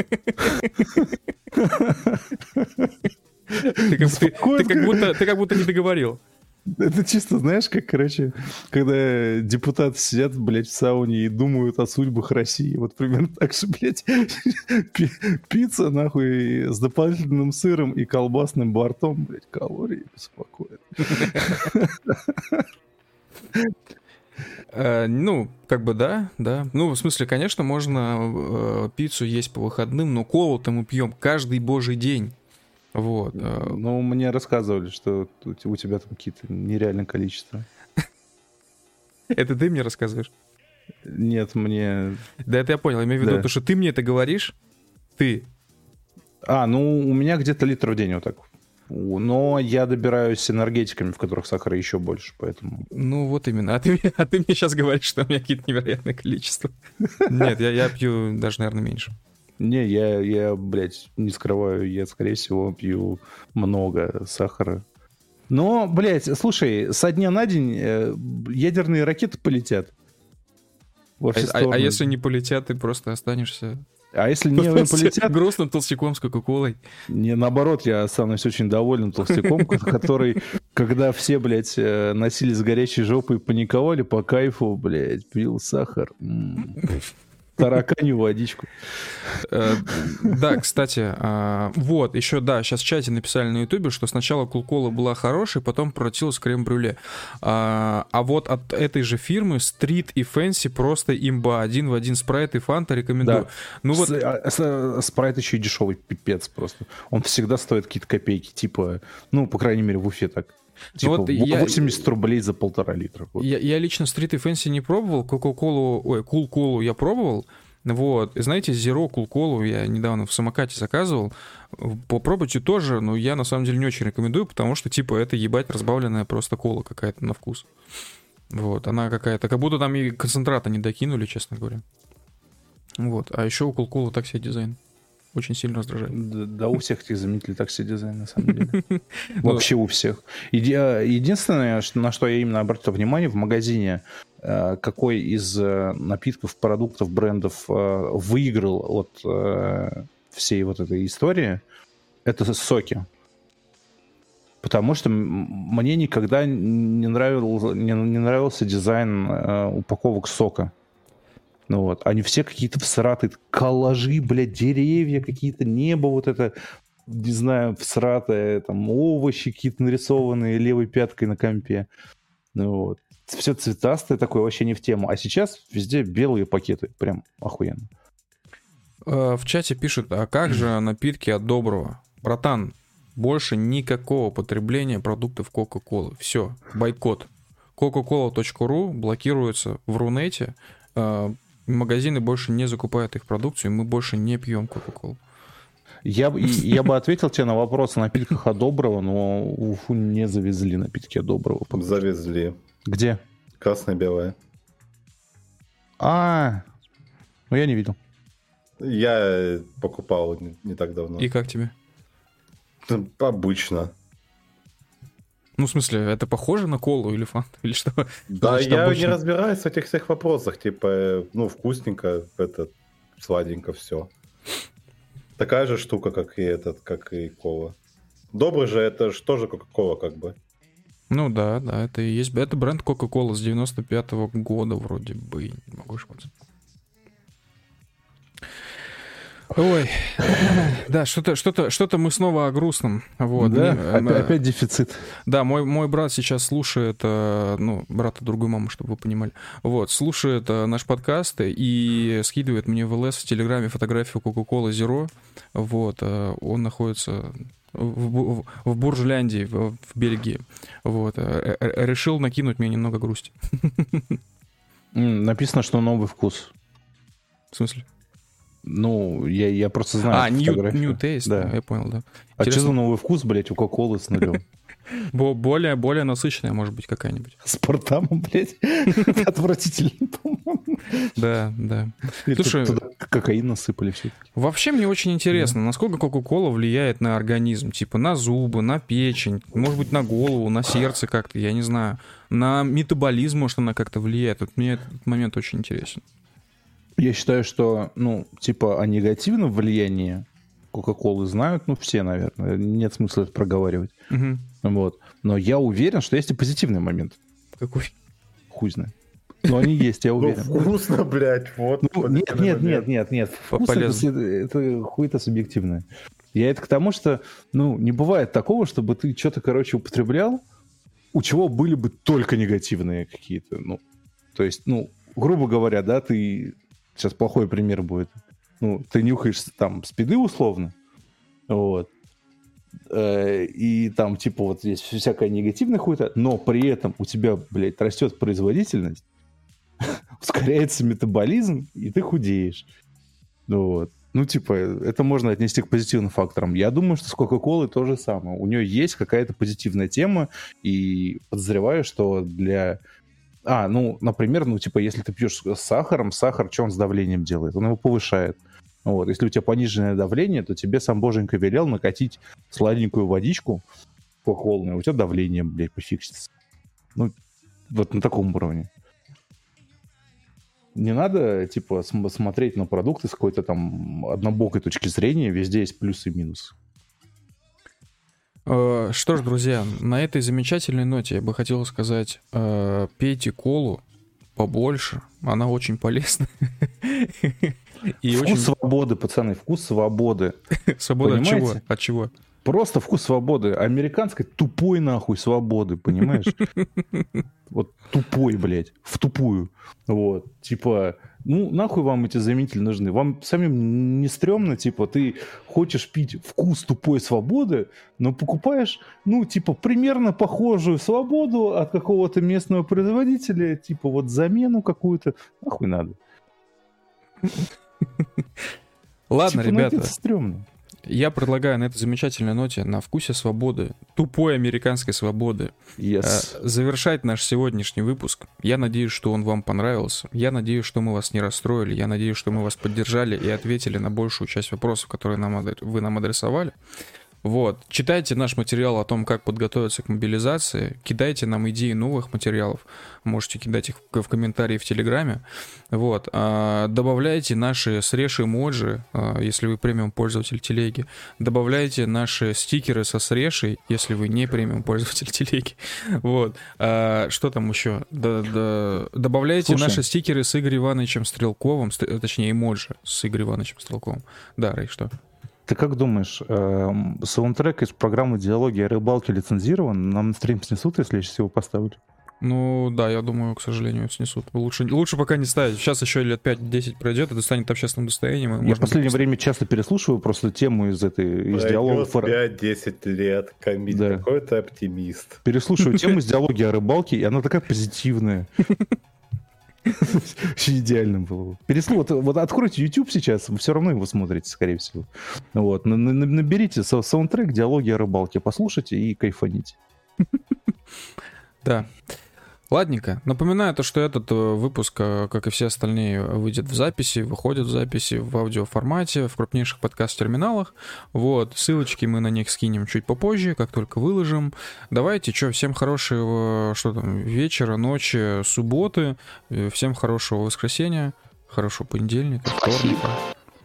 Ты как, ты, ты, как будто, ты как будто не договорил. Это чисто, знаешь, как, короче, когда депутаты сидят, блядь, в сауне и думают о судьбах России. Вот примерно так же, блядь, пи- пицца, нахуй, с дополнительным сыром и колбасным бортом, блядь, калории беспокоят. Э, ну, как бы да, да. Ну, в смысле, конечно, можно э, пиццу есть по выходным, но колу-то мы пьем каждый божий день. Вот. э. Ну, мне рассказывали, что у те- у тебя там какие-то нереальное количество. Это ты мне рассказываешь? Нет, мне... Да, это я понял. Я имею в виду Да. то, что ты мне это говоришь, ты. А, ну, у меня где-то литр в день вот так. У- Но я добираюсь с энергетиками, в которых сахара еще больше, поэтому... Ну, вот именно. А ты, мне- а ты мне сейчас говоришь, что у меня какие-то невероятные количества. Нет, я, я пью даже, наверное, меньше. Не, я, я, блядь, не скрываю, я, скорее всего, пью много сахара. Но, блядь, слушай, со дня на день э, ядерные ракеты полетят. Во А, все а- а стороны. если не полетят, ты просто останешься А если не полетят, грустным толстяком с Кока-Колой. не, наоборот, я останусь очень довольным толстяком, который, когда все, блядь, э, носились с горячей жопой и паниковали, по кайфу, блядь, пил сахар. М. Тараканью водичку. Э, Да, кстати, а, вот, еще, да, сейчас в чате написали на ютубе, что сначала Coca-Cola была хорошей, потом превратилась в крем-брюле. А а вот от этой же фирмы Street и Fancy просто имба. Один в один Sprite и Fanta рекомендую. Да. Ну вот, С- а, с- а, Спрайт еще и дешевый пипец просто. Он всегда стоит какие-то копейки, типа, ну, по крайней мере, в Уфе так. Типа вот я- восемьдесят рублей за полтора литра. Вот. я, я лично Street и Fancy не пробовал, Coca-Cola, ой, Cool Cola я пробовал. Вот, и знаете, Zero Cool Cola я недавно в самокате заказывал. Попробуйте тоже, но я на самом деле не очень рекомендую, потому что, типа, это ебать разбавленная просто кола какая-то на вкус. Вот, она какая-то, как будто там и концентрата не докинули, честно говоря. Вот, а еще у Cool Cola так себе дизайн. Очень сильно раздражает. Да, да у всех этих заменителей такси дизайн, на самом деле. Вообще у всех. Еди- а, Единственное, что- на что я именно обратил внимание в магазине, э, какой из э, напитков, продуктов, брендов э, выиграл от э, всей вот этой истории, это соки. Потому что м- мне никогда не нравился, не, не нравился дизайн э, упаковок сока. Ну вот, они все какие-то всратые, коллажи, блядь, деревья какие-то, небо вот это, не знаю, всратое, там овощи какие-то нарисованные левой пяткой на компе. Ну вот. Все цветастое такое, вообще не в тему. А сейчас везде белые пакеты, прям охуенно. Э, В чате пишут, а как же напитки от Доброго? Братан, больше никакого потребления продуктов Coca-Cola. Все, бойкот. кока кола точка ру блокируется в Рунете. Э, Магазины больше не закупают их продукцию, и мы больше не пьем Coca-Cola. Я, бы- и- я бы ответил тебе на вопрос о напитках от Доброго, но в Уфу не завезли напитки от Доброго. Завезли. Где? Красно-белое. А, ну я не видел. Я покупал не, не так давно. И как тебе? Ну, обычно. Ну, в смысле, это похоже на колу или фанту, или что? Да, Значит, я обычно. не разбираюсь в этих всех вопросах. Типа, э, ну, вкусненько, это, сладенько, все. Такая же штука, как и этот, как и кола. Добрый же, это же тоже Кока-Кола, как бы. Ну да, да, это и есть. Это бренд Coca-Cola с девяносто пятого года вроде бы. Не могу ошибаться. Ой, да, что-то, что-то, что-то мы снова о грустном. Вот. Да, Мне, опять, э, опять дефицит. Да, мой, мой брат сейчас слушает, э, ну, брата другой мамы, чтобы вы понимали, вот, слушает э, наш подкаст и скидывает мне в ЛС в Телеграме фотографию Coca-Cola Zero, вот, э, он находится в, Бу- в Буржляндии, в, в Бельгии, вот, э, э, решил накинуть мне немного грусти. М, Написано, что новый вкус. В смысле? Ну, я, я просто знаю А, эту new, фотографию. new taste, Да. я понял, да. А что Интересно. за новый вкус, блядь, у Кока-Колы с нулем? Бо- Более, более насыщенная, может быть, какая-нибудь. С портамом, блядь? Отвратительно, по-моему. Да, да. Или Слушай, туда кокаин насыпали все. вообще мне очень интересно, насколько Кока-Кола влияет на организм, типа на зубы, на печень, может быть, на голову, на сердце как-то, я не знаю, на метаболизм, может, она как-то влияет. Вот мне этот момент очень интересен. Я считаю, что, ну, типа, о негативном влиянии Кока-Колы знают, ну, все, наверное. Нет смысла это проговаривать. Мгм. Вот. Но я уверен, что есть и позитивный момент. Какой? Хуй знает. Но они есть, я Ну, уверен. вкусно, блядь, вот. Ну, нет, нет, нет, нет, нет. Вкус Полезно. это, это хуй-то субъективное. Я это к тому, что, ну, не бывает такого, чтобы ты что-то, короче, употреблял, у чего были бы только негативные какие-то, ну, То есть, ну, грубо говоря, да, ты... Сейчас плохой пример будет. Ну, ты нюхаешь там спиды условно, вот, и там, типа, вот здесь всякая негативная хуйта, но при этом у тебя, блядь, растет производительность, ускоряется метаболизм, и ты худеешь. Вот. Ну, типа, это можно отнести к позитивным факторам. Я думаю, что с Кока-Колой то же самое. У нее есть какая-то позитивная тема, и подозреваю, что для... А, ну, например, ну, типа, если ты пьешь с сахаром, сахар, что он с давлением делает? Он его повышает. Вот. Если у тебя пониженное давление, то тебе сам боженька велел накатить сладенькую водичку кока-колную, у тебя давление, блядь, пофиксится. Ну, вот на таком уровне. Не надо, типа, см- смотреть на продукты с какой-то там однобокой точки зрения. Везде есть плюсы и минусы. Э, Что ж, друзья, на этой замечательной ноте я бы хотел сказать, э, пейте колу побольше, она очень полезна. И Вкус очень... свободы, пацаны, вкус свободы. Свобода от чего? Понимаете? От чего? Просто вкус свободы. Американской тупой нахуй свободы, понимаешь? Вот тупой, блядь, в тупую. Вот, типа, ну, нахуй вам эти заменители нужны? Вам самим не стрёмно, типа, ты хочешь пить вкус тупой свободы, но покупаешь, ну, типа, примерно похожую свободу от какого-то местного производителя, типа, вот замену какую-то. Нахуй надо. Ладно, Типа, ну, ребята, это стрёмно. я предлагаю на этой замечательной ноте, на вкусе свободы, тупой американской свободы, Yes. э, завершать наш сегодняшний выпуск. Я надеюсь, что он вам понравился. Я надеюсь, что мы вас не расстроили. Я надеюсь, что мы вас поддержали и ответили на большую часть вопросов, которые нам, адр- вы нам адресовали. Вот. Читайте наш материал о том, как подготовиться к мобилизации. Кидайте нам идеи новых материалов. Можете кидать их в, в комментарии в Телеграме. Вот. А, добавляйте наши среш эмоджи, а, если вы премиум пользователь телеги. Добавляйте наши стикеры со срешей, если вы не премиум пользователь телеги. Вот. А, что там еще? Да, да. Добавляйте Слушай. наши стикеры с Игорем Ивановичем Стрелковым, ст- точнее эмоджи с Игорем Ивановичем Стрелковым. Да, Рэй, что? Ты как думаешь, эм, саундтрек из программы «Диалоги о рыбалке» лицензирован? Нам на стрим снесут, если я сейчас его поставлю? Ну да, я думаю, к сожалению, снесут. Лучше, лучше пока не ставить. Сейчас еще лет пять-десять пройдет, это станет общественным достоянием. и Я можно в последнее будет- время часто переслушиваю просто тему из этой из диалогов. о- пять-десять лет, Камиль, Да. какой ты оптимист. Переслушиваю тему из «Диалоги о рыбалке», и она такая позитивная. Вообще идеально было бы. Переслу... Вот, вот откройте YouTube сейчас, вы все равно его смотрите, скорее всего. Вот. на- на- Наберите са- саундтрек «Диалоги о рыбалке», послушайте и кайфаните. Да. Ладненько. Напоминаю то, что этот э, выпуск, э, как и все остальные, выйдет в записи, выходит в записи в аудиоформате, в крупнейших подкаст-терминалах. Вот. Ссылочки мы на них скинем чуть попозже, как только выложим. Давайте, что, всем хорошего, что там, вечера, ночи, субботы. Э, Всем хорошего воскресенья, хорошего понедельника, вторника.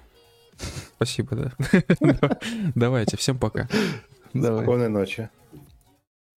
Спасибо, да. Давайте, всем пока. Давай. Спокойной ночи.